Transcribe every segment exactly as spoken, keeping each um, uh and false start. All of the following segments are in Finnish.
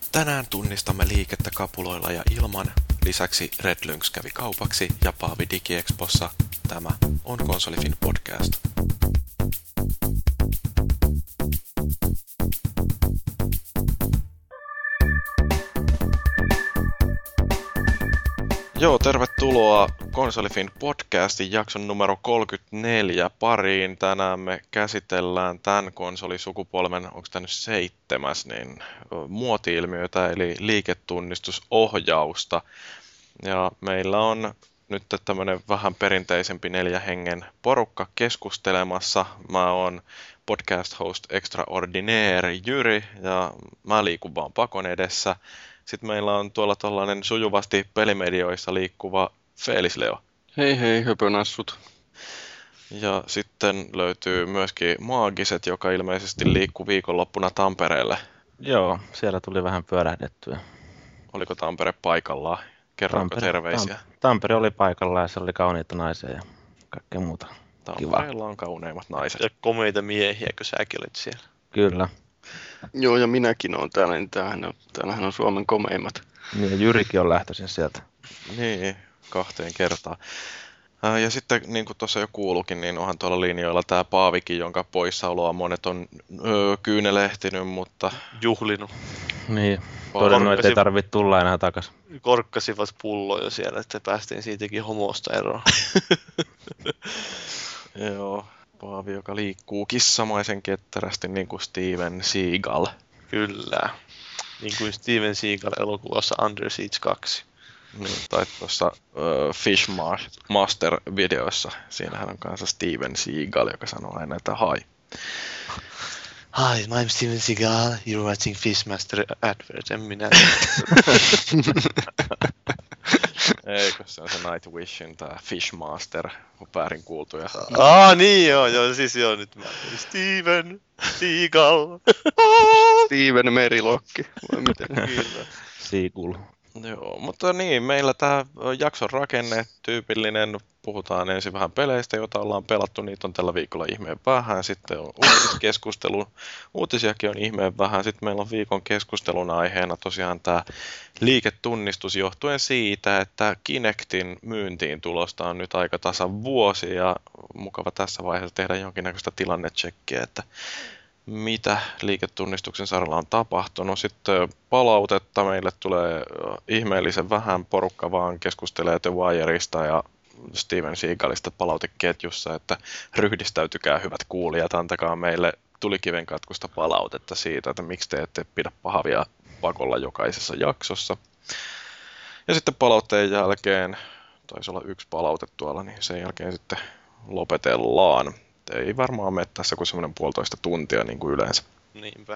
Tänään tunnistamme liikettä kapuloilla ja ilman. Lisäksi Red Lynx kävi kaupaksi ja Paavi DigiExpossa. Tämä on Konsolifin podcast. Joo, tervetuloa Konsolifin podcastin jakson numero kolmekymmentäneljä pariin. Tänään me käsitellään tämän konsolisukupolven, onko tämä nyt seitsemäs, niin muoti-ilmiötä eli liiketunnistusohjausta. Ja meillä on nyt tämmöinen vähän perinteisempi neljä hengen porukka keskustelemassa. Mä oon podcast host extraordinaire Jyri ja mä liikun vaan pakon edessä. Sitten meillä on tuolla tollainen sujuvasti pelimedioissa liikkuva Felis Leo. Hei hei, höpönassut. Ja sitten löytyy myöskin Maagiset, joka ilmeisesti liikkuu viikonloppuna Tampereelle. Joo, siellä tuli vähän pyörähdettyä. Oliko Tampere paikallaan? Kerroinko Tampere, terveisiä? Tam- Tampere oli paikallaan ja se oli kauniita naisia ja kaikkea muuta. Tampereella on kauneimmat naiset. Ja komeita miehiä, kun säkin olet siellä. Kyllä. Joo, ja minäkin olen täällä, niin tämähän on, täällähän on Suomen komeimmat. Niin, ja Jyrikin on lähtöisin sieltä. Niin, kahteen kertaan. Ja sitten, niin kuin tuossa jo kuulukin, niin onhan tuolla linjoilla tämä Paavikin, jonka poissaoloa monet on öö, kyynelehtinyt, mutta... Juhlinut. Niin, todennut, että ei tarvitse tulla enää takaisin. Korkkasivat pulloja siellä, että päästiin siitäkin homosta eroon. Joo, Paavi, joka liikkuu kissamaisen ketterästi, niin kuin Steven Seagal. Kyllä, niin kuin Steven Seagal elokuvassa Under Siege kaksi. Niin, tai tuossa uh, Fishmaster-videossa, siinähän on kanssa Steven Seagal, joka sanoo aina, että hi. Hi, I'm Steven Seagal, you're watching Fishmaster advert, en minä. Eikö se on se Nightwishin tää Fishmaster, on väärin kuultuja. Aa niin joo, joo, siis joo nyt mä Steven Seagal. Steven Merilokki, vai miten? Kyllä. Seagull. Joo, mutta niin, meillä tämä jakson rakenne tyypillinen. Puhutaan ensin vähän peleistä, joita ollaan pelattu. Niitä on tällä viikolla ihmeen vähän. Sitten on uutiskeskustelu. Uutisiakin on ihmeen vähän. Sitten meillä on viikon keskustelun aiheena tosiaan tämä liiketunnistus johtuen siitä, että Kinectin myyntiin tulosta on nyt aika tasan vuosi. Ja mukava tässä vaiheessa tehdä jonkinnäköistä tilannetsekkiä, että mitä liiketunnistuksen saralla on tapahtunut. Sitten palautetta meille tulee ihmeellisen vähän, porukka vaan keskustelee The Wireista ja Steven Seagalista palauteketjussa, että ryhdistäytykää hyvät kuulijat, antakaa meille tulikiven katkusta palautetta siitä, että miksi te ette pidä pahavia pakolla jokaisessa jaksossa. Ja sitten palautteen jälkeen, taisi olla yksi palaute tuolla, niin sen jälkeen sitten lopetellaan. Ei varmaan mene tässä kuin semmoinen puolitoista tuntia niin kuin yleensä. Niinpä.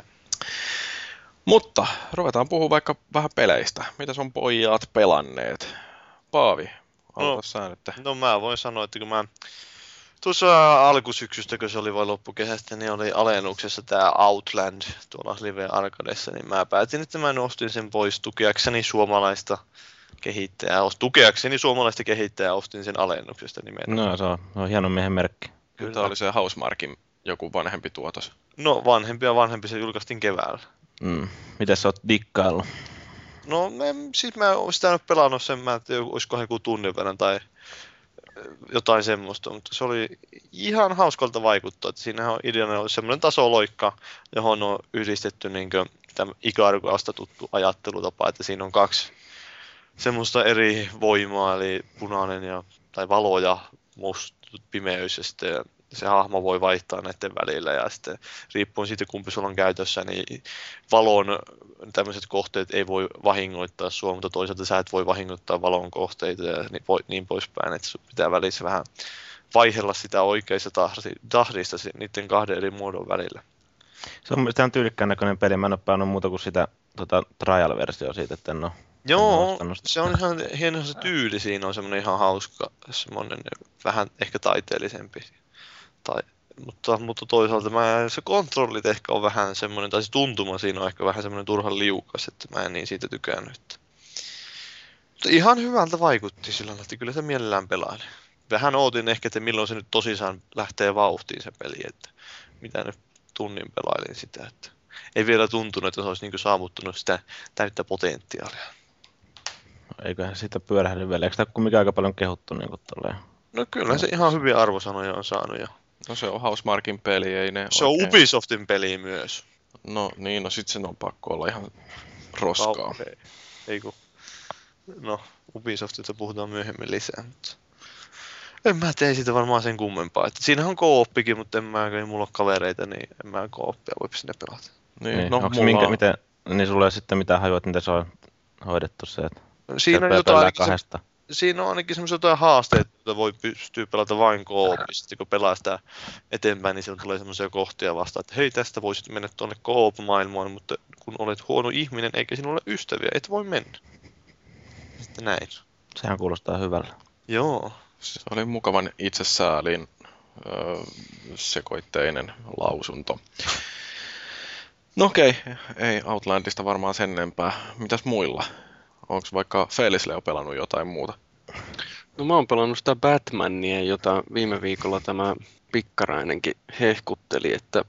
Mutta ruvetaan puhua vaikka vähän peleistä. Mitä sun pojat pelanneet? Paavi, aloita No. sä nyt. No mä voin sanoa, että kun mä tuossa alkusyksystä, kun se oli vain loppukesästä, niin oli alennuksessa tää Outland tuolla Live Arcadessa, niin mä päätin, että mä nostin sen pois tukeakseni suomalaista kehittäjää. Tukeakseni suomalaista kehittäjää ostin sen alennuksesta nimenomaan. No, se on, se on hieno miehen merkki. Kyllä. Tämä oli se Housemarquin joku vanhempi tuotos. No vanhempi ja vanhempi, se julkaistiin keväällä. Mm. Miten sä oot dikkaillut? No mä, siis mä oon sitä nyt pelannut sen, mä en tiedä, olisiko joku tunnin verran tai jotain semmoista, mutta se oli ihan hauskalta vaikuttaa, että siinähän on ideana ollut semmoinen tasoloikka, johon on yhdistetty niinkö tämä Icargoasta tuttu ajattelutapa, että siinä on kaksi semmoista eri voimaa, eli punainen ja, tai valo ja musta pimeys, ja sitten se hahmo voi vaihtaa näiden välillä, ja sitten riippuen siitä, kumpi sulla on käytössä, niin valon tämmöiset kohteet ei voi vahingoittaa sua, mutta toisaalta sä et voi vahingoittaa valon kohteita ja niin, voi, niin poispäin, että sun pitää välissä vähän vaihella sitä oikeista tahdista niiden kahden eri muodon välillä. Se on, sitä on tyylikkään näköinen peli. Mä en ole pelannut muuta kuin sitä tota, trial-versio siitä, että en ole. Joo, se on ihan hieno se tyyli, siinä on semmoinen ihan hauska, semmoinen vähän ehkä taiteellisempi. Tai, mutta, mutta toisaalta mä, se kontrollit ehkä on vähän semmoinen, tai se tuntuma siinä on ehkä vähän semmoinen turhan liukas, että mä en niin siitä tykännyt. Mutta ihan hyvältä vaikutti sillä lailla, että kyllä se mielellään pelaili. Vähän ootin ehkä, että milloin se nyt tosissaan lähtee vauhtiin se peli, että mitä nyt tunnin pelailin sitä. Että ei vielä tuntunut, että se olisi niin saavuttanut sitä täyttä potentiaalia. Eiköhän siitä pyörähdy vielä. Eikö tämä kumminkin aika paljon kehuttu niin tolleen? No kyllä se ihan hyviä arvosanoja on saanut. Ja... No se on Housemarquin peli, ei ne Se oikein... on Ubisoftin peli myös. No niin, no sit sen on pakko olla ihan roskaa. Okay. Ei kun... No, Ubisoftista puhutaan myöhemmin lisää, mutta... En mä tee siitä varmaan sen kummempaa. Että siinähän on kooppikin, mutta en mä, kun ei mulla ole kavereita, niin en mä kooppia voi sinne pelata. Niin, Niin, no onko mulla minkä, on... miten, niin sulla ei sitten mitään hajua, että miten se on hoidettu se, että Siinä on, se jotain, pelaa ainakin se, kahdesta. siinä on ainakin semmoisia jotain haasteita, että voi pystyä pelata vain koopista. Kun pelaa sitä eteenpäin, niin siellä tulee semmoisia kohtia vastaan, että hei, tästä voisit mennä tuonne koop-maailmaan, mutta kun olet huono ihminen eikä sinulla ole ystäviä, et voi mennä. Sitten näin. Sehän kuulostaa hyvältä. Joo. Se oli mukavan itsesäälin öö, sekoitteinen lausunto. No okei, okay. Ei Outlandista varmaan sen enempää. Mitäs muilla? Onko vaikka Felis Leo pelannut jotain muuta? No mä oon pelannut sitä Batmania, jota viime viikolla tämä Pikkarainenkin hehkutteli, että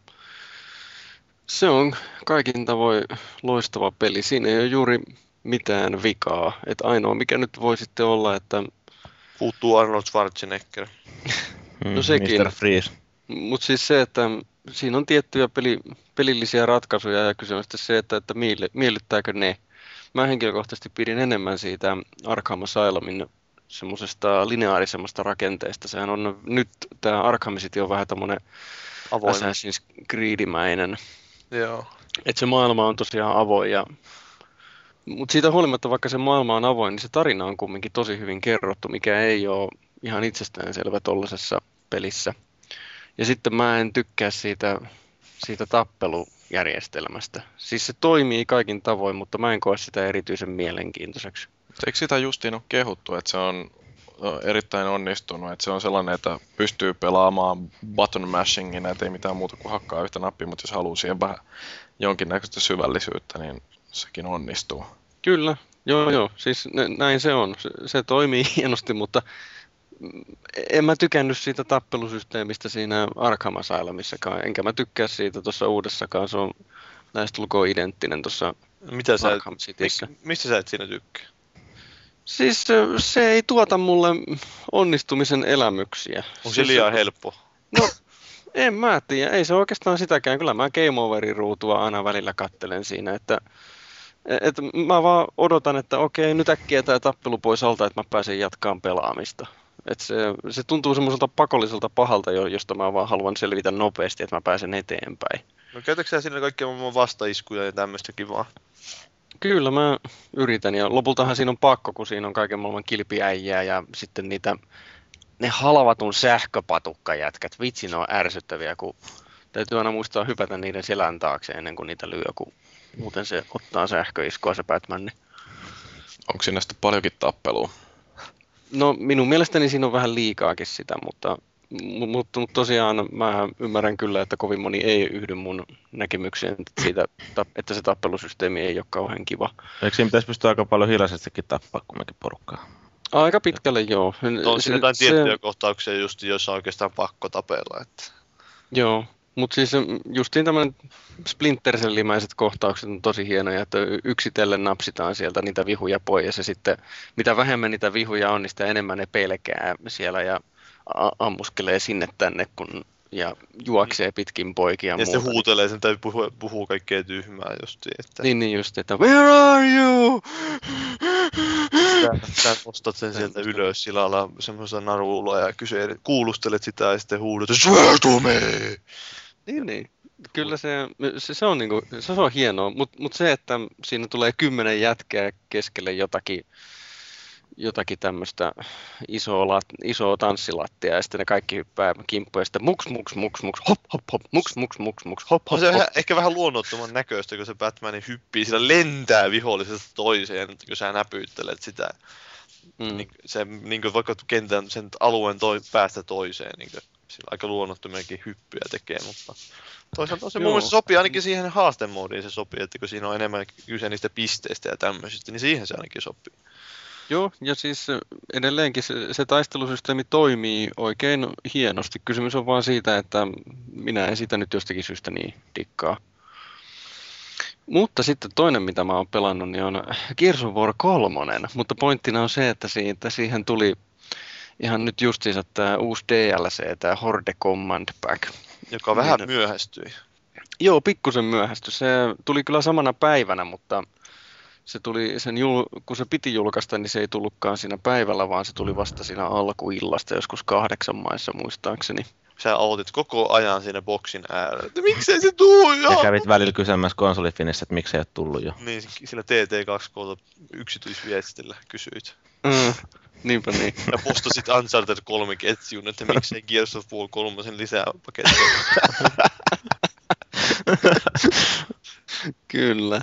se on kaikin tavoin loistava peli. Siinä ei ole juuri mitään vikaa. Että ainoa mikä nyt voi sitten olla, että... Puuttuu Arnold Schwarzenegger. Mm, No sekin. mister Freeze. Mutta siis se, että siinä on tiettyjä peli, pelillisiä ratkaisuja ja kyse on sitten se, että, että miellyttääkö ne. Mä henkilökohtaisesti pidin enemmän siitä Arkham Asylumin semmoisesta lineaarisemmasta rakenteesta. Sehän on nyt, tämä Arkham City on vähän tommonen Avoin. Assassin's Creed-mäinen. Joo. Että se maailma on tosiaan avoin. Ja... Mutta siitä huolimatta, vaikka se maailma on avoin, niin se tarina on kumminkin tosi hyvin kerrottu, mikä ei ole ihan itsestäänselvä tollasessa pelissä. Ja sitten mä en tykkää siitä, siitä tappelujärjestelmästä. Siis se toimii kaikin tavoin, mutta mä en koe sitä erityisen mielenkiintoiseksi. Eikö sitä justiin ole kehuttu, että se on erittäin onnistunut, että se on sellainen, että pystyy pelaamaan button mashingin, että ei mitään muuta kuin hakkaa yhtä nappia, mutta jos haluaa siihen vähän jonkinnäköistä syvällisyyttä, niin sekin onnistuu. Kyllä, joo joo, siis näin se on. Se, se toimii hienosti, mutta en mä tykännyt siitä tappelusysteemistä siinä Arkham Asylumissakaan, enkä mä tykkää siitä tuossa uudessakaan, se on lähestulkoon identtinen tuossa Mitä sä, Arkham Cityssä. mi, mistä sä et siinä tykkää? Siis se ei tuota mulle onnistumisen elämyksiä. Onko siis se liian helppo? No, en mä tiedä, ei se oikeastaan sitäkään. Kyllä mä Game Overin ruutua aina välillä kattelen siinä, että et mä vaan odotan, että okei, nyt äkkiä tää tappelu pois alta, että mä pääsen jatkaan pelaamista. Et se, se tuntuu semmoiselta pakolliselta pahalta, josta mä vaan haluan selvitä nopeasti, että mä pääsen eteenpäin. No käytätkö sä siinä kaikkia maailman vastaiskuja ja tämmöistä kivaa? Kyllä mä yritän, ja lopultahan siinä on pakko, kun siinä on kaiken maailman kilpiäjiä ja sitten niitä, ne halvatun sähköpatukkajätkät, vitsi ne on ärsyttäviä, kun täytyy aina muistaa hypätä niiden selän taakse ennen kuin niitä lyö, kun muuten se ottaa sähköiskua se Batman. Onko siinä sitten paljonkin tappelua? No minun mielestäni siinä on vähän liikaakin sitä, mutta, mutta, mutta tosiaan mä ymmärrän kyllä, että kovin moni ei yhdy mun näkemykseen siitä, että se tappelusysteemi ei ole kauhean kiva. Eikö siinä pitäisi pystyä aika paljon hiljaisestikin tappaa kumminkin porukkaa? Aika pitkälle joo. No, on siinä jotain tiettyjä kohtauksia, just, joissa on oikeastaan pakko tapella. Että... Joo, mutta siis justiin tämmöinen Splinter Cell-mäiset kohtaukset on tosi hienoja, että yksitellen napsitaan sieltä niitä vihuja pois ja sitten mitä vähemmän niitä vihuja on, niin sitä enemmän ne pelkää siellä ja ammuskelee sinne tänne kun, ja juoksee pitkin poikia. Ja muuta. sitten huutelee sen tai puhuu, puhuu kaikkea tyhmää justiin. Että... Niin, niin just, että where are you? Sä, sä nostat sen sieltä ylös sillä lailla semmoisella narulla ja kyselet, kuulustelet sitä ja sitten huudat, swear to me! Niin, niin. Kyllä se, se, se, on, niinku, se on hienoa, mutta mut se, että siinä tulee kymmenen jätkää keskelle jotakin, jotakin tämmöistä isoa, lat, isoa tanssilattia ja sitten ne kaikki hyppää kimppuun ja sitten muks, muks, muks, muks, hop, hop, hop, muks, muks, muks, muks, hop, hop, On se hop. vähän, ehkä vähän luonnottoman näköistä, kun se Batman hyppii, sillä lentää vihollisesta toiseen, kun sä näpyttelet sitä. Mm. Niin, se, niin kuin vaikka kentän sen alueen toi, päästä toiseen, niin kuin, sillä aika luonnottomiakin hyppyjä tekee, mutta toisaalta se mun mielestä sopii ainakin siihen haastemoodiin se sopii, että kun siinä on enemmän kyse niistä pisteistä ja tämmöisistä, niin siihen se ainakin sopii. Joo, ja siis edelleenkin se, se taistelusysteemi toimii oikein hienosti. Kysymys on vaan siitä, että minä en sitä nyt jostakin syystä niin dikkaa. Mutta sitten toinen, mitä mä oon pelannut, niin on Gears of War kolme, mutta pointtina on se, että siitä, siihen tuli ihan nyt justiinsa tämä uusi D L C, tämä Horde Command Pack. Joka vähän Niin. myöhästyi. Joo, pikkusen myöhästy. Se tuli kyllä samana päivänä, mutta se tuli sen jul- kun se piti julkaista, niin se ei tullutkaan siinä päivällä, vaan se tuli vasta siinä alkuillasta, joskus kahdeksan maissa muistaakseni. Sä ootit koko ajan siinä boksin äärellä, että miksei se tuu jo? Ja kävit välillä kysymässä konsolifinissä, että miksei ole tullut jo. Niin, sillä T T kaksi K yksityisviestillä kysyit. Mm, niinpä niin. Ja postasit Uncharted kolme ketjun, että miksei Gears of War kolme lisää pakettia. Kyllä.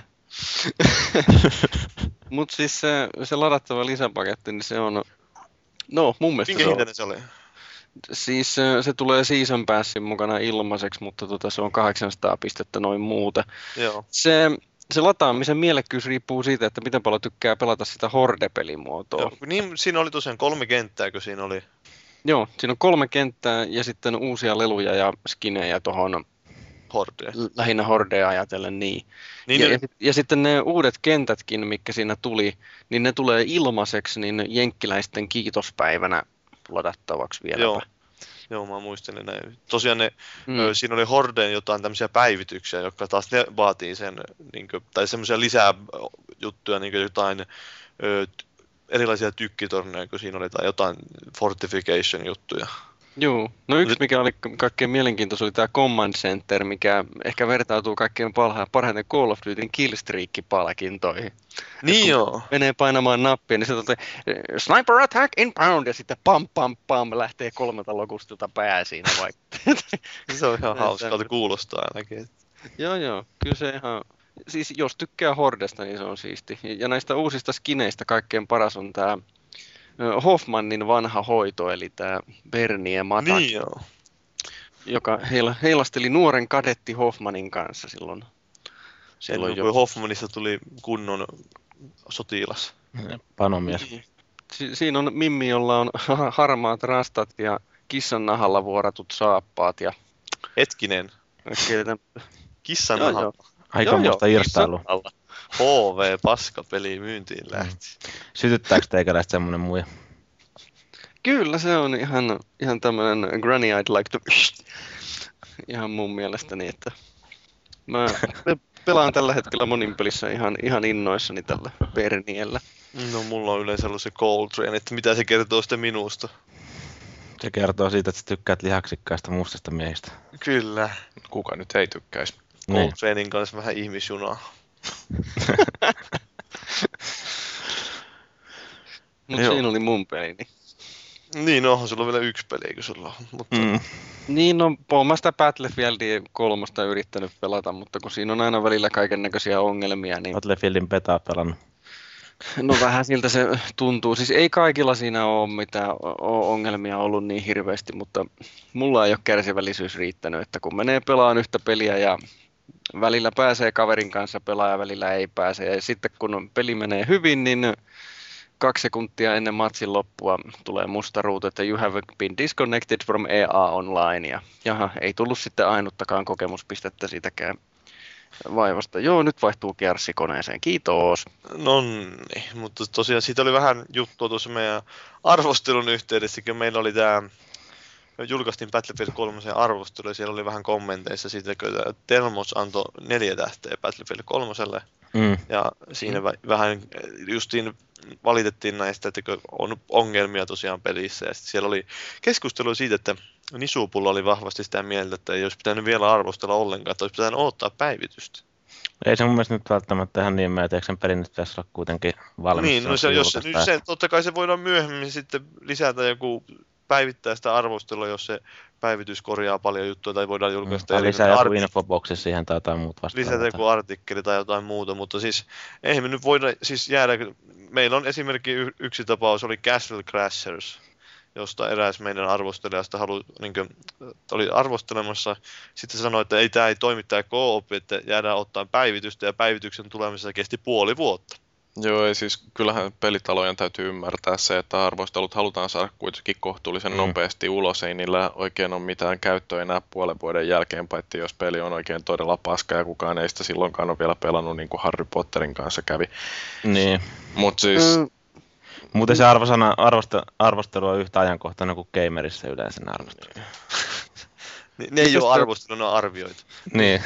Mut siis se, se ladattava lisäpaketti, niin se on, no mun mielestä Minkä se on, hintainen se oli? siis se, se tulee Season Passin mukana ilmaiseksi, mutta tota, se on kahdeksansataa pistettä noin muuta. Joo. Se, se lataamisen mielekkyys riippuu siitä, että miten paljon tykkää pelata sitä Horde-pelimuotoa. Joo. Niin, siinä oli tosiaan kolme kenttää, kun siinä oli. Joo, siinä on kolme kenttää ja sitten uusia leluja ja skinejä tuohon Horde. lähinnä Hordea ajatellen, niin. Niin, ja, ne- ja, sit- ja sitten ne uudet kentätkin, mitkä siinä tuli, niin ne tulee ilmaiseksi niin jenkkiläisten kiitospäivänä ladattavaksi vielä. Joo. Joo, mä muistelin näin. Tosiaan ne, Mm. ö, siinä oli Hordeen jotain tämmöisiä päivityksiä, jotka taas ne vaatii sen, niin kuin, tai semmoisia lisää juttuja, niin kuin jotain ö, t- erilaisia tykkitorneja, kun siinä oli tai jotain fortification-juttuja. Joo, no yksi mikä oli kaikkein mielenkiintoista oli tämä Command Center, mikä ehkä vertautuu kaikkein parha- parhaiten Call of Dutyn Killstreak-palkintoihin. Niin joo. Menee painamaan nappia, niin se tote, Sniper Attack inbound, ja sitten pam pam pam, lähtee kolmelta lokustilta pää siinä vaikka. Se on ihan Näin hauskaa, tämmöinen. kuulostaa ainakin. Joo, joo, kyllä se ihan, siis jos tykkää Hordesta, niin se on siisti. Ja näistä uusista skineistä kaikkein paras on tämä Hoffmannin vanha hoito, eli tämä Bernie Matak, Niin joo. joka heila, heilasteli nuoren kadetti Hoffmanin kanssa silloin. Silloin silloin kun Hoffmanista tuli kunnon sotilas. Panomies. Si- siinä on Mimmi, jolla on harmaat rastat ja kissan nahalla vuoratut saappaat ja Hetkinen. kaikkea täm- Kissan Joo, naha. joo. Aikamoista Joo, joo, irstailua. kissan nahalla. H V paskapeli myyntiin lähti. Sytyttääkö teikäläistä semmonen muija? Kyllä se on ihan, ihan tämmönen Granny I'd like to ihan mun mielestäni, että mä pe- pelaan tällä hetkellä monin pelissä ihan, ihan innoissani tällä Berniellä. No mulla on yleensä ollut se Coltrane, että mitä se kertoo sitten minusta. Se kertoo siitä, että sä tykkäät lihaksikkaista mustista miehistä. Kyllä. Kuka nyt ei tykkäisi? Niin. Coltranein kanssa vähän ihmisjunaa. Mutta Joo. siinä oli mun peli. Niin, Niin, onhan sulla vielä yksi peli, kun sulla on. Mutta Mm. niin no, oon mä sitä Battlefieldia kolmosta yrittänyt pelata, mutta kun siinä on aina välillä kaiken näköisiä ongelmia, niin Battlefieldin petaa pelannut. no vähän siltä se tuntuu. Siis ei kaikilla siinä ole mitään o- ongelmia ollut niin hirveästi, mutta mulla ei ole kärsivällisyys riittänyt, että kun menee pelaan yhtä peliä ja välillä pääsee kaverin kanssa pelaa ja välillä ei pääse. Ja sitten kun peli menee hyvin, niin kaksi sekuntia ennen matsin loppua tulee musta ruutu, että you have been disconnected from E A Online. Ja jaha, ei tullut sitten ainuttakaan kokemuspistettä siitäkään vaivasta. Joo, nyt vaihtuu kärssikoneeseen. Kiitos. no niin, mutta tosiaan siitä oli vähän juttua tuossa meidän arvostelun yhteydessä, kun meillä oli tämä, julkaistiin Battlefield kolme arvostelu ja siellä oli vähän kommenteissa siitä, kun Telmos antoi neljä tähteä Battlefield kolmoselle. Mm. Ja siinä vä- vähän justiin valitettiin näistä, että kun on ongelmia tosiaan pelissä. Ja sitten siellä oli keskustelu siitä, että Nisupulla oli vahvasti sitä mieltä, että ei olisi pitänyt vielä arvostella ollenkaan, että olisi pitänyt odottaa päivitystä. Ei se mun mielestä nyt välttämättä ihan niin mene, että eikö sen pelin nyt pitäisi olla kuitenkin valmis. Niin, no se, kun jos, julkaistaan. se, totta kai se voidaan myöhemmin sitten lisätä joku päivittää sitä arvostelua, jos se päivitys korjaa paljon juttuja tai voidaan julkaista Tai eri- lisää joku arti- infoboksi siihen tai jotain muuta vastaavaa. lisätä joku artikkeli tai jotain muuta, mutta siis eihän me nyt voida siis jäädä, meillä on esimerkki y- yksi tapaus, oli Castle Crashers, josta eräs meidän arvostelijasta halu, niin kuin, oli arvostelemassa, sitten se sanoi, että ei tämä ei toimi tämä co-op, että jäädään ottaa päivitystä ja päivityksen tulemisessa kesti puoli vuotta. Joo, ei siis kyllähän pelitalojen täytyy ymmärtää se, että arvostelut halutaan saada kuitenkin kohtuullisen Mm. nopeasti ulos. Ei niillä oikein ole mitään käyttöä enää puolen vuoden jälkeen, paitsi jos peli on oikein todella paska ja kukaan ei sitä silloinkaan ole vielä pelannut niin kuin Harry Potterin kanssa kävi. Niin. Mutta siis, Mm, Muuten se arvosana, arvosta, arvostelu on yhtä ajankohtainen kuin Gamerissa yleensä ne arvostelut. Ne, ne ei Mitäs ole te- arvostelua, ne on arvioitu. Niin.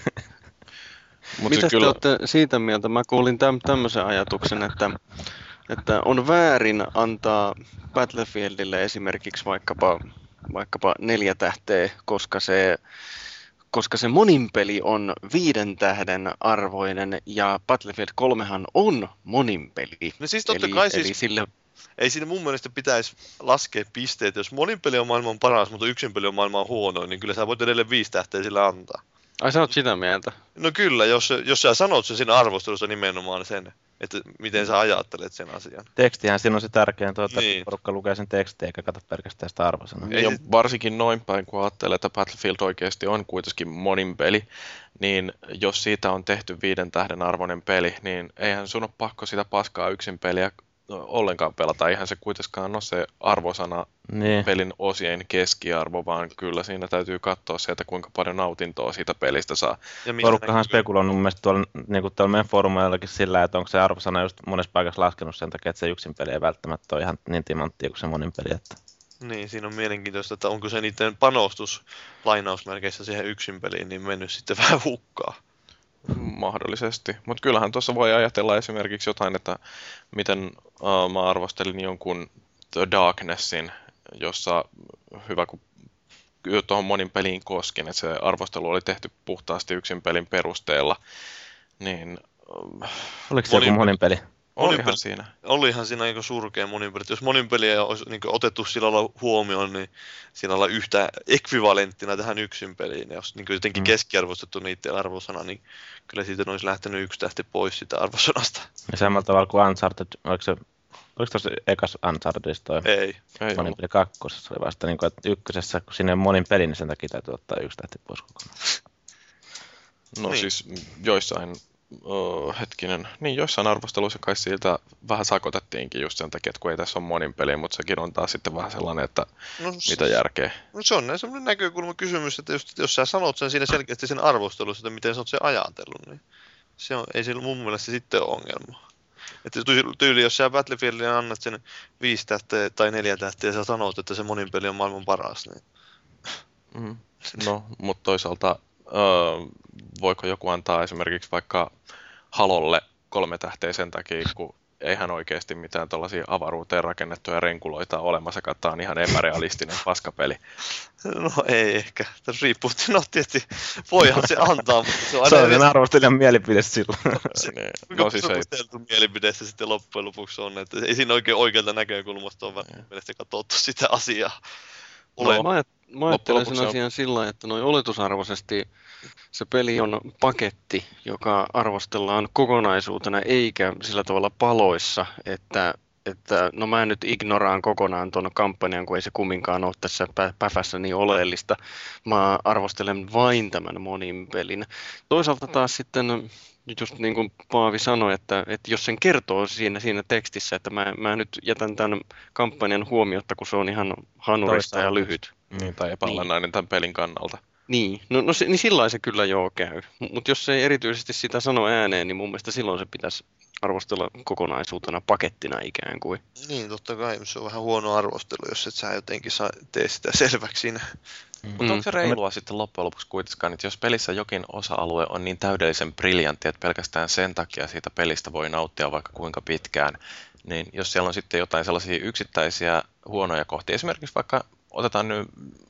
mut Mitä siis te kyllä, olette siitä mieltä? Mä kuulin täm, tämmöisen ajatuksen, että, että on väärin antaa Battlefieldille esimerkiksi vaikkapa, vaikkapa neljä tähteä, koska se, koska se moninpeli on viiden tähden arvoinen ja Battlefield kolmehan on moninpeli. No siis totta eli, kai eli siis- sille, Ei siinä mun mielestä pitäisi laskea pisteet. Jos monin peli on maailman paras, mutta yksin peli on maailman huonoin, niin kyllä sä voit edelleen viisi tähteä sillä antaa. ai sä oot sitä mieltä? No kyllä, jos, jos sä sanot sen siinä arvostelussa nimenomaan sen, että miten sä ajattelet sen asian. Tekstihän siinä on se tärkein, tuota, Niin. niin. porukka lukee sen tekstin eikä katso pelkästään sitä arvosanaa. Ei ja se- varsinkin noin päin, kun ajattelee, että Battlefield oikeasti on kuitenkin monin peli, niin jos siitä on tehty viiden tähden arvoinen peli, niin eihän sun ole pakko sitä paskaa yksin peliä ollenkaan pelata. Eihän se kuitenkaan ole se arvosana Niin. pelin osien keskiarvo, vaan kyllä siinä täytyy katsoa se, että kuinka paljon nautintoa siitä pelistä saa. Ja missä Porukkahan näkyy- spekuloinut mun mielestä tuolla, niin kuin tuolla meidän foorumeillakin sillä, että onko se arvosana just monessa paikassa laskenut sen takia, että se yksin peli ei välttämättä ole ihan niin timanttia kuin se monin peli. Että... Niin, siinä on mielenkiintoista, että onko se niiden panostus lainausmerkeissä siihen yksin peliin niin mennyt sitten vähän hukkaa. Mahdollisesti. Mutta kyllähän tuossa voi ajatella esimerkiksi jotain, että miten uh, mä arvostelin jonkun The Darknessin, jossa hyvä kun tuohon monin peliin koskin, että se arvostelu oli tehty puhtaasti yksin pelin perusteella, niin uh, Oliko se Monin- joku monin peli? olihan peli- siinä. Olihan siinä aika surkea monin peli. Jos monin peliä olisi niin otettu sillä lailla huomioon, niin sillä lailla yhtä ekvivalenttina tähän yksin peliin. Ja jos niin jotenkin Mm. keskiarvostettu niiden arvosana, niin kyllä siitä olisi lähtenyt yksi tähti pois sitä arvosanasta. Ja samalla tavalla kuin Uncharted, oliko se, oliko tuossa ekas Unchartedissa toi Ei. Ei monin ollut. peli kakkosessa, oli vasta niin kuin, että ykkösessä, kun sinne on monin peli, niin sen takia täytyy ottaa yksi tähti pois kokonaan. No Niin. siis joissain, uh, hetkinen, niin joissain arvosteluissa kai siltä vähän sakotettiinkin just sen takia, että kun ei tässä ole monin peli, mutta sekin on taas sitten vähän sellainen, että No, mitä järkeä. no se on näin semmoinen näkökulma kysymys, että just, jos sä sanot sen siinä selkeästi sen arvostelussa, että miten sä oot sen ajatellut, niin se on, ei sillä mun mielestä sitten ole ongelma. Että ty- tyyli, jos sä Battlefieldille annat sen viisi tähteä tai neljä tähteä ja sä sanot, että se monin peli on maailman paras, niin Mm. No, mutta toisaalta öö, voiko joku antaa esimerkiksi vaikka Halolle kolme tähteä sen takia, kun eihän oikeasti mitään tuollaisia avaruuteen rakennettuja renkuloita ole olemassa, tämä on ihan epärealistinen paskapeli. no ei ehkä. Tässä riippuu, no tietysti voihan se antaa, mutta se on Se aina on sen arvostelijan mielipide silloin. Niin, kuinka no siis ei, perusteltu mielipide se sitten loppujen lopuksi on, että ei siinä oikein oikealta näkökulmasta ole välttämättä katsottu sitä asiaa. Ole. No, Mä, ajat- mä loppujen ajattelen lopuksi sen on- asian sillä lailla, että noin oletusarvoisesti se peli on paketti, joka arvostellaan kokonaisuutena eikä sillä tavalla paloissa, että, että no mä nyt ignoraan kokonaan tuon kampanjan, kun ei se kumminkaan ole tässä pä- päfässä niin oleellista. Mä arvostelen vain tämän monin pelin. Toisaalta taas sitten, just niin kuin Paavi sanoi, että, että jos sen kertoo siinä, siinä tekstissä, että mä, mä nyt jätän tämän kampanjan huomiotta, kun se on ihan hanurista ja Toisaalta. lyhyt. niin, tai epäolennainen tämän pelin kannalta. Niin, no, no, se, niin sillä lailla se kyllä joo käy. Mutta jos se ei erityisesti sitä sano ääneen, niin mun mielestä silloin se pitäisi arvostella kokonaisuutena, pakettina ikään kuin. Niin, totta kai, se on vähän huono arvostelu, jos et sä jotenkin saa tee sitä selväksi siinä. Mutta Mm. onko se reilua sitten loppujen lopuksi kuitenkaan, että jos pelissä jokin osa-alue on niin täydellisen briljantti, että pelkästään sen takia siitä pelistä voi nauttia vaikka kuinka pitkään, niin jos siellä on sitten jotain sellaisia yksittäisiä huonoja kohtia, esimerkiksi vaikka otetaan nyt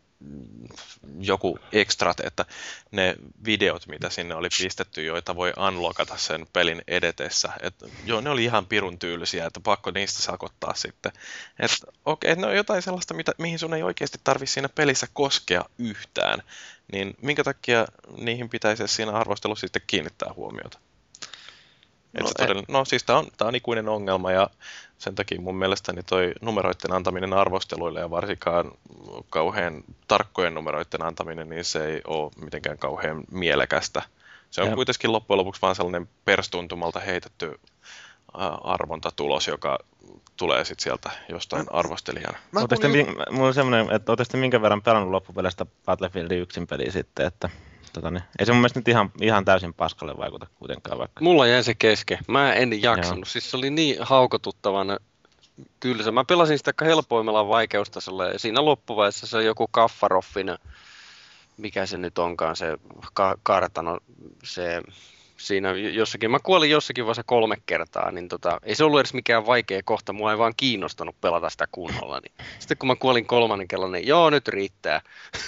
joku extrat, että ne videot, mitä sinne oli pistetty, joita voi unlockata sen pelin edetessä, että joo, ne oli ihan pirun tyylisiä, että pakko niistä sakottaa sitten. Että okei, okay, ne on jotain sellaista, mitä, mihin sun ei oikeasti tarvitse siinä pelissä koskea yhtään, niin minkä takia niihin pitäisi siinä arvostelussa sitten kiinnittää huomiota? No, No, todella, no siis tämä on, tää on ikuinen ongelma ja sen takia mun mielestäni toi numeroiden antaminen arvosteluille ja varsinkaan kauhean tarkkojen numeroiden antaminen, niin se ei ole mitenkään kauhean mielekästä. Se on Ja. kuitenkin loppujen lopuksi vaan sellainen perstuntumalta heitetty arvontatulos, joka tulee sitten sieltä jostain arvostelijana. Ootteko te, mulla on semmoinen, että ootteko te minkä verran pelannut loppupeleistä Battlefieldin yksin peliä sitten, että tota niin, ei se mun mielestä nyt ihan, ihan täysin paskalle vaikuta kuitenkaan vaikka. Mulla jäi se kesken. Mä en jaksanut. Joo. Siis se oli niin haukotuttavan tylsä. Mä pelasin sitä helpoimmalla vaikeustasolla ja siinä loppuvaiheessa se on joku Kaffaroffin, mikä se nyt onkaan se ka- kartano, se siinä jossakin, mä kuolin jossakin vaiheessa kolme kertaa, niin tota, ei se ollut edes mikään vaikea kohta, mua ei vaan kiinnostanut pelata sitä kunnolla. Niin. Sitten kun mä kuolin kolmannen kerran, niin joo, nyt riittää.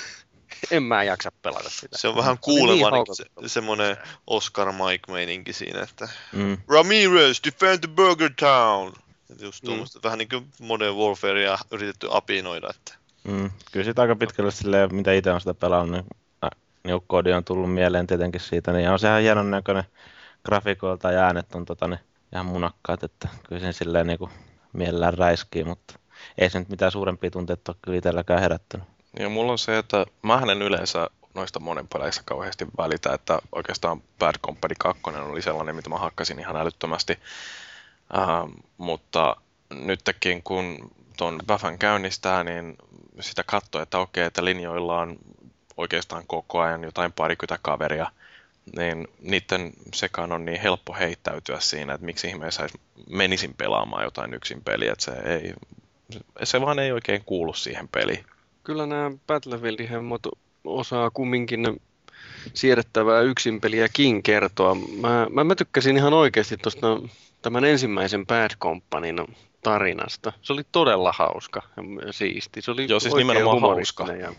En mä jaksa pelata sitä. Se on vähän kuuleva niin se, semmoinen Oscar Mike-meininki siinä, että mm. Ramirez, defend the Burger Town! Just tuommoista, mm. vähän niin kuin Modern Warfarea yritetty apinoida. Että. Mm. Kyllä sitä aika pitkälle silleen, mitä itse on sitä pelannut, niin New Code on tullut mieleen tietenkin siitä, niin on se ihan hienon näköinen grafiikoilta ja äänet on tota, niin ihan munakkaat, että kyllä sen silleen niin kuin mielellään räiskii, mutta ei se nyt mitään suurempia tunteita ole kyllä itselläkään herättänyt. Ja mulla on se, että mähän en yleensä noista monen peleissä kauheasti välitä, että oikeastaan Bad Company kaksi oli sellainen, mitä mä hakkasin ihan älyttömästi, äh, mutta nytkin kun ton Bafan käynnistää, niin sitä katsoo, että okei, että linjoilla on oikeastaan koko ajan jotain parikymmentä kaveria, niin niiden sekaan on niin helppo heittäytyä siinä, että miksi ihmeessä menisin pelaamaan jotain yksin peliä, että se, ei, se vaan ei oikein kuulu siihen peliin. Kyllä nämä Battlefieldin hemmot osaa kumminkin siedettävää yksin peliäkin kertoa. Mä, mä, mä tykkäsin ihan oikeasti tuosta tämän ensimmäisen Bad Companyn tarinasta. Se oli todella hauska ja siisti. Se oli Joo, siis nimenomaan hauska. Ja...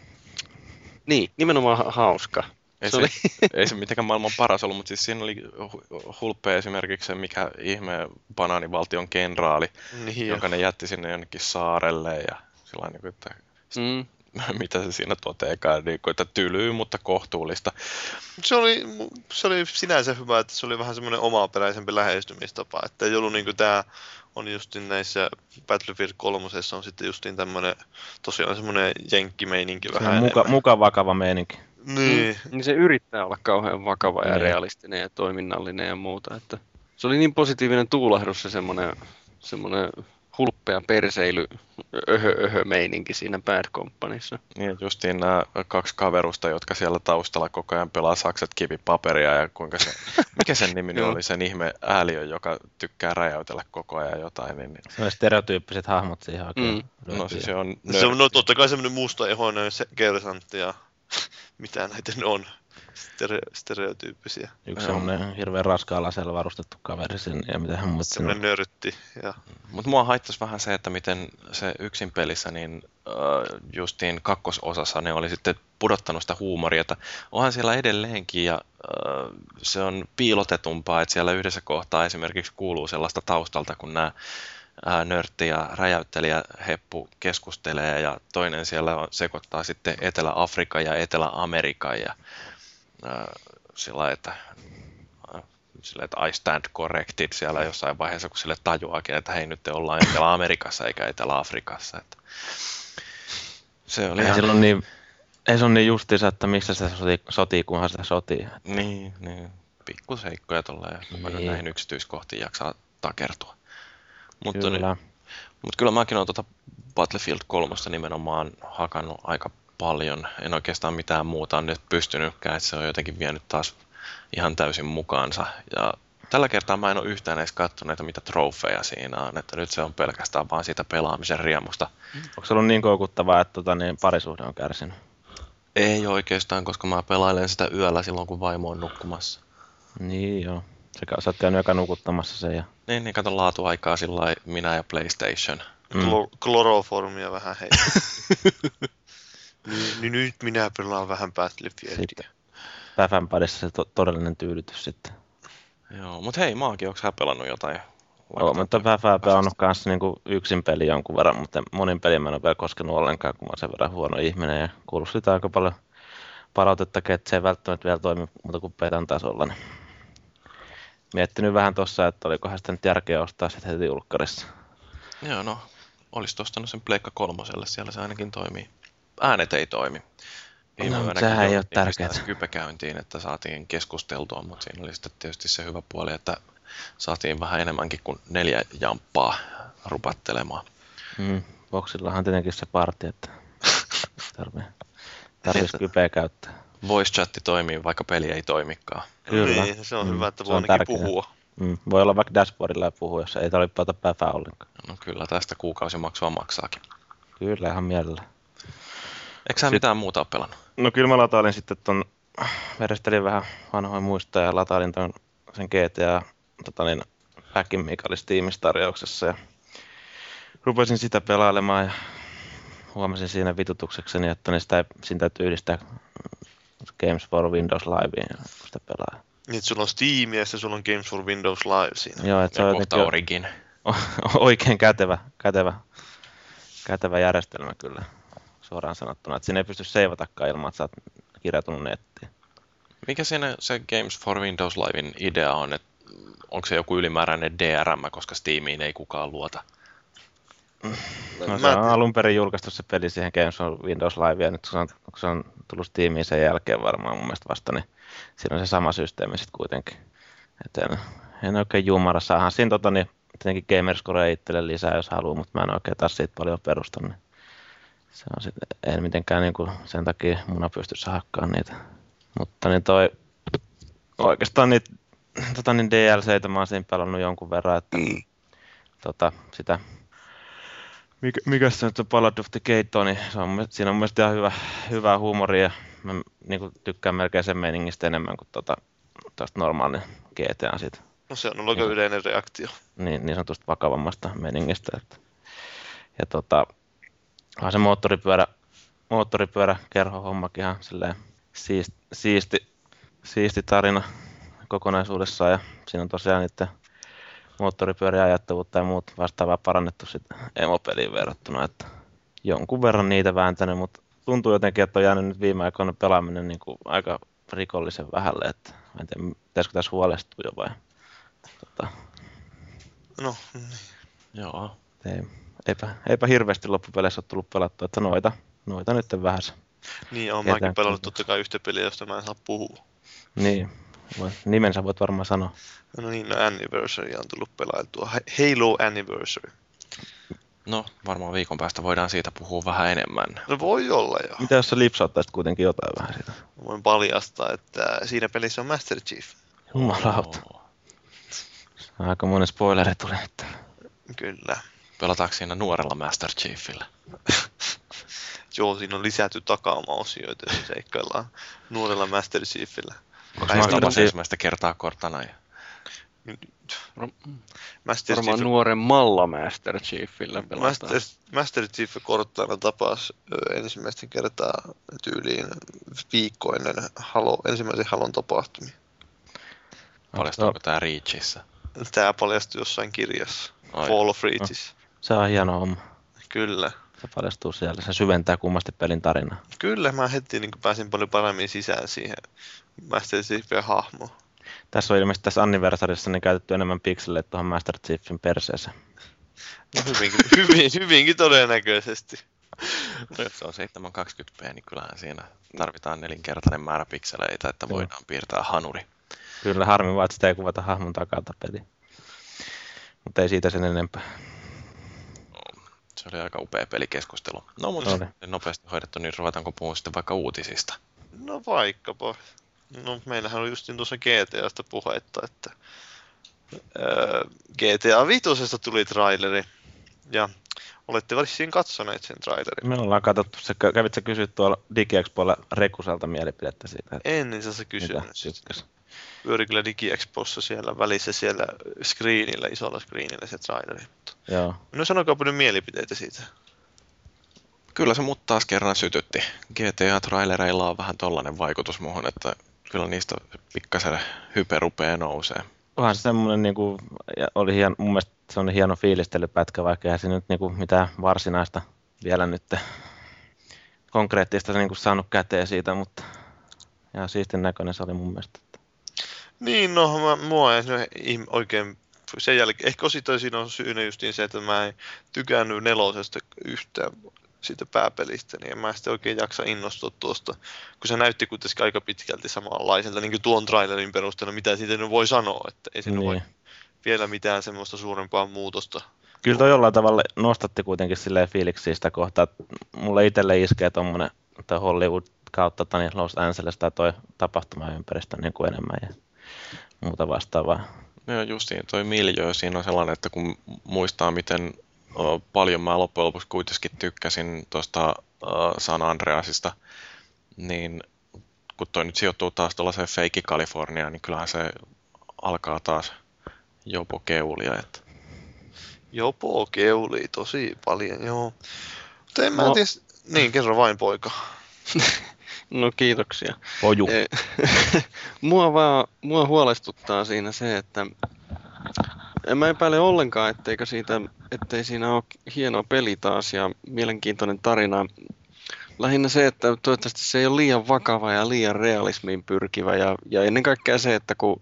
Niin, nimenomaan hauska. Ei se, se, oli... ei se mitenkään maailman paras ollut, mutta siis siinä oli hulppea esimerkiksi se, mikä ihme banaanivaltion kenraali, niin joka ne jätti sinne jonnekin saarelle ja sellainen, että mm. mitä se siinä toteekaan, niin kuin, että tylyy, mutta kohtuullista. Se oli, se oli sinänsä hyvä, että se oli vähän semmoinen omaperäisempi lähestymistapa, että ei ollut niin kuin tämä on justin näissä Battlefield kolmosessa on sitten justin tämmöinen tosiaan semmoinen jenkkimeininki se vähän muka, muka vakava meininki. Niin. Mm, niin se yrittää olla kauhean vakava ja realistinen ja toiminnallinen ja muuta. Että se oli niin positiivinen tuulahdus se semmoinen, semmoinen hulppea perseily, öhö, öhö meininki siinä Bad Companyssa. Niin, justiin nämä kaksi kaverusta, jotka siellä taustalla koko ajan pelaa sakset kivipaperia ja kuinka se, mikä sen nimi oli, sen ihme ääliö, joka tykkää räjäytellä koko ajan jotain. Niin... Se on stereotyyppiset hahmot siihen oikein. Mm. No siis se on se on no, totta kai semmoinen musta-ihoinen kersantti ja mitä näitä on. Stere- stereotyyppisiä. Yksi semmoinen hirveän raskaalla aseella varustettu kaveri sen ja mitä hän muut semmoinen nörtti. Ja... Mutta mua haittaisi vähän se, että miten se yksin pelissä, niin äh, justiin kakkososassa ne oli sitten pudottanut sitä huumoria, että onhan siellä edelleenkin ja äh, se on piilotetumpaa, että siellä yhdessä kohtaa esimerkiksi kuuluu sellaista taustalta, kun nämä äh, nörtti ja räjäyttelijä heppu keskustelee ja toinen siellä on, sekoittaa sitten Etelä-Afrikan ja Etelä-Amerikan ja sillä että, sillä, että I stand corrected siellä jossain vaiheessa, kun sille tajuakin, että hei, nyt te ollaan Etelä-Amerikassa eikä Etelä-Afrikassa. Että se oli ei, ihan... silloin niin, ei se ole niin justiinsa, että missä sitä sotii, sotii kunhan sitä sotii. Niin, niin. Pikkuseikkoja tolleen, niin. Näihin yksityiskohtiin jaksaa takertua. Mutta kyllä. Niin, mutta kyllä mäkin olen tuota Battlefield kolme nimenomaan hakannut aika paljon. En oikeastaan mitään muuta on nyt pystynytkään, että se on jotenkin vienyt taas ihan täysin mukaansa. Ja tällä kertaa mä en ole yhtään edes katsonut, mitä trofeja siinä on, että nyt se on pelkästään vaan siitä pelaamisen riemusta. Onko se ollut niin koukuttavaa, että tota, niin parisuhde on kärsinyt? Ei oikeastaan, koska mä pelailen sitä yöllä silloin, kun vaimo on nukkumassa. Niin joo. Sekä sä oot käynyt joka nukuttamassa sen. Ja... Niin, niin kato laatuaikaa sillä minä ja PlayStation. Mm. Kloroformia vähän hei. Niin, niin nyt minä pelaan vähän Battlefieldia. Päfänpadissa se to- todellinen tyydytys sitten. Joo, mutta hei Maaki, onko sä pelannut jotain? Joo, mutta Päfää pelannut kanssa niinku yksin peli jonkun verran, mutta monin pelin mä en ole vielä koskenut ollenkaan, kun mä oon sen verran huono ihminen. Ja kuuluu sitä aika paljon palautetta, että se ei välttämättä vielä toimi muuta kuin petan tasolla. Niin. Miettinyt vähän tossa, että olikohan sitä nyt järkeä ostaa sitten heti ulkkarissa. Joo, no olisit ostanut sen Pleikka kolmoselle, siellä se ainakin toimii. Äänet ei toimi. No, sehän ei ole tärkeää. Kypäkäyntiin, että saatiin keskusteltua, mutta siinä oli sitten tietysti se hyvä puoli, että saatiin vähän enemmänkin kuin neljä jamppaa rupattelemaan. Mm, Boxillahan tietenkin se parti, että tarvii, tarvitsisi kypeä käyttää. Voice chatti toimii, vaikka peli ei toimikaan. Kyllä. Niin, se on Mm, hyvä, että se voi on ainakin tärkeää. puhua. Mm, voi olla vaikka dashboardilla ja puhua, jos ei tarvitse pelata päfää ollenkaan. No kyllä, tästä kuukausimaksua maksaakin. Kyllä, ihan mielellä. Eikö sä Sit- mitään muuta ole pelannut? No kyllä mä latailin sitten ton, verestelin vähän vanhoja muistoja ja latailin ton sen G T A tota niin, Packin, mikä oli Steamissa tarjouksessa ja rupesin sitä pelailemaan ja huomasin siinä vitutuksekseni, että niin sitä ei, siinä täytyy yhdistää Games for Windows Liveen ja kun sitä pelaa. Niin, että sulla on Steam ja sitten sulla on Games for Windows Live siinä. Joo, että se Ja on kohta jotenkin Origin. oikein kätevä, kätevä, kätevä järjestelmä kyllä suoraan sanottuna. Että siinä ei pysty seivatakaan ilman, että sä oot kirjautunut nettiin. Mikä siinä se Games for Windows Livein idea on, että onko se joku ylimääräinen D R M, koska Steamiin ei kukaan luota? No se on alun perin julkaistu se peli siihen Games on Windows Live, ja nyt kun se on, kun se on tullut Steamiin sen jälkeen varmaan mun mielestä vasta, niin siinä on se sama systeemi sitten kuitenkin. Et en, en oikein jumara. Saahan siinä tota, niin, tietenkin Gamerscore itselle lisää, jos haluaa, mutta mä en oikein taas siitä paljon perusta. Niin se on sit, en mitenkään niin kuin sen takia muna pystyssä hakkaan niitä. Mutta niin toi, oikeastaan niitä tota, niin D L C:tä mä oon siinä pelannut jonkun verran, että tota, sitä Mikä, mikä se nyt on Ballad of the Gate, niin se on, mun mielestä- siinä on mun mielestä ihan hyvä, hyvää huumoria. Mä niin kuin, tykkään melkein sen meiningistä enemmän kuin tuota, tuosta normaalin G T A siitä, No se on ollut aika yleinen reaktio. niin, niin sanotusta vakavammasta meiningistä. Että. Ja tota, onhan se moottoripyörä, moottoripyörä kerhohommakin ihan silleen siisti, siisti, siisti tarina kokonaisuudessaan. Ja siinä on tosiaan niiden moottoripyörien ajattavuutta ja muut vastaavaa parannettu sitten emopeliin verrattuna, että jonkun verran niitä vääntänyt, mutta tuntuu jotenkin, että on jäänyt nyt viime aikoina pelaaminen niin kuin aika rikollisen vähälle, että mä en tiedä, pitäisikö tässä huolestua jo vai tota, No, niin. Joo. ei, eipä, eipä hirveästi loppupeleissä ole tullut pelattua, että noita, noita nyt vähän. Niin, on Ketään mäkin pelannut kiinnostaa. totta kai yhtä peliä, josta mä en saa puhua. Niin, voi- nimensä voit varmaan sanoa. No niin, no Anniversary on tullut pelailtua. Halo Anniversary. No, varmaan viikon päästä voidaan siitä puhua vähän enemmän. No voi olla joo. Mitä jos sä lipsauttaisit kuitenkin jotain vähän siitä? Voin paljastaa, että siinä pelissä on Master Chief. Jumalauta. Oo. Aika monen spoileri tuli nyt. Kyllä. Pelataanko siinä nuorella Master Chiefillä? Joo, siinä on lisätty takauma-osioita, jos seikkaillaan nuorella Master Chiefillä. Koska Master mä tapasin Chief- ensimmäistä kertaa Cortana. Ja... Master Varmaan Chief, nuoren Malla Master Chiefillä pelataan. Master, Master Chief ja Cortana tapas ö, ensimmäistä kertaa tyyliin viikko ennen Halo, ensimmäisen Halon tapahtumia. Paljastuuko tää Reachissä? Tämä paljastui jossain kirjassa. Ai. Fall of Reaches. Se on hieno homma. Kyllä. Se paljastuu siellä. Se syventää kummasti pelin tarinaa. Kyllä, mä heti niin pääsin paljon paremmin sisään siihen Master Chiefin hahmoon. Tässä on ilmeisesti tässä anniversarissa niin käytetty enemmän pikseleitä tuohon Master Chiefin perseeseen. No hyvinkin, hyvin, hyvinkin todennäköisesti. No, jos se on seitsemänsataakaksikymmentä p, niin kyllähän siinä tarvitaan nelinkertainen määrä pikseleitä, että Joo. voidaan piirtää hanuri. Kyllä harmi vaan, että sitä ei kuvata hahmon takalta peliä. Mutta ei siitä sen enempää. Se oli aika upea pelikeskustelu. No, mutta Oli. sitten nopeasti hoidettu, niin ruvetaanko puhua sitten vaikka uutisista? No vaikkapa. No meillähän oli justin tuossa G T A:sta puhetta, että öö, G T A viitosesta tuli traileri. Ja olette vissiin katsoneet sen trailerin. Me ollaan katsottu, se, kävit sä kysyä tuolla DigiExpoilla Rekuselta mielipidettä siitä, että En itse asiassa mitä kysynyt. tykkäs. Pyöri kyllä DigiExpossa siellä välissä siellä screenillä, isolla screenillä se traileri. Joo. No sanokaapa nyt mielipiteitä siitä. Kyllä se mut taas kerran sytytti. G T A-trailereilla on vähän tollainen vaikutus muuhun, että kyllä niistä pikkasen hype rupeaa nousee. Onhan se semmoinen, niin kuin, oli hieno, mun mielestä se on hieno fiilistelypätkä, vaikka eihän se nyt niin kuin, mitään varsinaista vielä nyt konkreettista niin kuin, saanut käteen siitä, mutta ihan siistin näköinen se oli mun mielestä. Niin, no mä, mua ei se ihm- oikein sen jälkeen, ehkä osittain siinä on syynä justiin se, että mä en tykännyt nelosesta yhtään siitä pääpelistä, niin en mä sitten oikein jaksa innostua tuosta, kun se näytti kuitenkin aika pitkälti samanlaiselta, niin kuin tuon trailerin perusteella, mitä siitä nyt voi sanoa, että ei se niin. voi Niin. vielä mitään semmoista suurempaa muutosta. Kyllä toi jollain tavalla nostatti kuitenkin silleen fiiliksiä sitä kohtaa, että mulle itselle iskee tommonen toi Hollywood kautta tani Los Angeles tai toi tapahtumaympäristö niin kuin enemmän ja muuta vastaavaa. Joo, justiin toi miljöö siinä on sellainen, että kun muistaa miten o, paljon mä loppujen lopuksi kuitenkin tykkäsin tuosta San Andreasista, niin kun toi nyt sijoittuu taas tuollaiseen feikki Kaliforniaan, niin kyllähän se alkaa taas jopo keulia. Että... Jopo keuli tosi paljon, joo. Mutta en mä No. tiedä, niin kerro vain poika. No kiitoksia. Poju. Eh, mua, vaan, mua huolestuttaa siinä se, että en mä epäile ollenkaan, etteikö siitä, ettei siinä ole hieno peli taas ja mielenkiintoinen tarina. Lähinnä se, että toivottavasti se ei ole liian vakava ja liian realismiin pyrkivä ja, ja ennen kaikkea se, että kun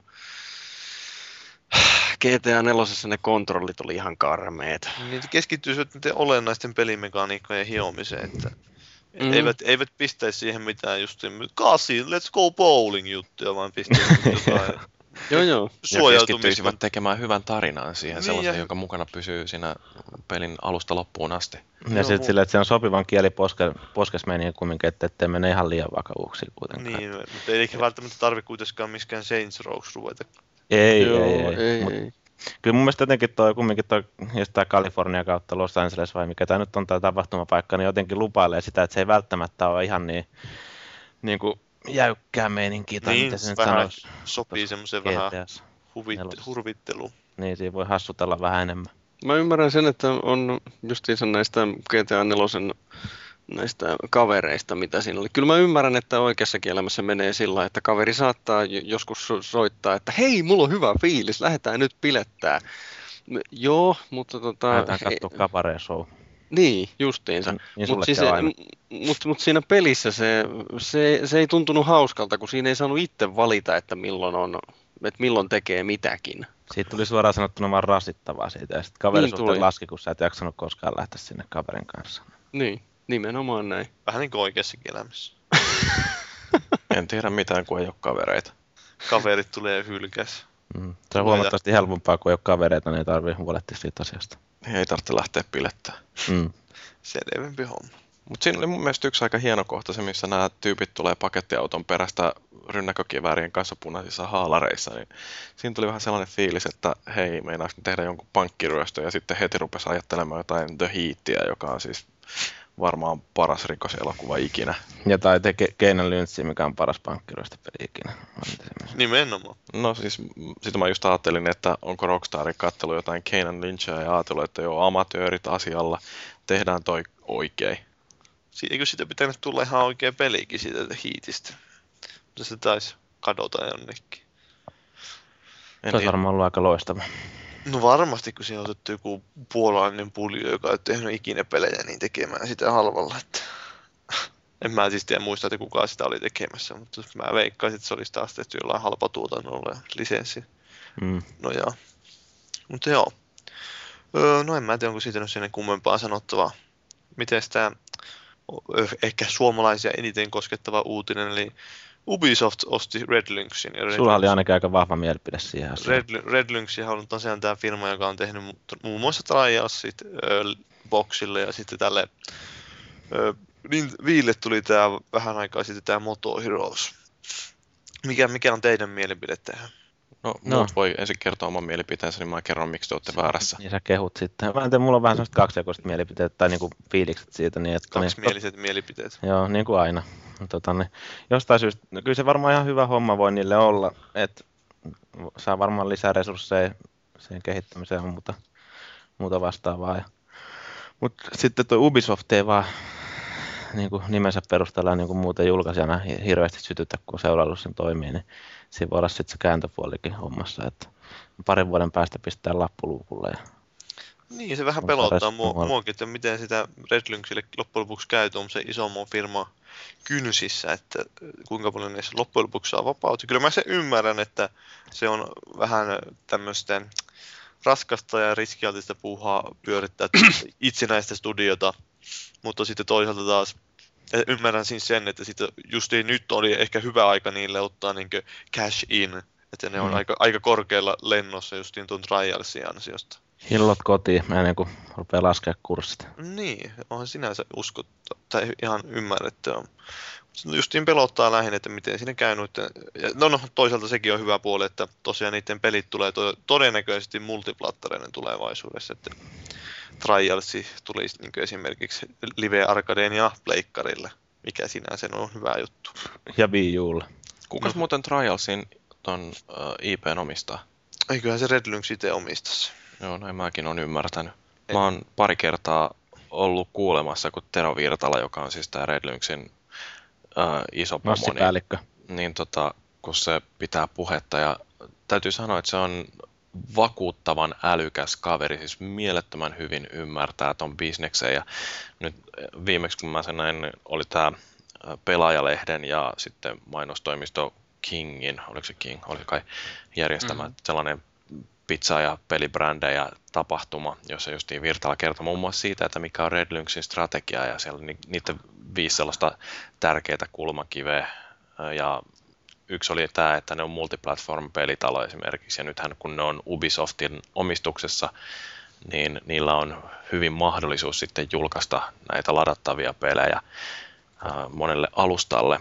G T A neljä ne kontrollit oli ihan karmeet. Niin keskittyisivät niiden olennaisten pelimekaniikkojen hiomiseen, että Mm. mm. eivät, eivät pistäisi siihen mitään just kasi, let's go bowling juttuja, vaan pistäisi jotain Joo, joo. Ja suojautumista. keskittyisivät tekemään hyvän tarinan siihen, Niin, sellaisen, ja- jonka mukana pysyy siinä pelin alusta loppuun asti. Ja Joo, sitten mu- silleen, että se on sopivan kieli poske, poskesmeniä kumminkin, että ettei mene ihan liian vakavuuksiin kuitenkaan. Niin, mutta ei ehkä välttämättä tarvitse kuitenkaan miskään Saints Rows ruveta. Ei, Joo, ei, ei. ei, Mut ei. kyllä mun mielestä jotenkin toi, kumminkin toi, just tää Kalifornia kautta Los Angeles vai mikä tää nyt on tää tapahtumapaikka, niin jotenkin lupailee sitä, että se ei välttämättä ole ihan niin, niin kuin jäykkää meininkiä tai Niin, mitä se nyt vähän sanoisi sopii tuossa semmoisen vähän G T A:ssa. huvit, nelosessa. hurvitteluun. Niin, siinä voi hassutella vähän enemmän. Mä ymmärrän sen, että on justiinsa näistä G T A neljä näistä kavereista, mitä siinä oli. Kyllä mä ymmärrän, että oikeassakin elämässä menee sillä lailla, että kaveri saattaa j- joskus so- soittaa, että hei, mulla on hyvä fiilis, lähdetään nyt pilettää. M- Joo, mutta tota... Lähdetään ei- katsoa kabaree show. Niin, justiinsa. Niin Mutta sullekin siis, on aina. mut, mut siinä pelissä se, se, se ei tuntunut hauskalta, kun siinä ei saanut itse valita, että milloin, on, että milloin tekee mitäkin. Siitä tuli suoraan sanottuna vaan rasittavaa siitä. Ja sitten kaveri Niin niin tuli. laski, kun sä et jaksanut koskaan lähteä sinne kaverin kanssa. Niin, nimenomaan näin. Vähän niin kuin oikeassakin elämässä. En tiedä mitään, kun ei ole kavereita. Kaverit tulee ja hylkäs. Mm. Se on Tulee huomattavasti helpompaa, kun ei ole kavereita, niin ei tarvitse huolehtia siitä asiasta. Ei tarvitse lähteä pilettää. Mm. Selvempi homma. Mutta siinä oli mun mielestä yksi aika hieno kohta se, missä nämä tyypit tulee pakettiauton perästä rynnäkkökiväärien kanssa punaisissa haalareissa. Niin siinä tuli vähän sellainen fiilis, että hei, meinaanko ne tehdä jonkun pankkiryöstö ja sitten heti rupesi ajattelemaan jotain The Heatia, joka on siis varmaan paras rikoselokuva ikinä. Ja tai te Keinan Lynch, mikä on paras pankkiryöstöpeli ikinä. Nimenomaan. No siis, sitä mä just ajattelin, että onko Rockstarin kattelu jotain Keinan Lynchia ja ajatellut, että joo, amatöörit asialla, tehdään toi oikein. Si- Eikö siitä pitänyt tulla ihan oikea pelikin siitä The Heatistä? Mutta se taisi kadota jonnekin. En Se olisi tiedä. varmaan ollut aika loistava. No varmasti, kun siinä on otettu joku puolalainen puljo, joka ei ole tehnyt ikinä pelejä, niin tekemään sitä halvalla. Että... En mä siis tiedä muista, että kuka sitä oli tekemässä, mutta mä veikkaisin, että se olisi taas tehty jollain halpatuotannolla ja lisenssi Mm. nojaa. Mutta joo. Öö, no en mä tiedä, onko siitä nyt sinne kummempaa sanottavaa. Miten tämä ehkä suomalaisia eniten koskettava uutinen, eli Ubisoft osti Red Lynxin. Ja Red Sulla oli Lynx- ainakin aika vahva mielipide siihen asiaan. Red, Red Lynxihän on tosiaan tämä firma, joka on tehnyt mu- muun muassa Trialsit ö, Boxille ja sitten tälle ö, niin Viille tuli tämä vähän aikaa sitten tämä Moto Heroes. Mikä, mikä on teidän mielipide tähän? No, No. muut voi ensin kertoa oman mielipiteensä, niin mä kerron, miksi te olette väärässä. Niin sä kehut sitten. Mä en tiedä, mulla on vähän semmoista kaksijakoista mielipiteet tai niinku fiilikset siitä. Niin, että niin, Kaksimieliset mielipiteet. Joo, niin kuin aina. Tota, niin, jostain syystä, no kyllä se varmaan ihan hyvä homma voi niille olla, että saa varmaan lisää resursseja siihen kehittämiseen ja muuta, muuta vastaavaa. Ja, mutta sitten tuo Ubisoft ei vaan niin kuin nimensä perusteella niin kuin muuten julkaisijana hi- hirveästi sytytä, kun on seuraillut sen toimii, niin siinä voi olla sitten se kääntöpuolikin hommassa, että parin vuoden päästä pistää lappuluukulle. Ja, Niin, se vähän Mutta pelottaa res- mua, muualla. muakin, että miten sitä Red Lynxille loppujen lopuksi käy tuommoisen isomman firman kynsissä, että kuinka paljon niissä loppujen lopuksi saa vapautta. Kyllä mä sen ymmärrän, että se on vähän tämmöistä raskasta ja riskialtista puuhaa pyörittää itsenäistä studiota, mutta sitten toisaalta taas ja ymmärrän siis sen, että sitten justiin nyt oli ehkä hyvä aika niille ottaa niin cash in Että ne on Mm. aika, aika korkealla lennossa justiin tuon Trialsin ansiosta. Hillot kotiin ennen kuin rupeaa laskea kurssit. Niin, onhan sinänsä uskottu, tai ihan ymmärrettävä. Justiin pelottaa lähinnä, että miten siinä käy noiden, no, no toisaalta sekin on hyvä puoli, että tosiaan niiden pelit tulee to, todennäköisesti multiplattareiden tulevaisuudessa, että Trialsi tulisi niin esimerkiksi Live Arcadeen ja Pleikkarille, mikä sinänsä on hyvä juttu. Ja Wii Ulla. Kukas No. muuten Trialsin ton uh, I P:n omistaa? Eiköhän se Red Lynx itse omistaisi. Joo, näin mäkin olen ymmärtänyt. Mä oon pari kertaa ollut kuulemassa, kun Tero Virtala, joka on siis tää Red Lynxin uh, iso pomo, niin, Massipäällikkö. niin tota, kun se pitää puhetta ja täytyy sanoa, että se on vakuuttavan älykäs kaveri, siis mielettömän hyvin ymmärtää ton bisneksen ja nyt viimeksi kun mä sen näin, oli tää Pelaajalehden ja sitten mainostoimisto Kingin, oliko se King, oli kai järjestämä mm-hmm. sellainen pizza- ja pelibrändejä tapahtuma, jossa justiin Virtala kertoi muun muassa siitä, että mikä on Red Lynxin strategia ja siellä ni- niiden viisi sellaista tärkeää kulmakiveä ja yksi oli tämä, että ne on multiplatform-pelitalo esimerkiksi ja nythän kun ne on Ubisoftin omistuksessa, niin niillä on hyvin mahdollisuus sitten julkaista näitä ladattavia pelejä ää, monelle alustalle.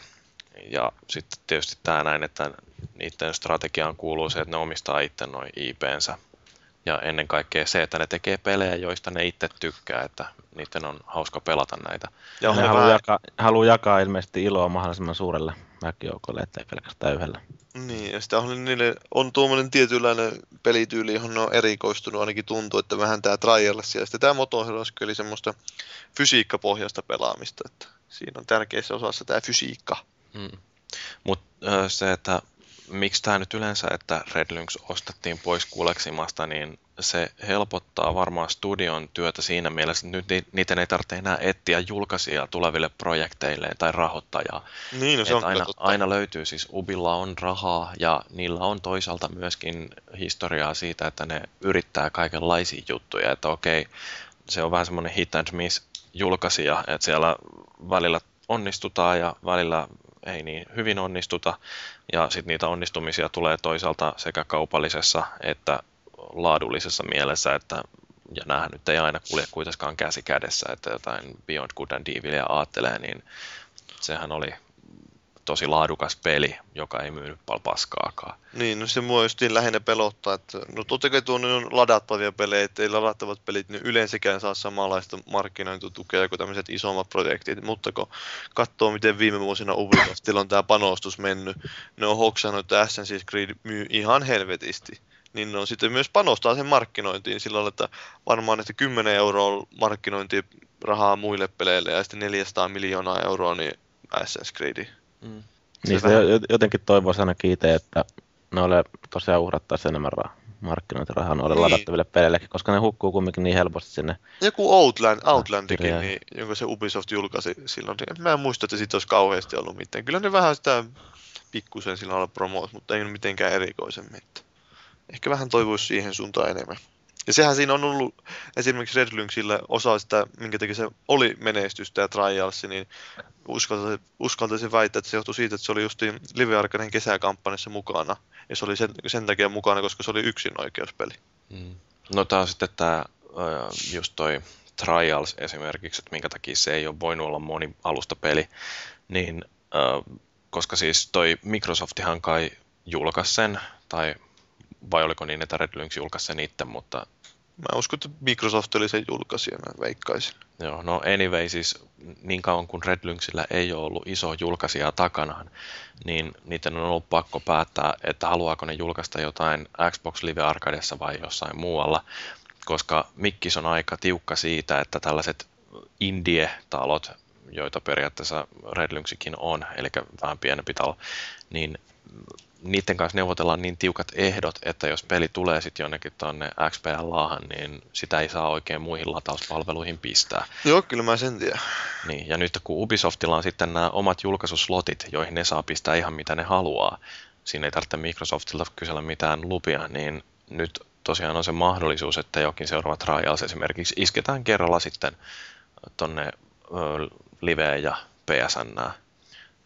Ja sitten tietysti tämä näin, että niiden strategiaan kuuluu se, että ne omistaa itse noin I P:nsä. Ja ennen kaikkea se, että ne tekee pelejä, joista ne itse tykkää, että niiden on hauska pelata näitä. Ja Ne on haluaa vähän, jakaa, haluaa jakaa ilmeisesti iloa mahdollisimman suurelle väkijoukolle, ettei pelkästään yhdellä. niin, ja sitä on, niille on tuommoinen tietynlainen pelityyli, johon ne on erikoistunut, ainakin tuntuu, että vähän tämä Trials ja sitten tämä Motoheroski oli semmoista fysiikkapohjaista pelaamista, että siinä on tärkeässä osassa tämä fysiikka. Hmm. Mutta se, että miksi tämä nyt yleensä, että Red Lynx ostettiin pois Kuleximasta, niin se helpottaa varmaan studion työtä siinä mielessä, että nyt ni- niiden ei tarvitse enää etsiä julkaisijaa tuleville projekteilleen tai rahoittajaa. Niin, no se on aina, kyllä totta. aina löytyy, siis Ubilla on rahaa ja niillä on toisaalta myöskin historiaa siitä, että ne yrittää kaikenlaisia juttuja, että okei, se on vähän semmoinen hit and miss julkaisija, että siellä välillä onnistutaan ja välillä ei niin hyvin onnistuta ja sitten niitä onnistumisia tulee toisaalta sekä kaupallisessa että laadullisessa mielessä, että ja näähän nyt ei aina kulje kuitenkaan käsi kädessä, että jotain Beyond Good and Evilia ajattelee, niin sehän oli tosi laadukas peli, joka ei myynyt paljon paskaakaan. Niin, no se mua justiin lähinnä pelottaa, että no totta kai tuonne on ladattavia pelejä, että ei ladattavat pelit niin yleensäkään saa samanlaista markkinointitukea kuin tämmöiset isommat projektit, mutta kun katsoo, miten viime vuosina Ubisoftilla on tämä panostus mennyt, ne on hoksannut, että Assassin's Creed myy ihan helvetisti, niin ne on sitten myös panostaa sen markkinointiin sillä lailla, että varmaan että kymmenen euroa markkinointirahaa muille peleille ja sitten neljäsataa miljoonaa euroa niin Assassin's Creed. Mm. Niistä vähän- jo- jotenkin toivoisi ainakin itse, että noille tosiaan uhrattaisiin enemmän ra- markkinointirahaa noille Niin. ladattaville peleillekin, koska ne hukkuu kumminkin niin helposti sinne. Joku Outland, Outlandikin, kirjaa. niin, jonka se Ubisoft julkaisi silloin, niin mä en muista, että siitä olisi kauheasti ollut mitään. Kyllä ne vähän sitä pikkusen sillä lailla promoos, mutta ei mitenkään erikoisemmin. Että ehkä vähän toivoisi siihen suuntaan enemmän. Ja sehän siinä on ollut esimerkiksi Red Lynxillä osa sitä, minkä takia se oli menestystä ja Trials, niin uskaltaisin, uskaltaisin väittää, että se johtui siitä, että se oli justiin Live Arcaden kesäkampanjassa mukana. Ja se oli sen, sen takia mukana, koska se oli yksin oikeuspeli. Mm. No tää on sitten tää, just toi Trials esimerkiksi, että minkä takia se ei ole voinut olla moni-alustapeli, niin äh, koska siis toi Microsoftihan kai julkaisi sen, tai vai oliko niin, että Red Lynx julkaisi sen itse, mutta Mä uskon, että Microsoft oli sen julkaisijana, veikkaisin. joo, no anyway, siis niin kauan kuin Red Lynxillä ei ole ollut iso julkaisijaa takanaan, niin niiden on ollut pakko päättää, että haluaako ne julkaista jotain Xbox Live Arcadessa vai jossain muualla, koska Mikkis on aika tiukka siitä, että tällaiset indie-talot, joita periaatteessa Red Lynxikin on, eli vähän pienempi talo, niin niiden kanssa neuvotellaan niin tiukat ehdot, että jos peli tulee sitten jonnekin tuonne X P L:han, niin sitä ei saa oikein muihin latauspalveluihin pistää. Joo, kyllä mä sen tiedän. Niin, ja nyt kun Ubisoftilla on sitten nämä omat julkaisuslotit, joihin ne saa pistää ihan mitä ne haluaa, siinä ei tarvitse Microsoftilta kysellä mitään lupia, niin nyt tosiaan on se mahdollisuus, että jokin seuraava Trials esimerkiksi isketään kerralla sitten tonne ö, Liveen ja P S N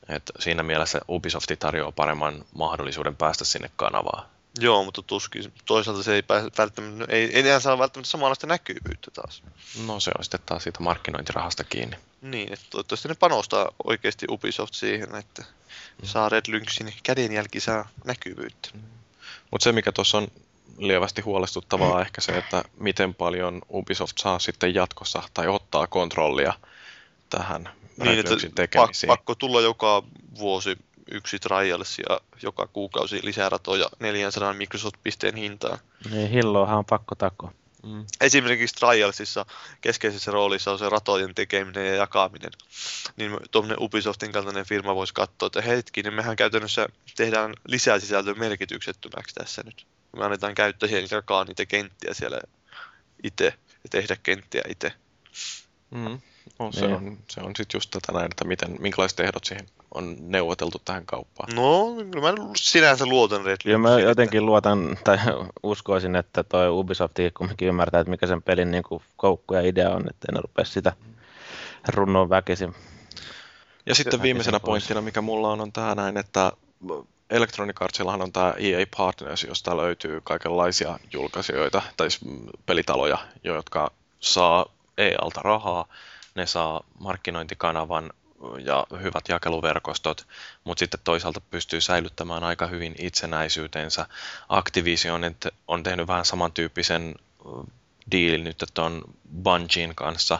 Et siinä mielessä Ubisoft tarjoaa paremman mahdollisuuden päästä sinne kanavaan. Joo, mutta tuskin. Toisaalta se ei pääse välttämättä, ei, ei enää saa välttämättä samanlaista näkyvyyttä taas. No se on sitten taas siitä markkinointirahasta kiinni. Niin, että toivottavasti ne panostaa oikeasti Ubisoft siihen, että mm. saa Red Lynxin kädenjälki saa näkyvyyttä. Mm. Mutta se mikä tuossa on lievästi huolestuttavaa mm. ehkä se, että miten paljon Ubisoft saa sitten jatkossa tai ottaa kontrollia tähän niin, Red Lynxin tekemisiin. Pakko tulla joka vuosi yksi Trials ja joka kuukausi lisää ratoja neljäsataa Microsoft-pisteen hintaan. Niin, hilloahan on pakko takoa. Mm. Esimerkiksi Trialsissa keskeisessä roolissa on se ratojen tekeminen ja jakaminen. Niin tuommoinen Ubisoftin kaltainen firma voisi katsoa, että hetkinen, mehän käytännössä tehdään lisää sisältöä merkityksettömäksi tässä nyt. Me annetaan käyttäjien jakaa niitä kenttiä siellä itse ja tehdä kenttiä itse. Mm. No, se, on, se on sitten just tätä näin, että miten, minkälaiset ehdot siihen on neuvoteltu tähän kauppaan. No, mä sinänsä luotan Red Lynxiin. Kyllä mä jotenkin luotan, tai uskoisin, että toi Ubisoft kumminkin ymmärtää, että mikä sen pelin niin kuin koukku ja idea on, että en rupea sitä runnoa väkisin. Ja sitten viimeisenä pointtina, mikä mulla on, on tämä näin, että Electronic Artsillahan on tämä E A Partners, josta löytyy kaikenlaisia julkaisijoita, tai pelitaloja, jotka saa E A:lta rahaa. Ne saa markkinointikanavan ja hyvät jakeluverkostot, mutta sitten toisaalta pystyy säilyttämään aika hyvin itsenäisyytensä. Activision on tehnyt vähän samantyyppisen diilin nyt tuon Bungien kanssa,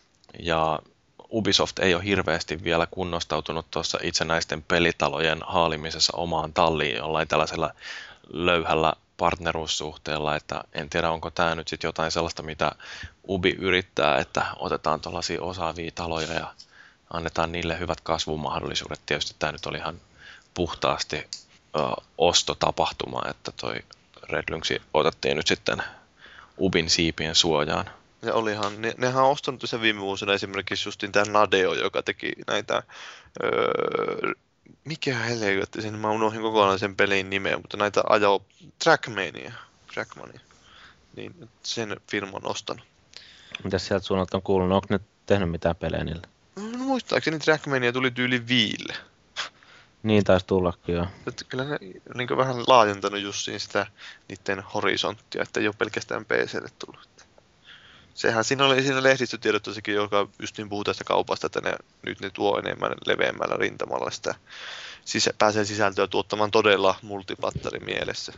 ja Ubisoft ei ole hirveästi vielä kunnostautunut tuossa itsenäisten pelitalojen haalimisessa omaan talliin jollain tällaisella löyhällä partneruussuhteella, että en tiedä onko tämä nyt sitten jotain sellaista, mitä Ubi yrittää, että otetaan tuollaisia osaavia taloja ja annetaan niille hyvät kasvumahdollisuudet. Tietysti tämä nyt oli ihan puhtaasti ö, ostotapahtuma, että toi Red Lynx otettiin nyt sitten Ubin siipien suojaan. Ja olihan, ne, nehän on ostanut sen viime vuosina esimerkiksi justin tämä Nadeo, joka teki näitä, öö, mikä helvetti sen, mä unohdin kokonaan sen pelin nimeä, mutta näitä ajo Trackmania, Trackmania, niin sen firma on ostanut. Mitäs sieltä suunnalta on kuulunut, onko ne tehnyt mitään pelejä niillä? No muistaakseni Trackmania tuli tyyli Viille. Niin taisi tullakin joo. Että kyllä ne niin vähän laajentanut justiin sitä niiden horisonttia, että ei ole pelkästään P C:lle tullut. Sehän siinä oli siinä lehdistötiedotteessakin, joka just niin puhuu tästä kaupasta, että ne, nyt ne tuo enemmän leveämmällä rintamalla sitä sisä, pääsee sisältöä tuottamaan todella multipattari mielessä.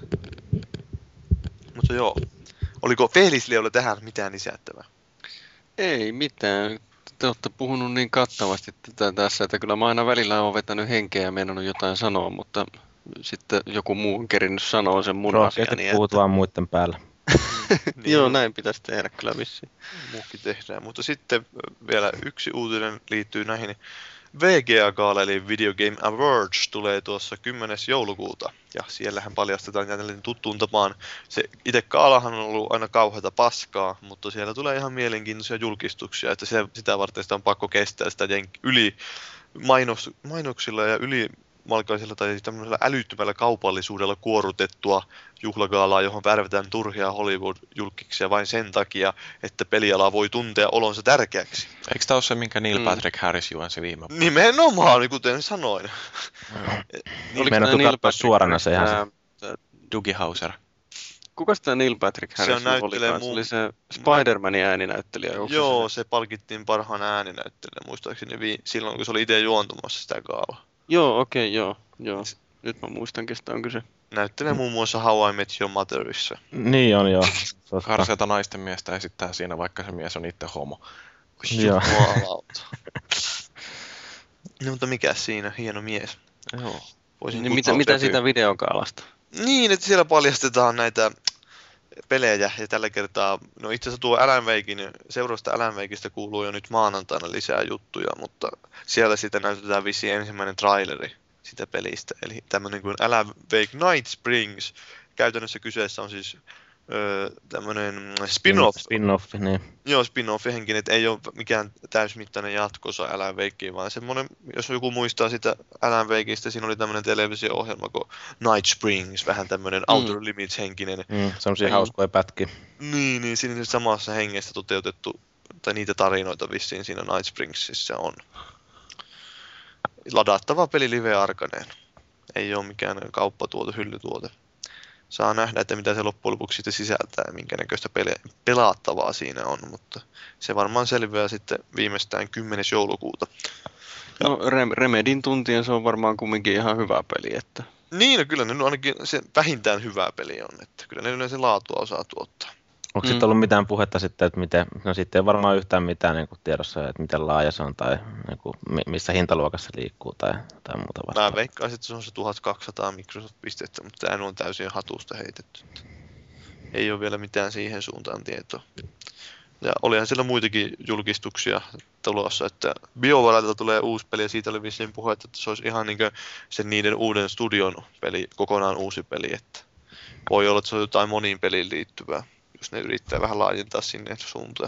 Mutta joo, oliko Felisleolle tähän mitään lisättävää? Ei mitään. Te olette puhunut niin kattavasti tätä tässä, että kyllä mä aina välillä olen vetänyt henkeä ja meinannut jotain sanoa, mutta sitten joku muu on kerinyt sanoa sen mun asian. Niin puhut että... vaan muiden päällä. niin, joo, näin pitäisi tehdä kyllä vissiin. Muukin tehdään, mutta sitten vielä yksi uutinen liittyy näihin V G A-gaala, eli Video Game Awards, tulee tuossa kymmenes joulukuuta. Ja siellähän paljastetaan jälleen tuttuun tapaan. Se itse gaalahan on ollut aina kauheata paskaa, mutta siellä tulee ihan mielenkiintoisia julkistuksia, että se, sitä varten sitä on pakko kestää sitä yli mainos, mainoksilla ja yli malkaisella tai tämmöisellä älyttömällä kaupallisuudella kuorutettua juhlagaalaa, johon värvetään turhia Hollywood-julkkiksia vain sen takia, että peliala voi tuntea olonsa tärkeäksi. Eikö tämä ole se, minkä Neil Patrick mm. Harris juonsi viime vuonna? Nimenomaan, kuten sanoin. Niin, meidän on katsoa suorana se ihan se. Dougie Hauser. Kuka sitä Neil Patrick Harris se oli? Mu- se oli se Spider-Manin ääninäyttelijä. Joo, se, se palkittiin parhaan ääninäyttelijä, muistaakseni vi- silloin, kun se oli itse juontumassa sitä gaalaa. Joo, okei, okay, joo, joo. Nyt mä muistan, kestä on kyse. Näyttelee muun muassa How I Met Your Motherissa. Niin on, joo. Karseata naisten miestä esittää siinä, vaikka se mies on itse homo. Joo. No, mutta mikä siinä? Hieno mies. Joo. Niin mitä, mitä siitä videokaalasta? Niin, että siellä paljastetaan näitä pelejä ja tällä kertaa, no itse asiassa tuo Alan Wakein, seurausta Alan Wakeista kuuluu jo nyt maanantaina lisää juttuja, mutta siellä sitten näytetään vissiin ensimmäinen traileri sitä pelistä, eli tämmöinen kuin Alan Wake Night Springs. Käytännössä kyseessä on siis öö, tämmöinen spin-off. Spin-off, niin. Joo, spin-off henkinen, että ei ole mikään täysmittainen jatkosa Alan Wakeen, vaan semmoinen, jos joku muistaa sitä Alan Wakeista, siinä oli tämmöinen televisio-ohjelma kuin Night Springs, vähän tämmöinen mm. Outer Limits henkinen. Mm, semmoisia hauskoja pätkiä. Niin, niin siinä samassa hengessä toteutettu, tai niitä tarinoita vissiin siinä Night Springsissa on. ladattava peli Live Arcaneen. Ei ole mikään kauppatuote, hyllytuote. Saa nähdä, että mitä se loppujen lopuksi sitten sisältää ja minkä näköistä pele- pelaattavaa siinä on, mutta se varmaan selviää sitten viimeistään kymmenes joulukuuta. No Rem- Remedin tuntien se on varmaan kumminkin ihan hyvä peli, että... Niin, no kyllä ne nyt ainakin se vähintään hyvä peli on, että kyllä ne yleensä laatua osaa tuottaa. Onko Mm. sitten ollut mitään puhetta sitten, että miten, no sitten ei varmaan yhtään mitään niin kuin tiedossa, että miten laaja se on tai niin kuin, mi- missä hintaluokassa se liikkuu tai, tai muuta Mä vastaavaa. veikkaisin, että se on se tuhatkaksisataa Microsoft-pistettä, mutta tämä on täysin hatusta heitetty. Ei ole vielä mitään siihen suuntaan tietoa. Ja olihan siellä muitakin julkistuksia tulossa, että BioWarelta tulee uusi peli ja siitä oli vissiin puhetta, että se olisi ihan niin kuin sen niiden uuden studion peli, kokonaan uusi peli. Että voi olla, että se on jotain moniin peliin liittyvää, jos ne yrittää vähän laajentaa sinne suuntaan.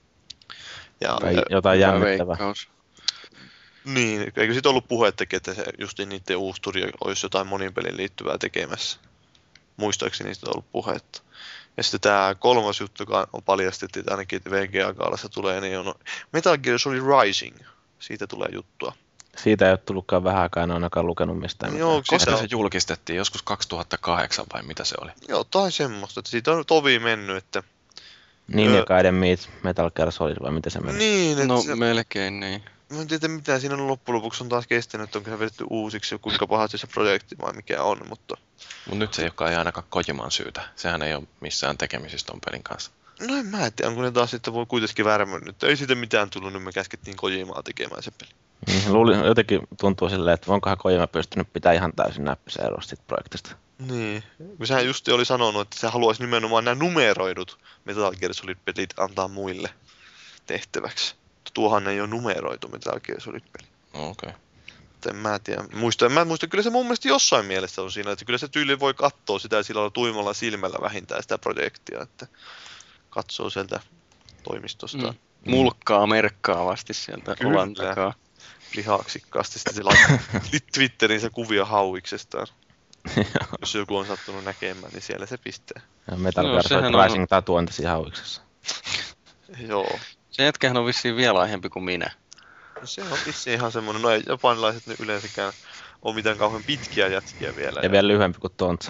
Ja, Tai ja jotain Hyvä jännittävää. veikkaus. niin, eikö siitä ollut puhettakin, että se justiin niiden uusi studio olisi jotain monin pelin liittyvää tekemässä. Muistaakseni siitä on ollut puhetta. Ja sitten tämä kolmas juttu, joka on paljastettu, että ainakin V G A-kaalassa tulee, niin on Metal Gear Solid Rising. Siitä tulee juttua. Siitä ei ole tullutkaan vähän aikaa, en ole ainakaan lukenut mistään. Joo, mitään. Koska sitä se on, julkistettiin? Joskus kaksituhattakahdeksan vai mitä se oli? joo, tai semmoista, että siitä on tovi mennyt, että... Ninja Öö. Gaiden Meet Metal Gear Solid vai miten se meni? Niin, että No se, melkein niin. mä en tiedä mitä siinä on loppujen lopuksi on taas kestänyt, että onko se vedetty uusiksi ja kuinka pahasti se projekti vai mikä on, mutta... Mutta nyt se ei olekaan ainakaan Kojiman syytä. Sehän ei ole missään tekemisissä ton pelin kanssa. No en mä tiedä, onko ne taas sitten voi kuitenkin värmännyt, että ei siitä mitään tullut, niin me käskettiin Kojimaa tekemään se peli. Niin, luulin, jotenkin tuntuu silleen, että onkohan Kojima pystynyt pitää ihan täysin näppisä eroa siitä projektista. Niin, kun sehän justi oli sanonut, että se haluaisi nimenomaan nämä numeroidut Metal Gear Solid-pelit antaa muille tehtäväksi. Tuohan ei ole numeroitu Metal Gear Solid-peli. No, okei. Okay. En mä tiedä. Muista, en mä muista, kyllä se mun mielestä jossain mielessä on siinä, että kyllä se tyyli voi katsoa sitä sillä lailla tuimalla silmällä vähintään sitä projektia, että katsoo sieltä toimistosta. Mm. Mulkkaa merkkaavasti sieltä Kyllä. olan takaa. Lihaksikkaasti sitten se laittaa Twitteriin se kuvia hauiksestaan. Jos joku on sattunut näkemään, niin siellä se pistää. Ja Metal Joo, Gear sehän Solid on- Rising tatuointi siinä hauiksessa. Joo. Se jätkähän on vissiin vielä aiempi kuin minä. No se on vissiin ihan semmonen, no ei japanilaiset nyt yleensäkään ole mitään kauhean pitkiä jätkiä vielä. Ja vielä lyhyempi kuin Tontsa.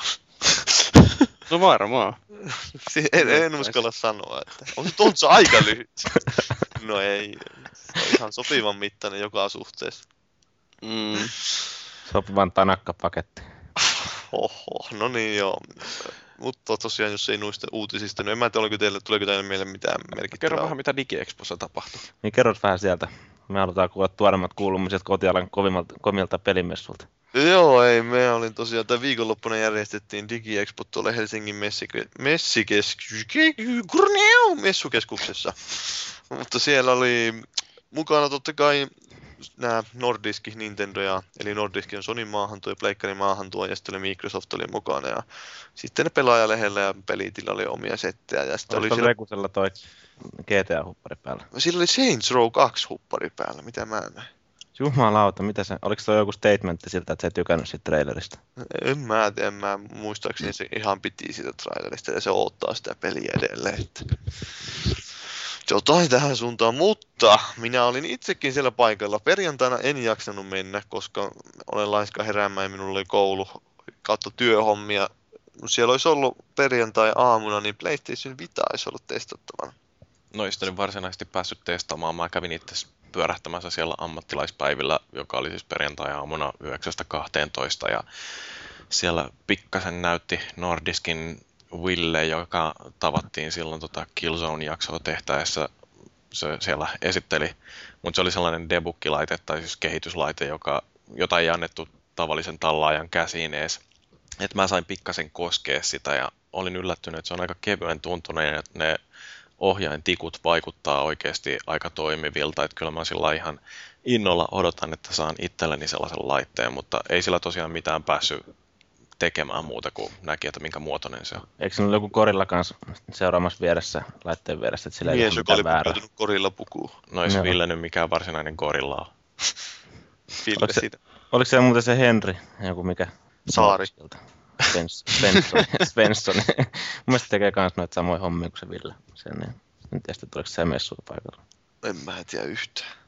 No varmaan. Si- en, en uskalla sanoa, että on se Tontsa aika lyhyt. No ei, se on ihan sopivan mittainen joka suhteessa. Mm. Sopivan tanakkapaketti. Oho, no niin joo. Mutta tosiaan, jos ei noista uutisista, niin en mä tiedä, oliko teille, tuleeko teille mieleen mitään merkittävää. Kerro vähän, mitä DigiExpossa tapahtui. Niin kerrot vähän sieltä. Me halutaan kuulla tuoremmat kuulumiset kotialan kovimmalta, komilta pelimessulta. Joo, ei, me olin tosiaan, tämän viikonloppuna järjestettiin DigiExpo tuolla Helsingin messike- messikeskus... messukeskuksessa. Mutta siellä oli mukana totta kai nämä Nordiski, Nintendo ja, eli Nordiski on Sonin maahantuo ja Pleikkarin maahantuo ja sitten oli Microsoft oli mukana ja sitten ne pelaajalehellä ja pelitillä oli omia settejä ja sitten oli Oliko siellä, Rekusella toi G T A-huppari päällä? siellä oli Saints Row kaksi huppari päällä, mitä mä näin. Jumalauta, mitä se, oliko toi joku statementti siltä, että sä et tykännyt siitä trailerista? En mä tiedä, mä muistaakseni se ihan piti siitä trailerista ja se odottaa sitä peliä edelleen. Että jotain tähän suuntaan, mutta minä olin itsekin siellä paikalla. Perjantaina en jaksanut mennä, koska olen laiska heräämään ja minulla oli koulu kautta työhommia. Siellä olisi ollut perjantai-aamuna, niin PlayStation Vita olisi ollut testattavana. No ei sitä nyt varsinaisesti päässyt testaamaan. Mä kävin itse pyörähtämässä siellä ammattilaispäivillä, joka oli siis perjantai-aamuna yhdeksästä kahteentoista. Ja siellä pikkasen näytti Nordiskin Ville, joka tavattiin silloin tota Killzone-jaksoa tehtäessä. Se siellä esitteli, mutta se oli sellainen debuggilaite tai siis kehityslaite, joka, jota ei annettu tavallisen tallaajan käsiin edes. Et mä sain pikkasen koskea sitä ja olin yllättynyt, että se on aika kevyen tuntunen ja ne ohjaintikut vaikuttaa oikeasti aika toimivilta. Että kyllä mä sillä ihan innolla odotan, että saan itselleni sellaisen laitteen, mutta ei sillä tosiaan mitään päässyt tekemään muuta kuin näki, että minkä muotoinen se on. Eikö sinulla ollut joku korilla kanssa seuraamassa vieressä, laitteen vieressä, että sillä ei Mies, ole joka oli mitään väärää? pukeutunut korilla pukuun. No ei se Joo. Ville nyt mikään varsinainen gorilla ole. Ville Oliko se- siitä. Oliko siellä muuten se Henry, joku mikä? Saari. Svens, Svensson. Svensson. Mun mielestä tekee kans noita samoja hommia kuin se Ville. Sen, niin. En tiedä, että tuleeko se messuun paikalla. En mä tiedä yhtään.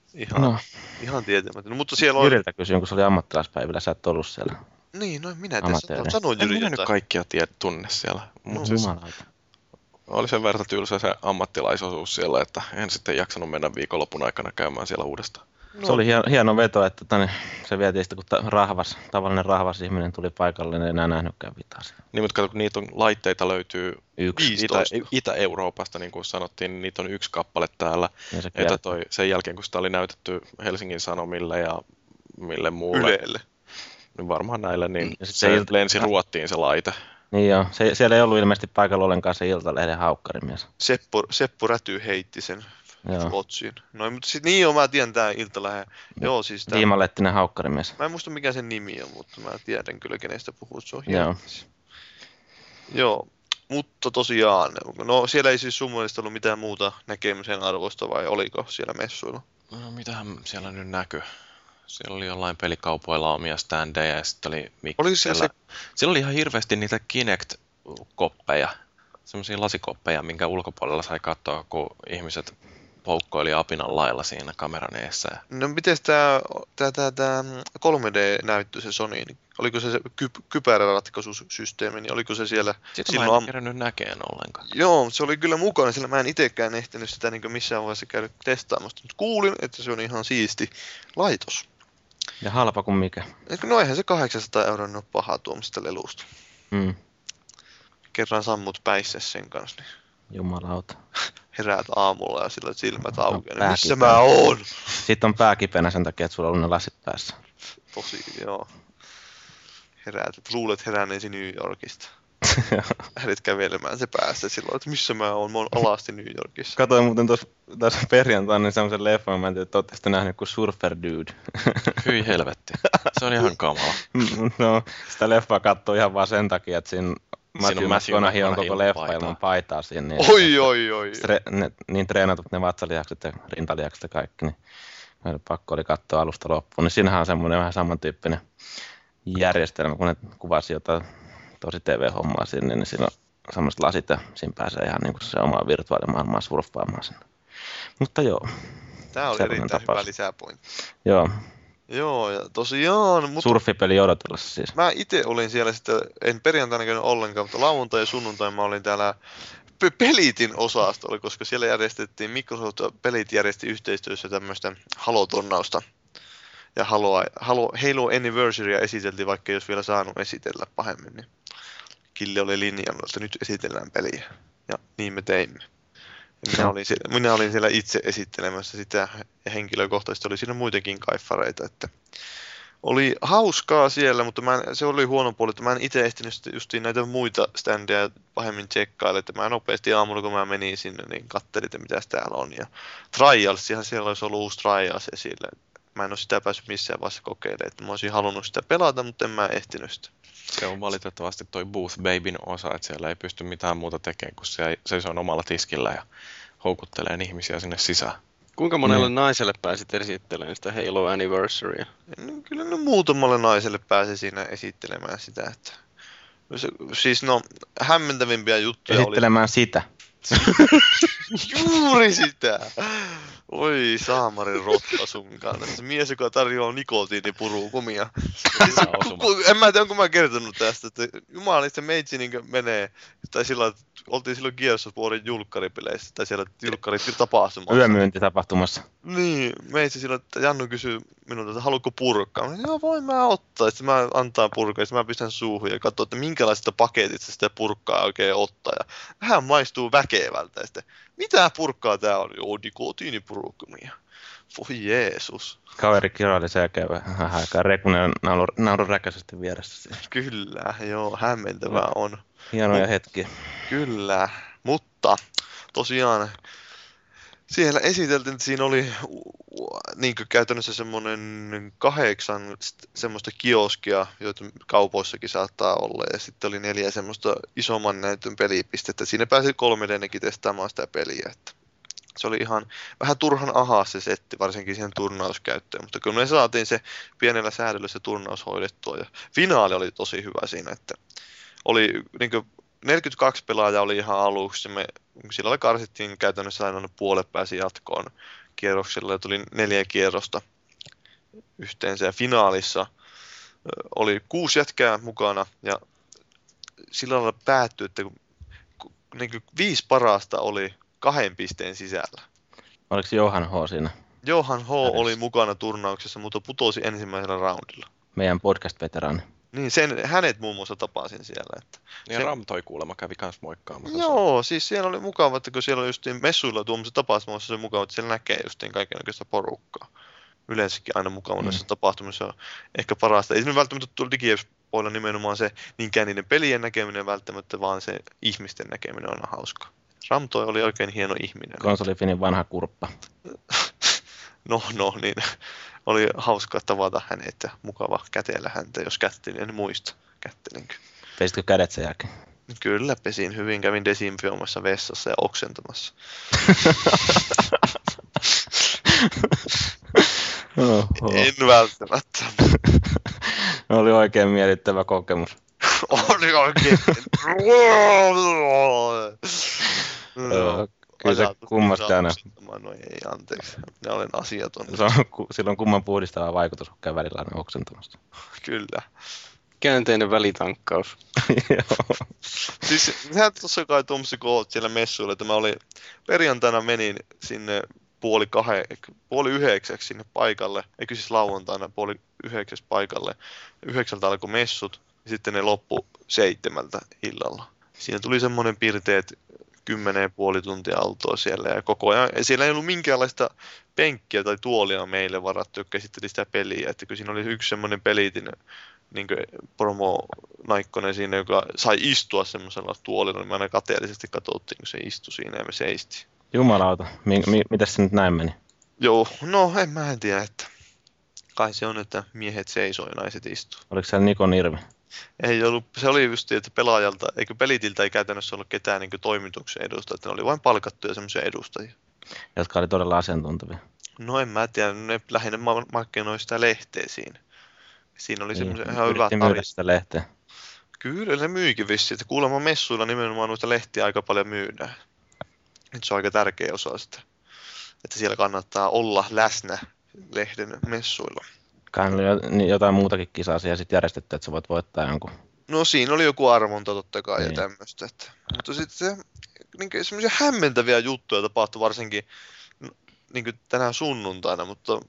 Ihan, No, ihan tietämättä. No, mutta siellä oli... Jyriltä kysyin, kun se oli ammattilaispäivillä, sä et ollut siellä. Niin, no minä tässä Amatööri. sanoin En Jyri minä nyt jotain. kaikkia tiedä tunne siellä. No, Mutta siis Jumalauta. oli sen verran tylsä se ammattilaisosuus siellä, että en sitten jaksanut mennä viikonlopun aikana käymään siellä uudestaan. Se oli hieno, hieno veto, että tani, se vietiin sitten, kun ta, rahvas, tavallinen rahvas ihminen tuli paikalle, niin ei enää nähnytkään vitaa siellä. Niin, mutta kato, kun niitä on, laitteita löytyy Yksi. Itä, viisitoista. Itä-Euroopasta, niin kuin sanottiin, niin niitä on yksi kappale täällä. Ja se Että toi, sen jälkeen, kun sitä oli näytetty Helsingin Sanomille ja mille muulle, Ylelle. niin varmaan näille, niin Ja sit se se ilta- lensi Ruottiin se laite. Niin joo, se, siellä ei ollut ilmeisesti paikalla ollenkaan se Iltalehden haukkarimies. Seppo, Seppo Räty heitti sen Joo, Lotsiin. No, mutta sit, niin joo, mä tiedän tää Iltalehden. Joo, siis tää... Viimalettinen haukkarimies. Mä en muista mikä sen nimi on, mutta mä tiedän kyllä kenestä puhut. Se on hieno. Joo. Joo, mutta tosiaan, no siellä ei siis sun mielestä ollut mitään muuta näkemisen arvosta vai oliko siellä messuilla? No mitähän siellä nyt näkyy? Siellä oli jollain pelikaupoilla omia standeja ja sitten oli mikki Oliko siellä siellä. se, Siellä oli ihan hirveästi niitä Kinect-koppeja, semmoisia lasikoppeja, minkä ulkopuolella sai katsoa, kun ihmiset poukkoili apinan lailla siinä kameran eessä. no miten tää, tää, tää, tää kolme D-näyttö se Sony, niin oliko se se ky, kypäräratkaisusysteemi, niin oliko se siellä Sitä silloin mä en am... kerännyt näkeen ollenkaan. Joo, se oli kyllä mukana, sillä mä en itekään ehtinyt sitä niin missään vaiheessa käydä testaamassa, mutta kuulin, että se on ihan siisti laitos. Ja halpa kuin mikä. Eikö, no eihän se kahdeksansataa euroa ole pahaa tuommoista lelusta. Mm. Kerran sammut päissä sen kanssa, niin Jumalauta. heräät aamulla ja sillä silmät aukeaa. pää Niin missä kipeä. mä oon? Sitten on pää kipeänä sen takia, että sulla on ollut ne lasit päässä. Tosi, joo. Heräät, luulet heränneesi New Yorkista. Lähdit kävelemään se päästä silloin, että missä mä oon, mä oon alasti New Yorkissa. Katoin muuten tuossa perjantaina niin semmoisen leffan, mä en tiedä, että ootte sitten nähnyt kuin Surfer Dude. Hyi helvetti. Se on ihan kamala. No, sitä leffaa katsoo ihan vaan sen takia, että siinä Matthew Matthew McConaughey on McConaughey koko ilman leffa paitaa. ilman paitaa siinä. Niin Oi, oi, oi. Tre, ne, niin treenatut ne vatsalihakset ja rintalihakset ja kaikki, niin meillä pakko oli katsoa alusta loppuun. Niin siinähän on semmoinen vähän samantyyppinen järjestelmä, kun ne kuvasi jotain tosi T V-hommaa sinne, niin siinä on semmoiset lasit ja siinä pääsee ihan niin kuin se omaa virtuaalimaailmaa surffaamaan sinne. Mutta joo, Tää oli sellainen erittäin tapaus. hyvä lisäpointti. joo, Joo, ja tosiaan, mutta surfipeli odotellessa siis. mä itse olin siellä sitten, en perjantaina käynyt ollenkaan, mutta lauantai ja sunnuntai mä olin täällä P- Pelitin osastolla, koska siellä järjestettiin, Microsoft Pelit järjesti yhteistyössä tämmöistä Halo-tonnausta. Ja Halo, Halo, Halo Anniversarya esiteltiin, vaikka ei olisi vielä saanut esitellä pahemmin, niin Kille oli linjannut, että nyt esitellään peliä. Ja niin me teimme. Ja minä, olin siellä, minä olin siellä itse esittelemässä sitä, ja henkilökohtaisesti oli siinä muitakin kaiffareita, että oli hauskaa siellä, mutta mä en, se oli huono puoli, että mä en itse ehtinyt sitten justiin näitä muita standeja pahemmin tsekkailla, että mä nopeasti aamulla kun mä menin sinne, niin katselin, että mitäs täällä on. Ja Trialsihan siellä olisi ollut uusi Trials esillä. Mä en ole sitä päässyt missään vaiheessa kokeilemaan, että mä olisin halunnut sitä pelata, mutta en mä ehtinyt sitä. Se on valitettavasti toi Booth Babyn osa, että siellä ei pysty mitään muuta tekemään, kun se seisoo omalla tiskillä ja houkuttelee ihmisiä sinne sisään. Kuinka monelle Mm. naiselle pääsit esittelemään sitä Halo Anniversarya? No, kyllä ne muutamalle naiselle pääsi siinä esittelemään sitä, että se, siis no hämmentävimpiä juttuja Esittelemään sitä. oli juuri sitä. Oi saamarin rotta sun kanssa. Mies, joka tarjoaa nikotiinipurukumia. En mä tiedä, onko mä kertonut tästä, että jumalista meitsi niin menee, tai sillä että oltiin silloin Gears of Warin julkkaripeleissä, tai siellä julkkaritapahtumassa. Yömyyntitapahtumassa. Niin, meitsi silloin, että Jannu kysyy minulta, että haluatko purkkaa? Mä sanoin, joo, voin mä ottaa. Sitten mä antaa purkkaa, sitten mä pistän suuhun ja katson, että minkälaisesta paketista sitä purkkaa oikein ottaa. Ja vähän maistuu väkevältä. Ja sitten, mitä purkkaa tää on? Joo, nikotiinipurkkumia. Voi Jeesus. Kaveri kiroili sen jälkeen vähän aikaa. Rekunen nauru, nauru räkäisesti vieressä. Siinä. Kyllä, joo, hämmentävää on. Hienoja hetkiä. Kyllä, mutta tosiaan siellä esiteltiin, että siinä oli niin käytännössä semmoinen kahdeksan semmoista kioskia, joita kaupoissakin saattaa olla, ja sitten oli neljä semmoista isomman näytön pelipistettä. Siinä pääsi kolme D-nekin testaamaan sitä peliä, että se oli ihan vähän turhan ahaa se setti, varsinkin siihen turnauskäyttöön, mutta kyllä me saatiin se pienellä säädöllä se turnaus hoidettua, ja finaali oli tosi hyvä siinä, että oli niin kuin neljäkymmentäkaksi pelaajaa oli ihan aluksi, me sillä karsittiin käytännössä aina puolet pääsi jatkoon kierroksella ja tuli neljä kierrosta yhteensä. Ja finaalissa oli kuusi jätkää mukana ja sillä lailla päättyi, että kun, niin kuin viisi parasta oli kahden pisteen sisällä. Oliko Johan H siinä? Johan H Ärissä. oli mukana turnauksessa, mutta putosi ensimmäisellä roundilla. Meidän podcast-veteraani. Niin, sen, hänet muun muassa tapasin siellä. Että Ja se, Ramtoi kuulemma kävi kans moikkaamassa. joo, siis siellä oli mukava, että kun siellä oli justiin messuilla tuommoisessa tapahtumassa, se on mukava, että siellä näkee justiin kaikenlaista porukkaa. Yleensäkin aina mukava näissä mm. tapahtumissa on ehkä parasta. Ei se nyt välttämättä tuolla DigiExpoilla nimenomaan se niinkään niiden pelien näkeminen välttämättä, vaan se ihmisten näkeminen on aina hauskaa. Ramtoi oli oikein hieno ihminen. Konsolifinin vanha kurppa. No, no, niin oli hauska tavata hänet ja mukava kätellä häntä, jos kättelin, en muista. Kättelinkö? Pesitkö kädet sen jälkeen? Kyllä, pesin hyvin. Kävin desinfioimassa vessassa ja oksentamassa. Oho. En välttämättä. Oli oikein miellyttävä kokemus. Oli oikein. Joo, kyllä se kummasti aina. No ei, anteeksi. Minä olen asiaton. Se on, sillä on kumman puhdistava vaikutus, kun käy välillä aina oksentamassa. Kyllä. Käänteinen välitankkaus. Joo. Siis sehän tuossa kai tuommoisia kun oot siellä messuilla, että mä olin perjantaina menin sinne puoli, kahe, puoli yhdeksäksi sinne paikalle, eikö siis lauantaina puoli yhdeksäksi paikalle. Yhdeksältä alkoi messut ja sitten ne loppu seitsemältä illalla. Siinä tuli semmoinen piirteet kymmenen ja puoli tuntia autoa siellä ja koko ajan. Ja siellä ei ollut minkäänlaista penkkiä tai tuolia meille varattu, joka käsitteli sitä peliä. Että kyllä siinä oli yksi semmoinen pelitin niin promo-naikkonen siinä, joka sai istua semmoisella tuolilla, niin me aina kateellisesti katsottiin, kun se istui siinä ja me seistiin. Jumalauta, mi- mi- mitäs se nyt näin meni? Joo, no en mä en tiedä, että kai se on, että miehet seisoo ja naiset istuu. Oliko siellä Niko Nirvi? Ei ollut, se oli just, että pelaajalta, eikö pelitiltä ei käytännössä ollut ketään niin toimituksen edustajia, että ne oli vain palkattuja semmoisia edustajia. Jotka oli todella asiantuntevia. No en mä tiedä, ne lähinnä markkinoi sitä lehteä siinä. Siinä oli semmoisia Niin, ihan hyvä myydä sitä lehteä. Kyllä ne myykin vissiin, että kuulemma messuilla nimenomaan noita lehtiä aika paljon myydään. Nyt se on aika tärkeä osa sitä, että siellä kannattaa olla läsnä lehden messuilla. Kai oli jotain muutakin kisaa siellä sitten järjestetty, että sä voit voittaa jonkun. No siinä oli joku arvonta totta kai niin. Ja tämmöistä. Että. Mutta sitten se, niin semmoisia hämmentäviä juttuja tapahtui varsinkin niin tänään sunnuntaina, mutta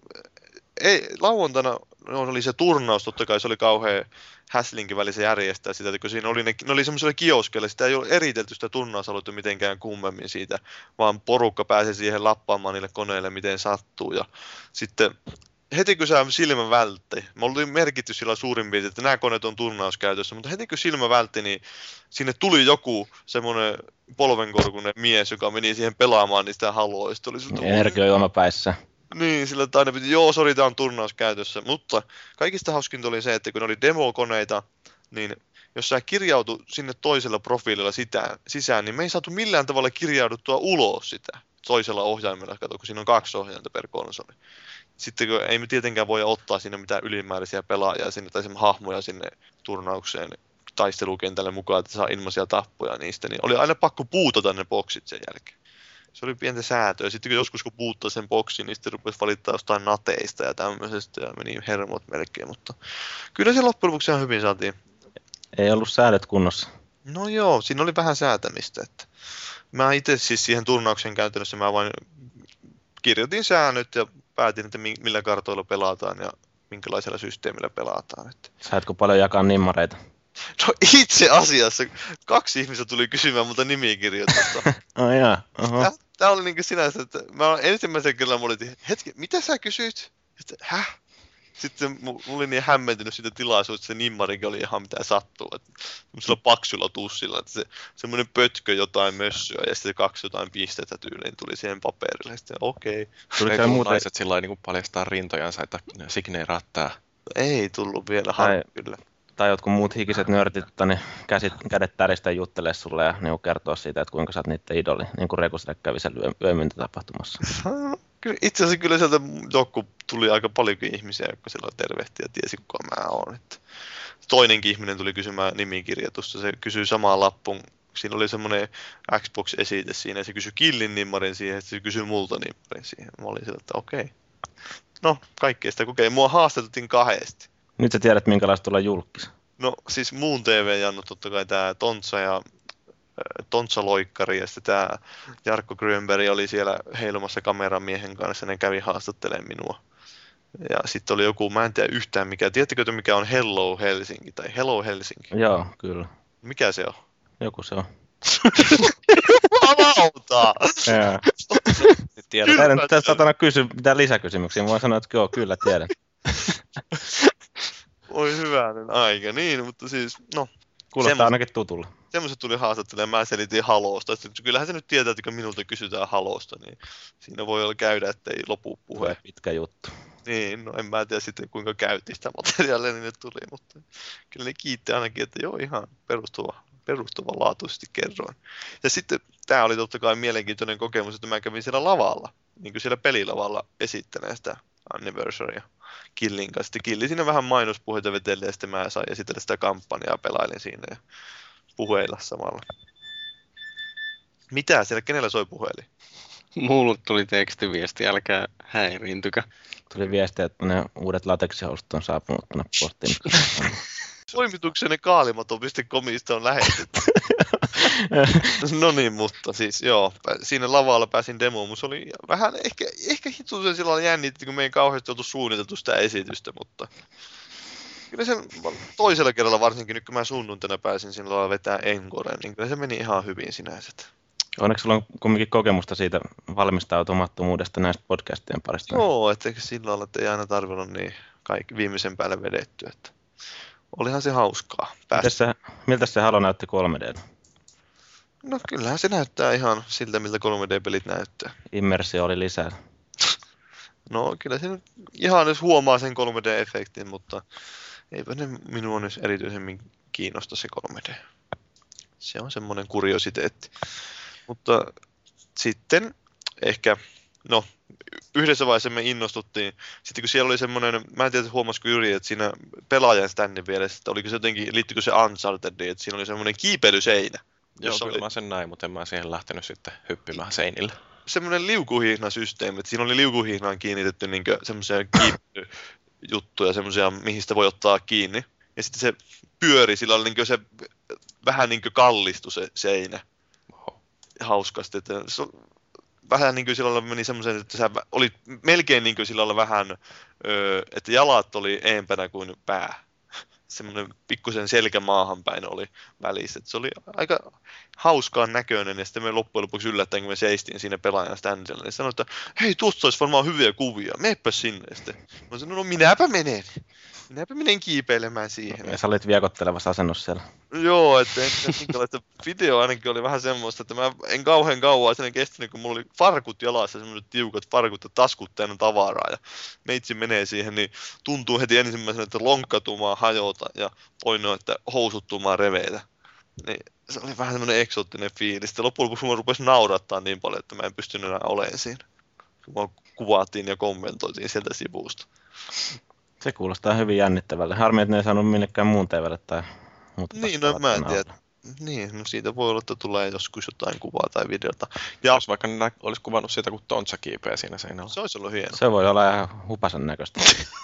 ei, lauantaina no, oli se turnaus, totta kai se oli kauhean häslinkin välissä järjestää sitä, että kun siinä oli ne, ne oli semmoisella kioskella, sitä ei ole eritelty sitä turnausaluetta mitenkään kummemmin siitä, vaan porukka pääsi siihen lappaamaan niille koneille, miten sattuu, ja sitten heti kun sä silmä vältti, me oltiin merkitty sillä suurin piirtein, että nämä koneet on turnauskäytössä, mutta heti kun silmä vältti, niin sinne tuli joku semmoinen polvenkorkunen mies, joka meni siihen pelaamaan niistä haloista. Energiojuoma päissä. Niin, sillä aina piti, joo, sori, tää on turnauskäytössä, mutta kaikista hauskinta oli se, että kun ne oli demokoneita, niin jos sä kirjautu sinne toisella profiililla sitä, sisään, niin me ei saatu millään tavalla kirjauduttua ulos sitä toisella ohjaimella, kato, kun siinä on kaksi ohjainta per konsoli. Sitten kun ei me tietenkään voi ottaa sinne mitään ylimääräisiä pelaajia sinne tai hahmoja sinne turnaukseen taistelukentälle mukaan, että saa ilmaisia tappoja niistä, niin oli aina pakko puutata ne boksit sen jälkeen. Se oli pientä säätöä. Sitten kun joskus kun puuttaa sen boksin, niin sitten rupesi valittaa jostain nateista ja tämmöisestä ja meni hermot melkein, mutta kyllä se loppujen lopuksi ihan hyvin saatiin. Ei ollut säädöt kunnossa. No joo, siinä oli vähän säätämistä. Että mä itse siis siihen turnauksen käytännössä mä vain kirjoitin säännöt ja päätin, että millä kartoilla pelataan ja minkälaisella systeemillä pelataan. Että. Saitko paljon jakaa nimmareita? No itse asiassa kaksi ihmistä tuli kysymään multa nimikirjoitusta. Oh, jaa, Tää, tää oli niinku sinänsä, että mä ensimmäisen kerran mulla oli, hetki, mitä sä kysyit? Että, häh? Sitten mulla oli niin hämmentynyt siitä tilaisuudesta, että se nimmarikin oli ihan mitä sattuu. Että semmoisella paksulla tussilla, että se semmoinen pötkö jotain mössöä ja sitten kaksi jotain pistettä tyyliin tuli siihen paperille. Sitten okei. Okay. Tuliko muuten naiset sillä lailla niin paljastaa rintojansa, että signeeraa tää? Ei tullut vielä harmi kyllä. Tai jotkut muut hikiset nörtit, niin käsit, kädet täristä juttelee sulle ja niin kertoo siitä, että kuinka sä oot niiden idoli, niin kuin Reku sitä kävi sen yömyyntatapahtumassa. Itse asiassa kyllä sieltä joku tuli aika paljonkin ihmisiä, jotka siellä tervehti ja tiesi kuka mä oon. Että toinenkin ihminen tuli kysymään nimikirjoitusta, se kysyi samaan lappuun Siinä oli semmoinen Xbox-esite siinä, ja se kysyi Killin nimmarin siihen, ja se kysyi multa nimmarin siihen. Mä olin sillä, että okei. No, kaikkea sitä kokee. Mua haastateltiin kahdesti. Nyt sä tiedät, minkälaista tulla julkis. No, siis muun T V-jannut totta kai tää Tontsa ja Tontsa Loikkari, ja sitten tää Jarkko Grönberg oli siellä heilumassa kameramiehen kanssa, ne kävi haastattelemaan minua. Ja sitten oli joku, mä en tiedä yhtään mikä, tiedättekö mikä on Hello Helsinki, tai Hello Helsinki? Joo, kyllä. Mikä se on? Joku se on. Jumalauta! Joo. Tiedän. Mä en tästä satana kysy mitään lisäkysymyksiä, mä voin sanoa, että joo, kyllä tiedän. Oi hyvänen aika, niin, mutta siis, no. Kuulostaa Semmos... ainakin tutulle. Semmoiset tuli haastattelemaan, mä selitin Halosta. Sitten kyllähän se nyt tietää, että kun minulta kysytään Halosta, niin siinä voi olla käydä, ettei lopu puhe. Pitkä juttu. Niin, no en mä tiedä sitten kuinka käytiin sitä materiaalia, niin ne tuli, mutta kyllä ne kiitti ainakin, että joo ihan perustuva, perustavanlaatuisesti kerroin. Ja sitten tämä oli totta kai mielenkiintoinen kokemus, että mä kävin siellä lavalla, niin kuin siellä pelilavalla esittelemään sitä Anniversarya Killin kanssa. Sitten Killi siinä vähän mainospuheita veteli ja sitten mä sain esitellä sitä kampanjaa ja pelailin siinä ja puheilla samalla. Mitä siellä, kenellä soi puhelin? Mulle tuli tekstiviesti, älkää häiriintykö. Tuli viestiä, että ne uudet lateksihousut on saapunut tuonne postiin. Toimituksenne kaalimaton piste comista on lähetetty. No niin, mutta siis joo, siinä lavalla pääsin demoon, mutta se oli vähän ehkä, ehkä hituisen sillä lailla jännitti, kun me ei kauheasti oltu suunniteltu sitä esitystä, mutta kyllä sen toisella kerralla varsinkin, nyt kun mä sunnuntaina pääsin sillä lailla vetää Engoren, niin kyllä se meni ihan hyvin sinänsä. Onneksi sulla on kumminkin kokemusta siitä valmistautumattomuudesta näistä podcastien parista. Joo, että sillä lailla, että ei aina tarvinnut niin kaikki viimeisen päälle vedetty, että olihan se hauskaa. Miltä se, miltä se Halo näytti kolme D? No kyllähän se näyttää ihan siltä, miltä kolme D-pelit näyttää. Immersio oli lisää. No kyllä se nyt ihan nyt huomaa sen kolme D-efektin, mutta eipä ne minua nyt erityisemmin kiinnosta se kolme D. Se on semmoinen kuriositeetti. Mutta sitten ehkä, no yhdessä vaiheessa me innostuttiin. Sitten kun siellä oli semmoinen, mä en tiedä huomasiko Jyri, että siinä pelaajan standin vieressä, että oliko se jotenkin, liittyykö se Unchartediin, että siinä oli semmoinen kiipeilyseinä. Joo, kyllä oli mä sen näin, mutta en mä siihen lähtenyt sitten hyppimään seinille. Semmoinen liukuhihnasysteemi, että siinä oli liukuhihnaan kiinnitetty niin semmoisia kiipeilyjuttuja, semmoisia, mihin sitä voi ottaa kiinni. Ja sitten se pyöri, sillä oli niin se vähän niin kuin kallistui se seinä. Oho. Hauskasti. Että se vähän niin kuin sillä meni semmoisen, että sä oli melkein niin kuin sillä vähän, että jalat oli eempänä kuin pää. Semmoinen pikkusen selkä maahan päin oli välissä. Että se oli aika hauskaan näköinen ja sitten me loppujen lopuksi yllättäen, kun me seistiin siinä pelaajan standilla, niin sanoin, että hei, tuosta olisi varmaan hyviä kuvia, meepä sinne. Ja sitten mä sanoin, no minäpä menen. Minäpä menen kiipeilemään siihen. Ja sä olit viekottelevassa asennossa siellä. Joo, että en tiedä minkälaista video ainakin oli vähän semmoista, että mä en kauhean kauan sen kestänyt, kun mulla oli farkut jalassa, semmoiset tiukat farkut ja taskut täynnä tavaraa ja meitsi menee siihen, niin tuntuu heti ensimmäisenä, että lonkkatumaa hajota ja toinen on, että housuttumaa reveitä. Niin se oli vähän semmoinen eksoottinen fiilis. Sitten loppujen lopuksi mua rupesi naurattaa niin paljon, että mä en pystynyt enää olemaan siinä. Mua kuvattiin ja kommentoitiin sieltä sivusta. Se kuulostaa hyvin jännittävälle. Harmi, että ne ei saanut minnekään muun T V:lle tai muuta. Niin, no mä en tiedä. Niin, no siitä voi olla, että tulee joskus jotain kuvaa tai videota. Ja jos vaikka ne olisi kuvannut sitä, kun Tontsa kiipeä siinä seinällä. Se olisi ollut hieno. Se voi olla ihan hupasen näköistä.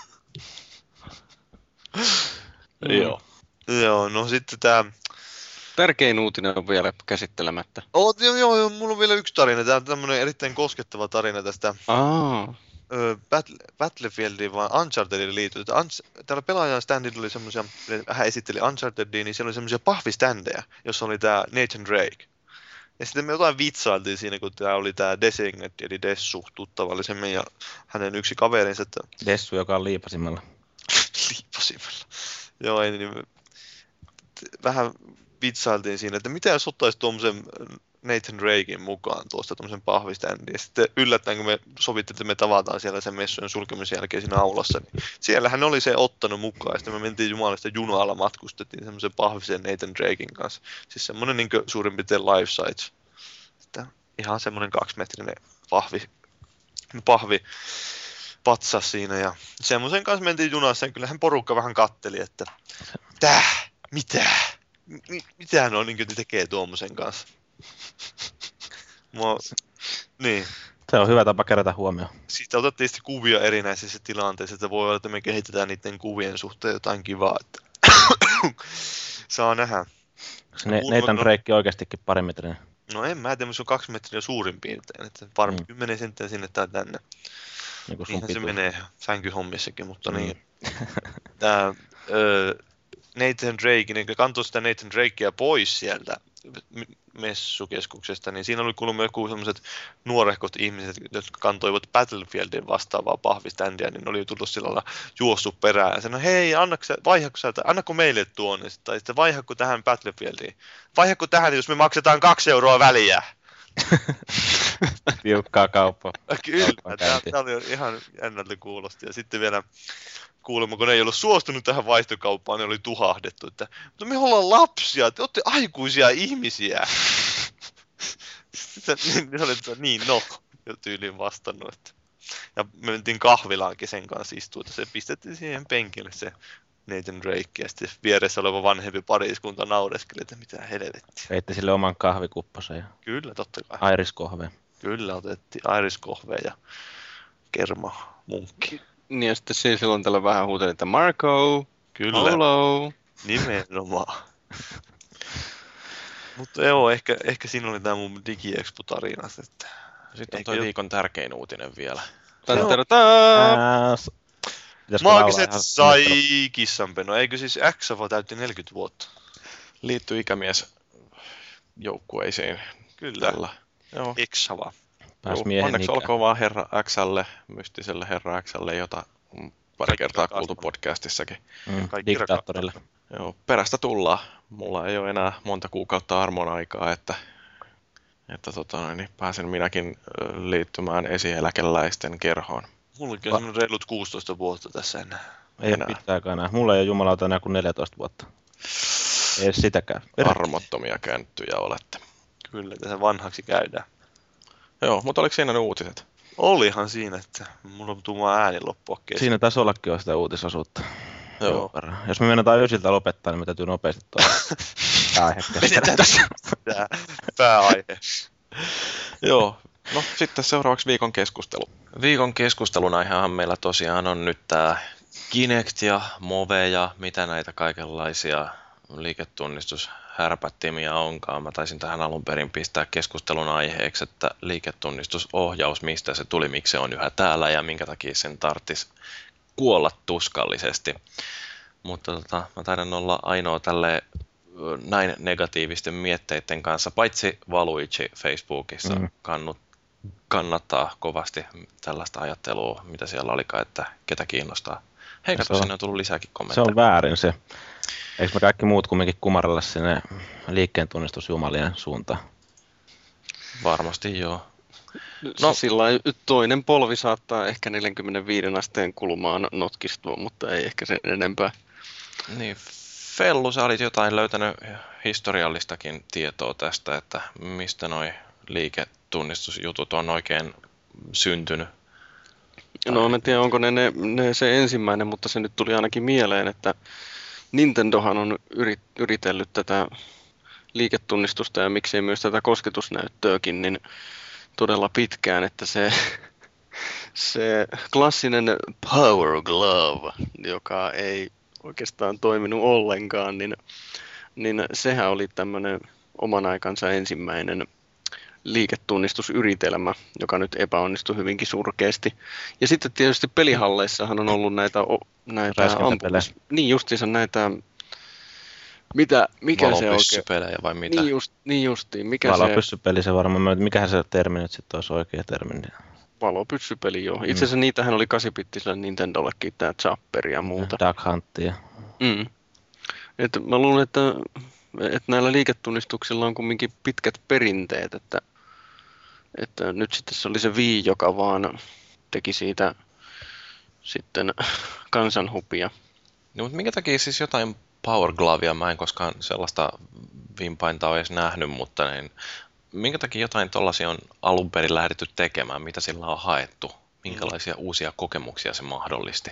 Joo. Joo, no sitten tää... Tärkein uutinen on vielä käsittelemättä. Oh, joo, joo, joo, mulla on vielä yksi tarina. Tää on tämmönen erittäin koskettava tarina tästä Aa. ö, Battle, Battlefieldiin vai Unchartedin liittyen. Täällä pelaajan standilla oli semmosia, hän esitteli Unchartediin, niin siellä oli semmosia pahviständejä, jossa oli tää Nathan Drake. Ja sitten me jotain vitsailtiin siinä, kun tää oli tää Designate, eli Dessu, tuttavallisemmin, ja hänen yksi kaverinsa, että... Dessu, joka on liipasimella. Liipasimella. Joo, ei niin... Vähän vitsailtiin siinä, että mitä jos ottaisi tuommoisen Nathan Drakein mukaan tuosta tuommoisen pahviständin. Ja sitten yllättäen, kun me sovittiin, että me tavataan siellä sen messujen sulkemisen jälkeen siinä aulassa, niin siellähän oli se ottanut mukaan. Ja sitten me mentiin jumalista junalla, matkustettiin semmoisen pahvisen Nathan Drakein kanssa. Siis semmoinen niin suurin piirtein life size. Sitten ihan semmoinen kaksimetrinen pahvi, pahvi patsas siinä. Ja semmoisen kanssa mentiin junassa ja kyllähän porukka vähän katteli, että tää, mitä? mi, mitä ne on niin ne tekee tuommoisen kanssa? Mua, niin. Se on hyvä tapa kerätä huomioon. Siitä otettiin sitten kuvia erinäisissä tilanteissa, että voi olla, että me kehitetään niiden kuvien suhteen jotain kivaa, että saa nähdä. Ne, Nathan Drake oikeastikin parimetrinen. No en mä tiedä, se on kaksi metriä suurin piirtein, että varmaan mm. kymmenen senttiä sinne tai tänne. Niin kuin Niinhän se menee sänkyhommissakin, mutta mm. niin. Tää ö, Nathan Drake, niin kantoi sitä Nathan Drakea pois sieltä messukeskuksesta, niin siinä oli kuullut joku sellaiset nuorehkot ihmiset, jotka kantoivat Battlefieldin vastaavaa pahviständiä, niin ne oli tullut sillä lailla juossut perään ja sanoi, hei, annako, annako meille tuon, tai sitten vaihakko tähän Battlefieldiin. Vaihakko tähän, jos me maksetaan kaksi euroa väliä. Tiukkaa kauppaa. Kyllä, tämä, tämä oli ihan jännältä kuulosti. Ja sitten vielä kuulemma, kun ne ei ollut suostunut tähän vaihtokauppaan, ne oli tuhahdettu, että mutta me ollaan lapsia, te olette aikuisia ihmisiä. Sitten niin, oli, että niin, no, jo tyyliin vastannut. Että. Ja me mentiin kahvilaankin sen kanssa istua, että se pistettiin siihen penkille se Nathan Drake, ja sitten vieressä oleva vanhempi pariskunta naureskeli, että mitä helvettiä. Veitte sille oman kahvikupposen ja kyllä, totta kai. Iriskohveen. Kyllä, otettiin Iriskohveen ja kerma munkki. Niin ja sitten siinä silloin tällä vähän huutelin, että Marco, kyllä. Hello. Nimenomaan. Mutta joo, ehkä, ehkä siinä oli tämä mun DigiExpo-tarina. Että sitten on toi viikon tärkein uutinen vielä. Maagiset sai kissanpeno. Eikö siis Xava täytti neljäkymmentä vuotta? Liittyy ikämies joukkueisiin. Kyllä. Tällä. Joo. Xava. Onneksi olkoon vaan herra Xlle, mystiselle herra Xlle, jota on pari kertaa kuultu podcastissakin. Mm, diktaattorille. Joo, perästä tullaan. Mulla ei ole enää monta kuukautta armon aikaa, että, että tota, niin pääsen minäkin liittymään esieläkeläisten kerhoon. Mullakin on Va- reilut kuusitoista vuotta tässä enää. Ei enää. Ole pitääkään enää. Mulla ei ole jumalauta enää kuin neljätoista vuotta. Ei sitäkään. Armottomia känttyjä olette. Kyllä, tässä vanhaksi käydään. Joo, mutta oliko siinä ne uutiset? Olihan siinä, että mulla tuu ääni loppua kesken. Siinä taisi ollakin jo sitä uutisosuutta. Joo. Jos me mennään ysiltä lopettaa, niin me täytyy nopeasti tuoda pääaihe. Tämä pääaihe. Joo, no sitten seuraavaksi viikon keskustelu. Viikon keskustelun aiheahan meillä tosiaan on nyt tämä Kinect ja Move ja mitä näitä kaikenlaisia liiketunnistushärpättimiä onkaan. Mä taisin tähän alun perin pistää keskustelun aiheeksi, että liiketunnistusohjaus, mistä se tuli, miksi se on yhä täällä ja minkä takia sen tarvitsisi kuolla tuskallisesti. Mutta tota, mä taidan olla ainoa tälle näin negatiivisten mietteiden kanssa, paitsi Valuigi Facebookissa mm. kannut, kannattaa kovasti tällaista ajattelua, mitä siellä olikaan, että ketä kiinnostaa. Hei, kato, sinne on tullut lisääkin kommentteja. Se on väärin se. Eikö me kaikki muut kumminkin kumarella sinne liikkeen tunnistusjumalien suuntaan? Varmasti joo. No sillain toinen polvi saattaa ehkä neljäkymmentäviisi asteen kulmaan notkistua, mutta ei ehkä sen enempää. Niin, Fellu, sä olit jotain löytänyt historiallistakin tietoa tästä, että mistä noi liiketunnistusjutut on oikein syntynyt? No en tiedä, onko ne, ne, ne se ensimmäinen, mutta se nyt tuli ainakin mieleen, että Nintendohan on yrit, yritellyt tätä liiketunnistusta ja miksei myös tätä kosketusnäyttöäkin, niin todella pitkään, että se, se klassinen Power Glove, joka ei oikeastaan toiminut ollenkaan, niin, niin sehän oli tämmöinen oman aikansa ensimmäinen liiketunnistusyritelmä, joka nyt epäonnistui hyvinkin surkeasti. Ja sitten tietysti pelihalleissahan on ollut näitä, näitä ampumis... Niin justiinsa näitä... Mitä, mikä se oikein? Vai mitä? Niin, just, niin justiin. Mikä Valopyssypeli se varmaan. Mikähän se termi nyt sitten olisi oikea termi? Valopyssypeli, joo. Itse asiassa mm. niitähän oli kahdeksanbittisellä Nintendollekin, tämä Zapper ja muuta. Duck Huntia. Mm. Et mä luulen, että, että näillä liiketunnistuksilla on kumminkin pitkät perinteet, että, että nyt sitten se oli se Wii, joka vaan teki siitä sitten kansanhupia. No, mutta minkä takia siis jotain Power Glovea, mä en koskaan sellaista vimpainta ole edes nähnyt, mutta niin, minkä takia jotain tollaisia on alun perin lähdetty tekemään, mitä sillä on haettu, minkälaisia uusia kokemuksia se mahdollisti?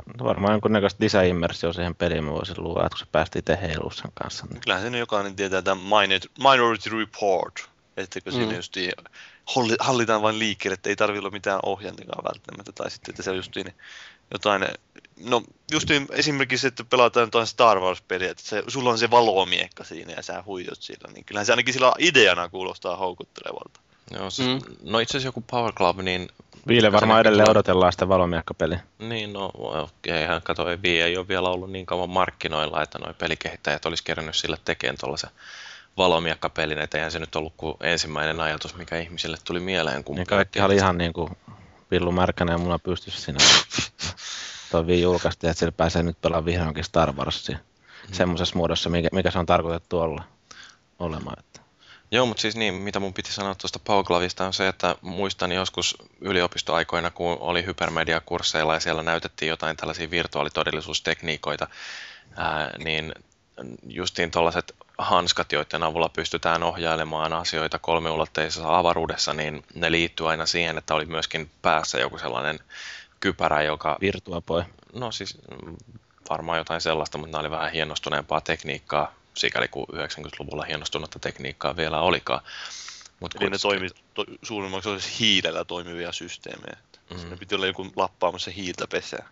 varmaan jonkunnäköistä lisäimmersio siihen peliin mä voisin luulla, että kun se päästi itse heiluun sen kanssa. Niin. Kyllähän sen jokainen tietää tämän Minority Report, että kun mm. siinä justiin hallitaan vain liikkeelle, että ei tarvitse olla mitään ohjaintakaan välttämättä, tai sitten, että se on justiin jotain, no justiin esimerkiksi, että pelataan jotain Star Wars-peliä, että se, sulla on se valomiekka siinä ja sä huijot sillä, niin kyllähän se ainakin sillä ideana kuulostaa houkuttelevalta. Joo, siis, mm. no itse asiassa joku Power Glove, niin... Viille varmaan edelleen tulee... odotellaan sitä valomiekkapeliä. Niin, no eihän kato, ei Wii ei ole vielä ollut niin kauan markkinoilla, että noi pelikehittäjät olisi kerännyt sille tekemään tuollaisen valomiekkapelin, että eihän se nyt ollut kuin ensimmäinen ajatus, mikä ihmisille tuli mieleen. Kun niin kaikki oli ihan niin kuin pillu märkänä ja muna pystyssä siinä. Toi Wii julkaistiin, että sillä pääsee nyt pelaamaan vihdoinkin Star Warsia mm. semmoisessa muodossa, mikä, mikä se on tarkoitettu olla olemaan. Että. Joo, mutta siis niin, mitä mun piti sanoa tuosta Power Glovista on se, että muistan joskus yliopistoaikoina, kun oli hypermedia-kursseilla ja siellä näytettiin jotain tällaisia virtuaalitodellisuustekniikoita, ää, niin justiin tuollaiset hanskat, joiden avulla pystytään ohjailemaan asioita kolmiulotteisessa avaruudessa, niin ne liittyy aina siihen, että oli myöskin päässä joku sellainen kypärä, joka... Virtuapoi. No siis varmaan jotain sellaista, mutta nämä oli vähän hienostuneempaa tekniikkaa, sikäli kuin yhdeksänkymmentäluvulla hienostunutta tekniikkaa vielä olikaan. Mut eli ne toimi to, suurimmaksi olisi hiilellä toimivia systeemejä. Mm. Siinä piti olla joku lappaamassa hiiltä pesää.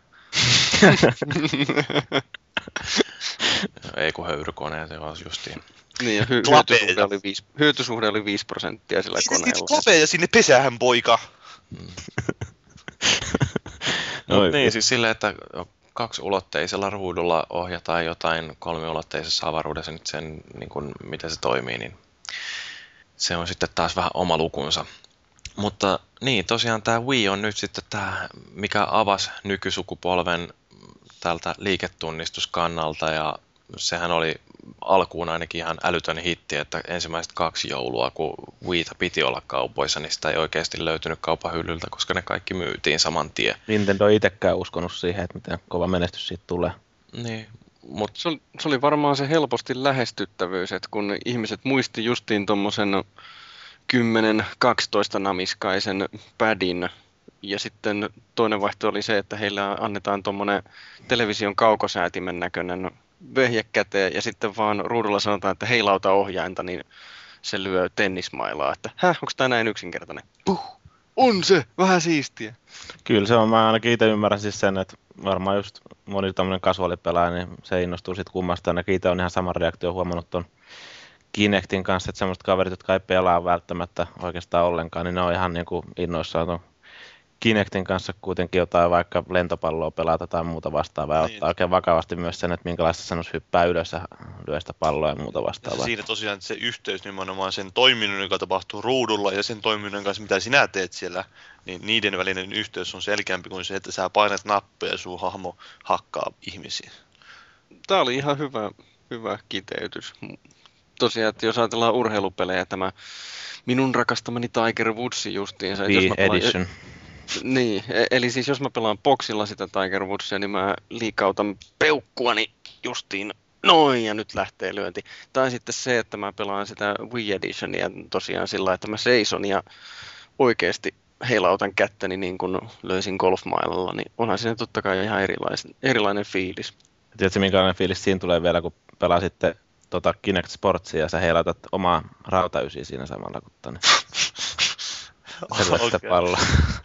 Ei kun höyrykoneet, se olisi justiin. Niin, ja hy- hyötysuhde, oli viisi, hyötysuhde oli viisi prosenttia sillä Siitä koneella. Klapeja sinne pesäähän, poika! Mm. No, niin, siis silleen, että kaksiulotteisella ruudulla ohjataan jotain kolmiulotteisessa avaruudessa, nyt sen, niin kuin, miten se toimii, niin se on sitten taas vähän oma lukunsa. Mutta niin, tosiaan tämä Wii on nyt sitten tämä, mikä avasi nykysukupolven tältä liiketunnistuskannalta, ja sehän oli alkuun ainakin ihan älytön hitti, että ensimmäiset kaksi joulua, kun Wiita piti olla kaupoissa, niin sitä ei oikeasti löytynyt kaupan hyllyltä, koska ne kaikki myytiin saman tien. Nintendo ei itsekään uskonut siihen, että miten kova menestys siitä tulee. Niin, mut... se, oli, se oli varmaan se helposti lähestyttävyys, että kun ihmiset muisti justiin tommosen kymmenen kaksitoista namiskaisen padin, ja sitten toinen vaihtoehto oli se, että heillä annetaan tuommoinen television kaukosäätimen näköinen vehje käteen, ja sitten vaan ruudulla sanotaan, että heilauta ohjainta, niin se lyö tennismailaa, että häh, onko tämä näin yksinkertainen? Puh, on se, vähän siistiä. Kyllä se on, mä ainakin itse ymmärrän siis sen, että varmaan just moni tämmöinen kasuaalipelaaja, niin se innostuu sitten kummasta, ainakin itse on ihan saman reaktio huomannut tuon Kinectin kanssa, että semmoiset kaverit, jotka ei pelaa välttämättä oikeastaan ollenkaan, niin ne on ihan niin kuin innoissaan tuon Kinectin kanssa kuitenkin jotain vaikka lentopalloa pelata tai muuta vastaavaa ja niin. Ottaa oikein vakavasti myös sen, että minkälaista sanoisi hyppää ylös ja lyö sitä palloa ja muuta vastaavaa. Ja siinä tosiaan se yhteys nimenomaan sen toiminnon, joka tapahtuu ruudulla ja sen toiminnon kanssa, mitä sinä teet siellä, niin niiden välinen yhteys on selkeämpi kuin se, että sä painat nappia ja sun hahmo hakkaa ihmisiä. Tämä oli ihan hyvä, hyvä kiteytys. Tosiaan, että jos ajatellaan urheilupelejä, tämä minun rakastamani Tiger Woods justiinsa. Wii Edition. Niin, eli siis jos mä pelaan boksilla sitä Tiger Woodsia, niin mä liikautan peukkuani justiin noin ja nyt lähtee lyönti. Tai sitten se, että mä pelaan sitä Wii Editionia tosiaan sillä, että mä seison ja oikeasti heilautan kättäni niin kuin löysin golfmailalla, niin onhan siinä totta kai ihan erilainen, erilainen fiilis. Tiedätkö, minkälainen fiilis siinä tulee vielä, kun pelaa sitten tota Kinect Sportsia ja sä heilautat omaa rautaysiä siinä samalla, kun tonne. Sellaista okay. Palloa.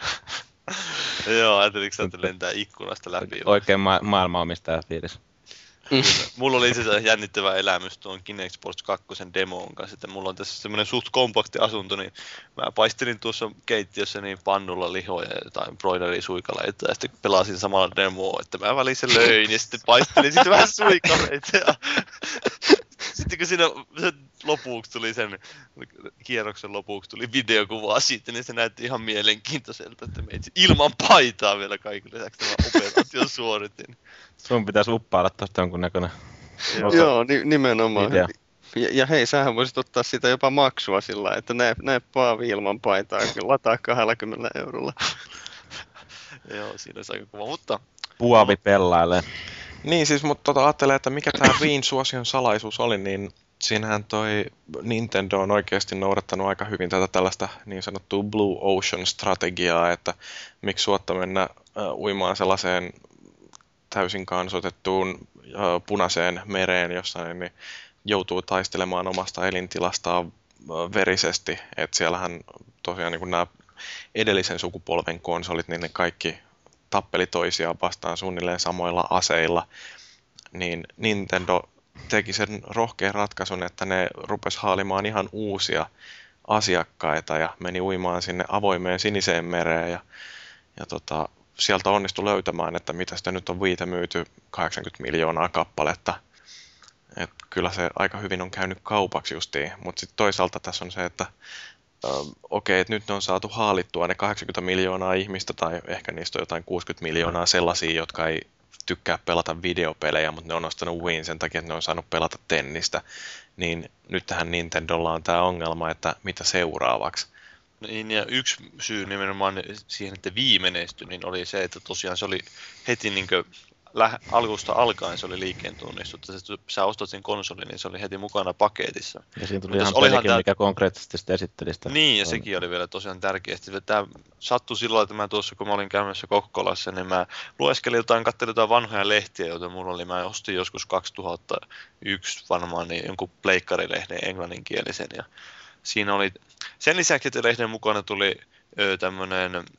Joo, ajattelinko sä, että lentää ikkunasta läpi? Oikein ma- maailmanomistaja fiilis. Mulla oli se jännittävä elämys tuon Kinect Sports kaksi demoon kanssa, että mulla on tässä semmoinen suht kompakti asunto, niin mä paistelin tuossa keittiössä niin pannulla lihoja ja jotain broilerisuikaleita ja sitten pelasin samalla demoa, että mä välissä löin ja sitten paistelin sitten vähän suikaleita ja sitten kun siinä lopuksi tuli sen kierroksen lopuksi tuli videokuvaa siitä, niin se näytti ihan mielenkiintoiselta, että meitä ilman paitaa vielä kaikille lisäksi tämä operaatio suoritin. Sun pitäisi uppailla tuosta jonkun näköinen. Joo, Joo ni- nimenomaan. Ja, ja hei, sähän voisit ottaa sitä jopa maksua sillä, että näe, näe paavi ilman paitaa, lataa kaksikymmentä eurolla. Joo, siinä olisi aika kuva, mutta... Puavi pellailee. Niin siis, mutta tota, ajattelen, että mikä tämä Wiin suosion salaisuus oli, niin siinähän toi Nintendo on oikeasti noudattanut aika hyvin tätä tällaista niin sanottua Blue Ocean-strategiaa, että miksi suotta mennä uh, uimaan sellaiseen täysin kansotettuun punaiseen mereen, jossa niin joutuu taistelemaan omasta elintilastaan verisesti. Et siellähän tosiaan niin nämä edellisen sukupolven konsolit, niin ne kaikki tappeli toisiaan vastaan suunnilleen samoilla aseilla. Niin Nintendo teki sen rohkean ratkaisun, että ne rupesi haalimaan ihan uusia asiakkaita ja meni uimaan sinne avoimeen siniseen mereen. Ja, ja tota, sieltä onnistui löytämään, että mitä sitä nyt on viite myyty kahdeksankymmentä miljoonaa kappaletta. Et kyllä se aika hyvin on käynyt kaupaksi justiin, mutta sitten toisaalta tässä on se, että äh, okei, okay, että nyt ne on saatu haalittua ne kahdeksankymmentä miljoonaa ihmistä tai ehkä niistä on jotain kuusikymmentä miljoonaa sellaisia, jotka ei tykkää pelata videopelejä, mutta ne on ostanut Wiin sen takia, että ne on saanut pelata tennistä. Niin nyt tähän Nintendolla on tämä ongelma, että mitä seuraavaksi. Niin, ja yksi syy nimenomaan siihen, että viimeistyi, niin oli se, että tosiaan se oli heti niin kuin läh- alkusta alkaen se oli liikkeen tunnistus. Että sä ostat sen konsolin, niin se oli heti mukana paketissa. Ja siinä tuli ihan pelikin, tää... mikä konkreettisesti sitä esitteli sitä. Niin, ja on. Sekin oli vielä tosiaan tärkeä. Tämä sattui silloin, että mä tuossa, kun mä olin käymässä Kokkolassa, niin mä lueskelin jotain, katselin jotain vanhoja lehtiä, joita mulla oli. Mä ostin joskus kaksituhattayksi varmaan niin jonkun pleikkarilehden englanninkielisen. Ja siinä oli, sen lisäksi, että lehden mukana tuli ö, tämmönen ö,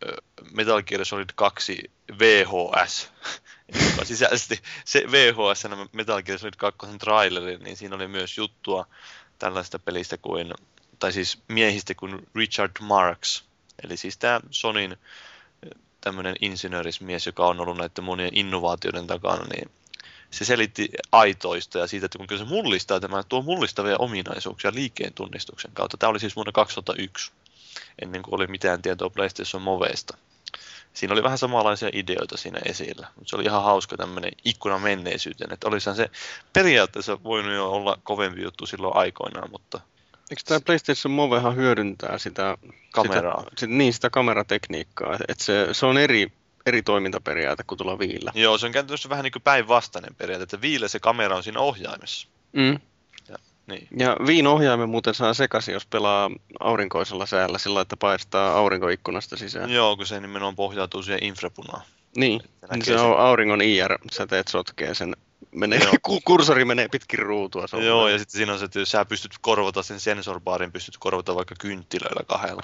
Metal Gear Solid kaksi V H S, joka sisälsi se V H S, Metal Gear Solid kaksi trailerin, niin siinä oli myös juttua tällaista pelistä kuin, tai siis miehistä kuin Richard Marx, eli siis tämä Sonyn tämmöinen insinöörismies, joka on ollut näiden monien innovaatioiden takana, niin se selitti aitoista ja siitä, että kun se mullistaa tämä, tuo mullistavia ominaisuuksia liikkeen tunnistuksen kautta. Tämä oli siis vuonna kaksituhattayksi, ennen kuin oli mitään tietoa PlayStation Moveista. Siinä oli vähän samanlaisia ideoita siinä esillä, mutta se oli ihan hauska tämmöinen ikkuna menneisyyteen, että olisihan se periaatteessa voinut jo olla kovempi juttu silloin aikoinaan, mutta... Eikö tämä PlayStation Movehan hyödyntää sitä kameraa? Sitä, sitä, niin, sitä kameratekniikkaa, että se, se on eri... eri toimintaperiaate kuin tuolla Viillä. Joo, se on käytännössä vähän niin kuin päinvastainen periaate, että Viillä se kamera on siinä ohjaimessa. Mm. Ja, niin. ja Viin ohjaimen muuten saa sekaisin, jos pelaa aurinkoisella säällä sillä, että paistaa aurinkoikkunasta sisään. Joo, kun se nimenomaan pohjautuu siihen infrapunaan. Niin, niin se on auringon I R-säteet sotkee sen. Menee, kursori menee pitkin ruutua. Joo, ja sitten siinä on se, että jos sä pystyt korvata sen sensorbaarin, pystyt korvata vaikka kynttilöillä kahdella.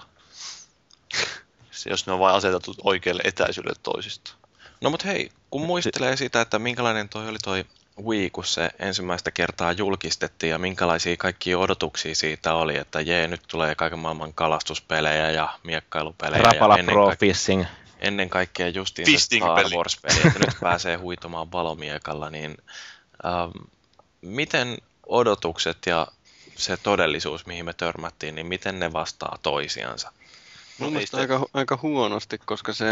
Jos ne on vain asetettu oikealle etäisyydelle toisistaan. No mut hei, kun muistelee sitä, että minkälainen toi oli toi Wii, kun se ensimmäistä kertaa julkistettiin ja minkälaisia kaikkia odotuksia siitä oli, että jee, nyt tulee kaiken maailman kalastuspelejä ja miekkailupelejä. Rapala ja ennen, Pro kaik- Fishing. ennen kaikkea justiin se Star Wars-peli, että nyt pääsee huitomaan valomiekalla, niin ähm, miten odotukset ja se todellisuus, mihin me törmättiin, niin miten ne vastaa toisiansa? Mun mielestä aika, aika huonosti, koska se,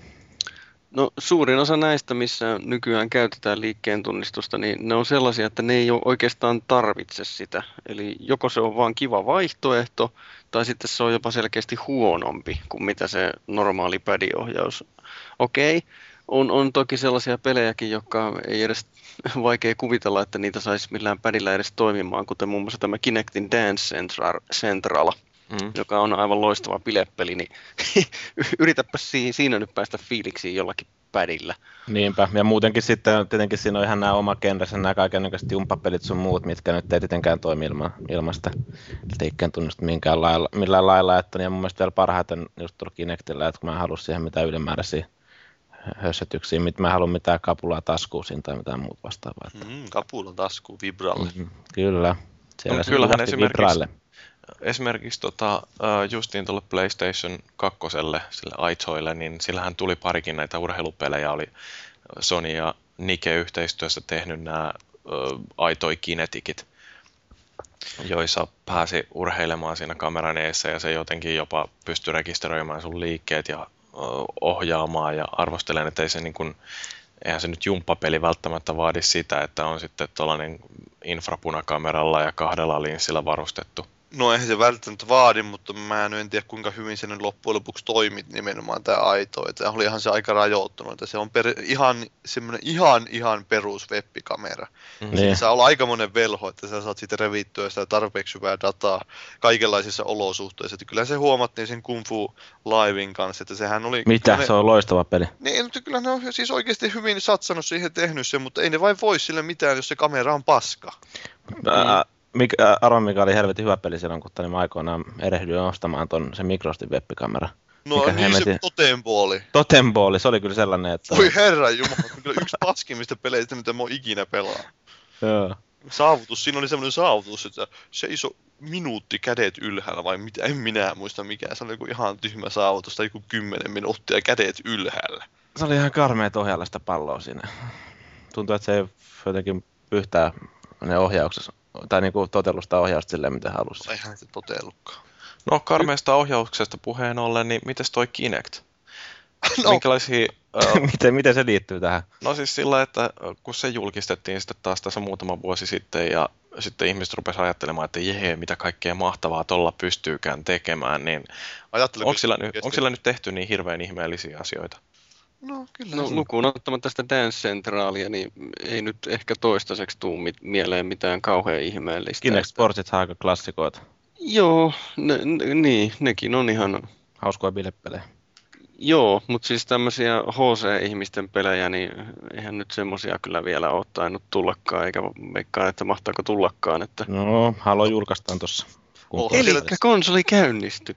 no suurin osa näistä, missä nykyään käytetään liikkeen tunnistusta, niin ne on sellaisia, että ne ei ole oikeastaan tarvitse sitä. Eli joko se on vaan kiva vaihtoehto, tai sitten se on jopa selkeästi huonompi kuin mitä se normaali padiohjaus. Okei, on, on toki sellaisia pelejäkin, jotka ei edes vaikea kuvitella, että niitä saisi millään padilla edes toimimaan, kuten muun muassa tämä Kinectin Dance Central. Central. Mm. Joka on aivan loistava bilepeli, niin yritäpä siinä nyt päästä fiiliksiin jollakin padilla. Niinpä, ja muutenkin sitten tietenkin siinä on ihan nämä oma genressä, nämä kaikennäköiset jumppapelit sun muut, mitkä nyt ei tietenkään toimi ilman, ilmasta liikkeen tunnistusta minkään lailla, millään lailla, että niin mun mielestä vielä parhaiten just tuolla Kinectillä, että kun mä en halua siihen mitään ylimääräisiä hössötyksiä, mä en halua mitään kapulaa taskuun siinä tai mitään muuta vastaavaa. Mm, kapula taskuun, vibralle. Mm-hmm, kyllä, siellä no, se kyllähän esimerkiksi... vibraille. Esimerkiksi tota, justiin tuolle PlayStation kakkoselle, sille Aitoille, niin sillähän tuli parikin näitä urheilupelejä, oli Sony ja Nike yhteistyössä tehnyt nämä Aitoi Kineticit, joissa pääsi urheilemaan siinä kameran eessä ja se jotenkin jopa pystyi rekisteröimään sun liikkeet ja ohjaamaan ja arvostelen, että ei se niin kuin, eihän se nyt jumppapeli välttämättä vaadi sitä, että on sitten tuollainen infrapunakameralla ja kahdella linssillä varustettu No eihän se välttämättä vaadi, mutta mä en tiedä kuinka hyvin se nyt loppujen lopuksi toimi nimenomaan tämä aito. Että olihan se aika rajoittunut, että se on per, ihan semmoinen ihan ihan perus web-kamera. Mm. Siinä saa olla aikamoinen velho, että sä saat sitten revittyä sitä tarpeeksi hyvää dataa kaikenlaisissa olosuhteissa. Että kyllä se huomattiin sen Kung Fu Livein kanssa, että sehän oli... Mitä? Ne, se on loistava peli. niin, mutta kyllä ne on siis oikeasti hyvin satsannut siihen tehnyt sen, mutta ei ne vain voi sille mitään, jos se kamera on paska. Ää, mikä, arvon mikä oli helvetin hyvä peli silloin, kun mä aikoinaan erehdyin ostamaan ton, se Microsoftin webbikamera. No mikä niin hemmetin... se Totempo-oli. Totempo-oli, se oli kyllä sellainen, että... Voi herra jumala, kyllä yksi paskimmista peleistä, mitä mä oon ikinä pelaa. Joo. Saavutus, siinä oli semmoinen saavutus, että seiso minuutti kädet ylhäällä, vai mitä, en minä muista mikään. Se oli joku ihan tyhmä saavutus, tai joku kymmenen minuuttia kädet ylhäällä. Se oli ihan karmeet ohjailla sitä palloa siinä. Tuntuu, että se ei jotenkin yhtään ne ohjauksessa, tai niinku totellut sitä ohjausta silleen, mitä halusi. Eihän se totellutkaan. No karmeesta ohjauksesta puheen ollen, niin mites toi Kinect? No. Minkälaisia... Uh, miten, miten se liittyy tähän? no siis sillä, että kun se julkistettiin sitten taas tässä muutama vuosi sitten ja sitten ihmiset rupesivat ajattelemaan, että jee, mitä kaikkea mahtavaa tuolla pystyykään tekemään, niin onko sillä, nyt, onko sillä nyt tehty niin hirveän ihmeellisiä asioita? No kyllä. No lukuun ottamatta tästä Dance Centralia, niin ei nyt ehkä toistaiseksi tuu mit- mieleen mitään kauhean ihmeellistä. Kinect Sportsit on aika klassikoita. Joo, ne, ne, niin, nekin on ihan... Hauskoja bilepelejä. Joo, mutta siis tämmöisiä H C-ihmisten pelejä, niin eihän nyt semmoisia kyllä vielä ole tainnut tullakaan, eikä veikkaan, että mahtaako tullakaan. Että... No, Halo julkaistaan tossa. Oh, Eli siellä... konsoli käynnisty.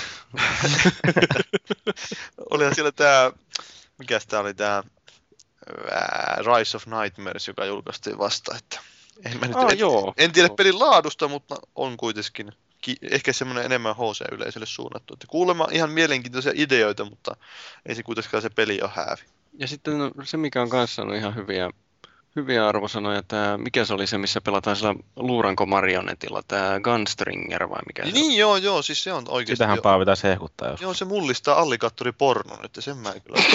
Olihan siellä tää, mikäs tää oli tää Rise of Nightmares, joka julkaistiin vasta, että en, mä nyt, ah, en, joo. en tiedä pelin laadusta, mutta on kuitenkin ki- ehkä semmoinen enemmän H C-yleisölle suunnattu. Että kuulemma ihan mielenkiintoisia ideoita, mutta ei se kuitenkaan se peli ole häävi. Ja sitten se, mikä on kanssa on ihan hyviä, hyviä arvosanoja, tämä, mikä se oli se, missä pelataan sillä luuranko marionetilla, tämä Gunstringer vai mikä niin, se joo, joo, siis se on oikeasti... Sitähän Paavi pitäisi hehkuttaa jos. Joo, se mullistaa alligaattoripornon, että sen mä en kyllä...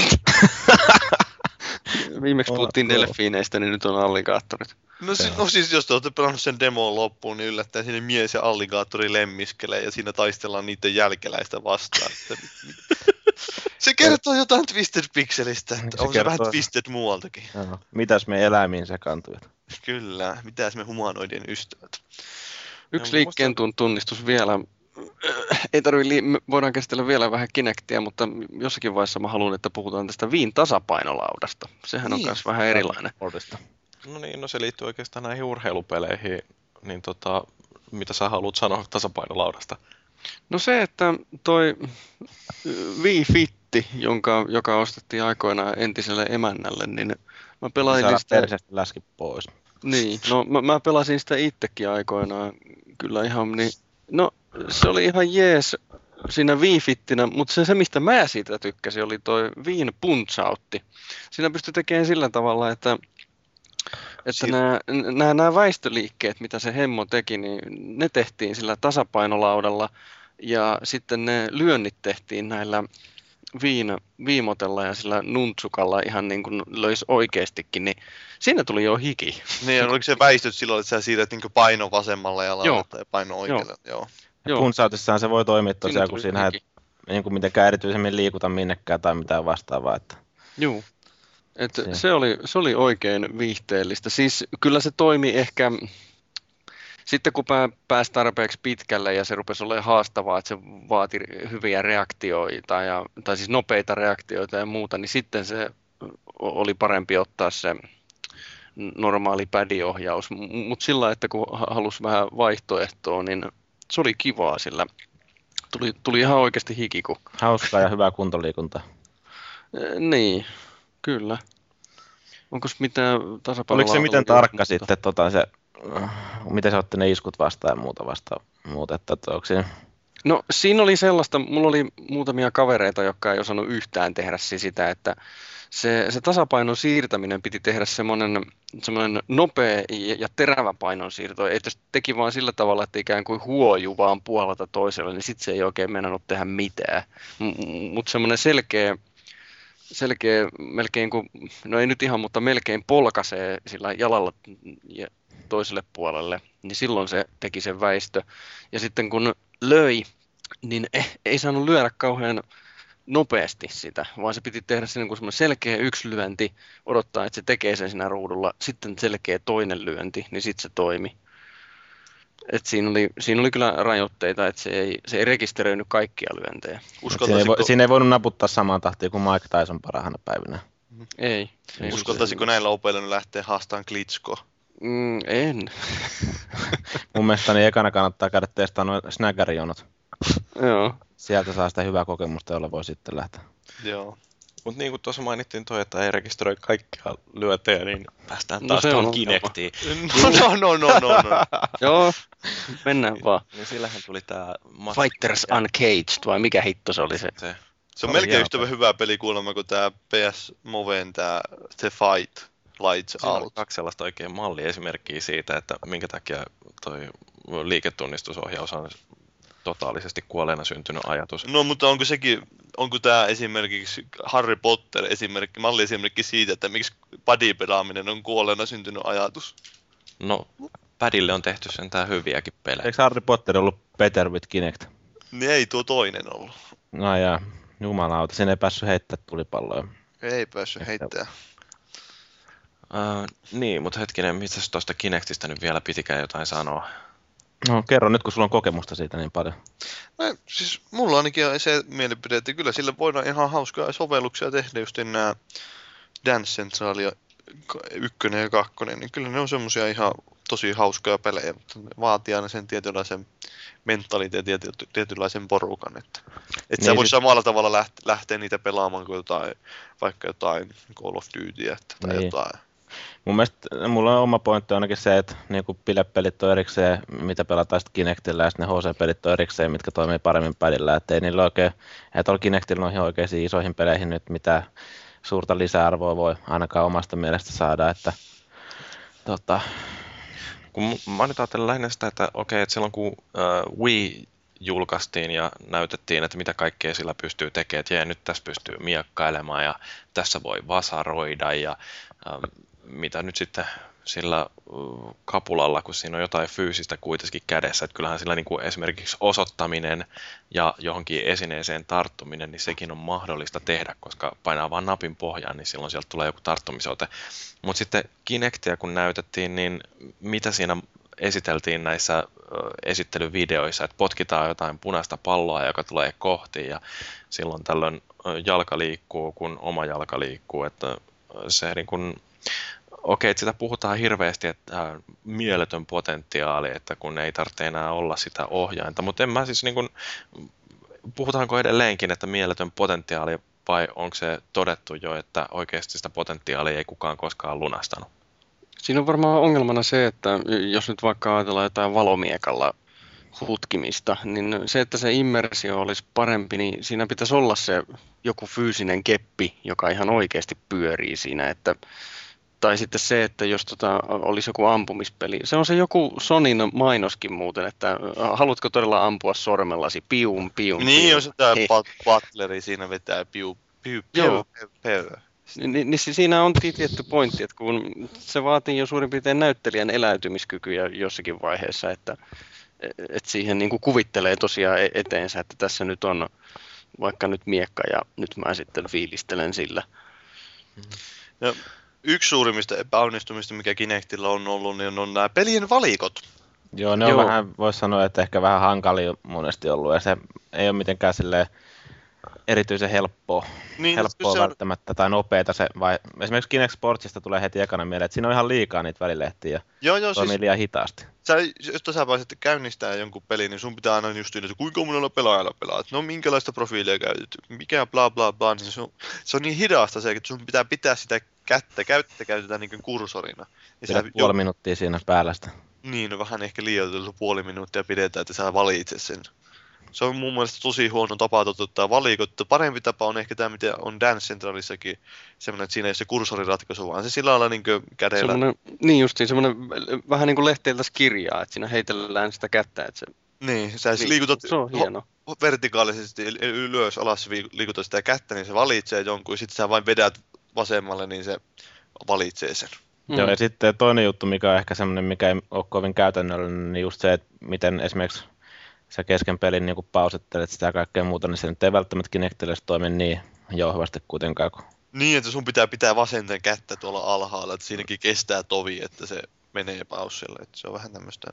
Viimeksi puhuttiin delfiineistä, niin nyt on alligaattorit. No, si- no siis, jos te olette pelannut sen demon loppuun, niin yllättäen sinne mies ja alligaattori lemmiskelee ja siinä taistellaan niiden jälkeläistä vastaan. Se kertoo jotain Twisted Pixelistä, että Se on se kertoo- vähän Twisted muualtakin. Joo. Mitäs me eläimiin sekaantuvat? Kyllä, mitäs me humanoidien ystävät. Yksi No, liikkeen tun- tunnistus vielä. Ei tarvitse, li- me voidaan käsitellä vielä vähän Kinectia, mutta jossakin vaiheessa mä haluan, että puhutaan tästä Wiin tasapainolaudasta. Sehän on Niin. myös vähän erilainen. Sportista. No niin, no se liittyy oikeastaan näihin urheilupeleihin, niin tota, mitä sä haluat sanoa tasapainolaudasta? No se, että toi Wii Fitti, jonka, joka ostettiin aikoinaan entiselle emännälle, niin mä pelailin Saada sitä... perseestä läski pois. Niin, no mä, mä pelasin sitä itsekin aikoinaan kyllä ihan niin... No se oli ihan jees siinä Wii Fittinä, mutta se, se mistä mä siitä tykkäsin oli toi Wiin Punch-Outti. Siinä pystyi tekemään sillä tavalla, että että Siir- nämä, nämä, nämä väistöliikkeet, mitä se hemmo teki, niin ne tehtiin sillä tasapainolaudalla ja sitten ne lyönnit tehtiin näillä viin, viimotella ja sillä nuntsukalla ihan niin kuin löisi oikeastikin, niin siinä tuli jo hiki. Niin, oliko se väistöt silloin, että sä siirrät niin paino vasemmalla jalalla Joo. tai paino oikealla? Joo. Joo. Ja Joo. Punch-Outissaan se voi toimia tosiaan, kun tuli siinä et hiki. niin kuin mitenkään erityisemmin liikuta minnekään tai mitään vastaavaa. Että... Joo. Et Se. se, oli, se oli oikein viihteellistä. Siis kyllä se toimi ehkä, sitten kun pää, pääsi tarpeeksi pitkälle ja se rupesi olemaan haastavaa, että se vaati hyviä reaktioita, ja, tai siis nopeita reaktioita ja muuta, niin sitten se o- oli parempi ottaa se normaali pädiohjaus. Mutta sillä, että kun ha- halusi vähän vaihtoehtoa, niin se oli kivaa, sillä tuli, tuli ihan oikeasti hiki, kun Hauskaa ja hyvää kuntoliikuntaa. Eh, Niin, kyllä. Onko mitään tasapainoa? Oliko se miten tarkka sitten, tota, se, miten sä otti ne iskut vastaan ja muuta vastaan? Muuta, että, että onko siinä... No siinä oli sellaista, mulla oli muutamia kavereita, jotka ei osannut yhtään tehdä siis sitä, että se, se tasapainon siirtäminen piti tehdä semmoinen, semmoinen nopea ja ja terävä painon siirto. Ei jos teki vaan sillä tavalla, että ikään kuin huoju vaan puolelta toiselle, niin sitten se ei oikein meinannut tehdä mitään. Mutta semmoinen selkeä, selkeä, melkein kuin, no ei nyt ihan, mutta melkein polkaisee sillä jalalla ja toiselle puolelle niin silloin se teki sen väistö. Ja sitten kun löi, niin ei saanut lyödä kauhean nopeasti sitä, vaan se piti tehdä siinä semmoinen selkeä yksi lyönti, odottaa, että se tekee sen siinä ruudulla, sitten selkeä toinen lyönti, niin sitten se toimi. Et siinä, oli, siinä oli kyllä rajoitteita, että se ei, se ei rekisteröinyt kaikkia lyöntejä. Siinä ei, vo, siinä ei voinut naputtaa samaan tahtiin kuin Mike Tyson parhaana päivinä. Ei. ei Uskaltaisiko näillä opeilla nyt lähteä haastamaan Klitschkoa? Mm, en. Mun mielestä niin ekana kannattaa käydä testaamaan noin snaggerionot. Joo. Sieltä saa sitä hyvää kokemusta, jolla voi sitten lähteä. Joo. Mutta niin kuin tuossa mainittiin toi, että ei rekisteröi kaikkia lyöntejä, niin päästään taas no tuohon Kinectiin. No, no, no, no, no. Joo, mennään vaan. Niin sillähän tuli tää... Fighters Uncaged, vai mikä hitto se oli se? se. Se on melkein yhtä hyvä peli kuulemma kuin tää P S Moven tää The Fight Lights Siinä on Out. kaksi sellaista oikein malliesimerkkiä siitä, että minkä takia toi liiketunnistusohjaus on totaalisesti kuolleena syntynyt ajatus. No, mutta onko sekin, onko tää esimerkiksi Harry Potter esimerkki, malliesimerkki siitä, että miksi padipelaaminen on kuolleena syntynyt ajatus? No, padille on tehty sentään hyviäkin pelejä. Eikö Harry Potter ollut Better with Kinect? Niin ei tuo toinen ollut. No jaa, jumalauta, siinä ei päässyt heittämään tulipalloja. Ei päässyt heittää. Uh, niin, mutta hetkinen, mitä tuosta Kinectistä nyt vielä pitikään jotain sanoa? No kerro nyt, kun sulla on kokemusta siitä niin paljon. No, siis mulla ainakin on se mielipide, että kyllä sillä voidaan ihan hauskaa sovelluksia tehdä, just nämä Dance Central ja ykkönen ja kakkonen, niin kyllä ne on semmosia ihan tosi hauskaa pelejä, mutta ne vaatii aina sen tietynlaisen mentaliteetin ja tietynlaisen porukan, että et sä Niin voi sit- samalla tavalla lähteä, lähteä niitä pelaamaan kuin jotain, vaikka jotain Call of Dutyä tai Niin. jotain. Mun mielestä mulla on oma pointti ainakin se, että niinku bilepelit on erikseen, mitä pelataan sitten Kinectillä, ja sitten ne H C-pelit on erikseen, mitkä toimii paremmin padilla. Että ei niillä oikein, ei tuolla Kinectillä noihin oikeisiin isoihin peleihin nyt mitään suurta lisäarvoa voi ainakaan omasta mielestä saada. Että, tota, Kun m- mä nyt ajattelen lähinnä sitä, että okei, että silloin kun uh, Wii julkaistiin ja näytettiin, että mitä kaikkea sillä pystyy tekemään, että jee, nyt tässä pystyy miekkailemaan ja tässä voi vasaroida ja um, mitä nyt sitten sillä uh, kapulalla, kun siinä on jotain fyysistä kuitenkin kädessä, että kyllähän sillä niin kuin esimerkiksi osoittaminen ja johonkin esineeseen tarttuminen, niin sekin on mahdollista tehdä, koska painaa vaan napin pohjaan, niin silloin sieltä tulee joku tarttumisote. Mutta sitten Kinectia kun näytettiin, niin mitä siinä esiteltiin näissä ö, esittelyvideoissa, että potkitaan jotain punaista palloa, joka tulee kohti ja silloin tällöin ö, jalka liikkuu, kun oma jalka liikkuu, että ö, se niin kuin, okei, että sitä puhutaan hirveästi, että äh, mieletön potentiaali, että kun ei tarvitse enää olla sitä ohjainta, mutta en mä siis niin kuin, puhutaanko edelleenkin, että mieletön potentiaali vai onko se todettu jo, että oikeasti sitä potentiaalia ei kukaan koskaan lunastanut? Siinä on varmaan ongelmana se, että jos nyt vaikka ajatellaan jotain valomiekalla hutkimista, niin se, että se immersio olisi parempi, niin siinä pitäisi olla se joku fyysinen keppi, joka ihan oikeasti pyörii siinä, että tai sitten se, että jos tota, olisi joku ampumispeli. Se on se joku Sonyn mainoskin muuten, että haluatko todella ampua sormellasi pium, pium, Niin, pium. jos tämä Hei. Butleri siinä vetää piu, piu, Joo. piu, piu, piu. Ni, niin siinä on tietty pointti, että kun se vaatii jo suurin piirtein näyttelijän eläytymiskykyjä jossakin vaiheessa, että, että siihen niin kuin kuvittelee tosiaan e- eteensä, että tässä nyt on vaikka nyt miekka ja nyt mä sitten fiilistelen sillä. Ja yksi suurimmista epäonnistumista, mikä Kinectillä on ollut, niin on nämä pelien valikot. joo, ne on Joo. vähän, voisi sanoa, että ehkä vähän hankalia monesti ollut, ja se ei ole mitenkään silleen erityisen helppoa, Niin, helppoa se on, välttämättä tai nopeeta se, vai esimerkiksi Kinect Sportsista tulee heti ekana mieleen, että siinä on ihan liikaa niitä välilehtiä ja joo, joo, toimii siis liian hitaasti. sä, jos tasapäisesti käynnistää jonkun pelin, niin sun pitää aina just että kuinka monella pelaajalla pelaat, no minkälaista profiilia käytetty, mikä bla bla bla, niin se on, se on niin hidasta se, että sun pitää pitää sitä kättä, käyttä käytetään niin kuin kursorina. Ja Pidät sä- puoli minuuttia siinä päällä sitä. Niin, no vähän ehkä liioiteltu puoli minuuttia pidetään, että sä valitset sen. Se on mun mielestä tosi huono tapa toteuttaa valikot. Parempi tapa on ehkä tämä, mitä on Dance Centralissakin, semmoinen, että siinä ei ole se kursoriratkaisu, vaan se sillä lailla niin kädellä. Semmoinen, niin justiin, semmoinen vähän niin kuin lehteiltäisi kirjaa, että siinä heitellään sitä kättä, että se, Niin, sä niin, liikutat se on hieno. ho- vertikaalisesti ylös alas vi- liikutat sitä kättä, niin se valitsee jonkun, ja sitten sä vain vedät vasemmalle, niin se valitsee sen. Mm. Joo, ja sitten toinen juttu, mikä on ehkä semmoinen, mikä ei ole kovin käytännöllinen, niin just se, että miten esimerkiksi sä kesken pelin niin pausettelet sitä ja kaikkea muuta, niin se nyt ei välttämättä Kinectille toimi niin jouhevasti kuitenkaan. Kun... Niin, että sun pitää pitää vasenten kättä tuolla alhaalla, että siinäkin kestää tovi, että se menee paussille. Että se on vähän tämmöistä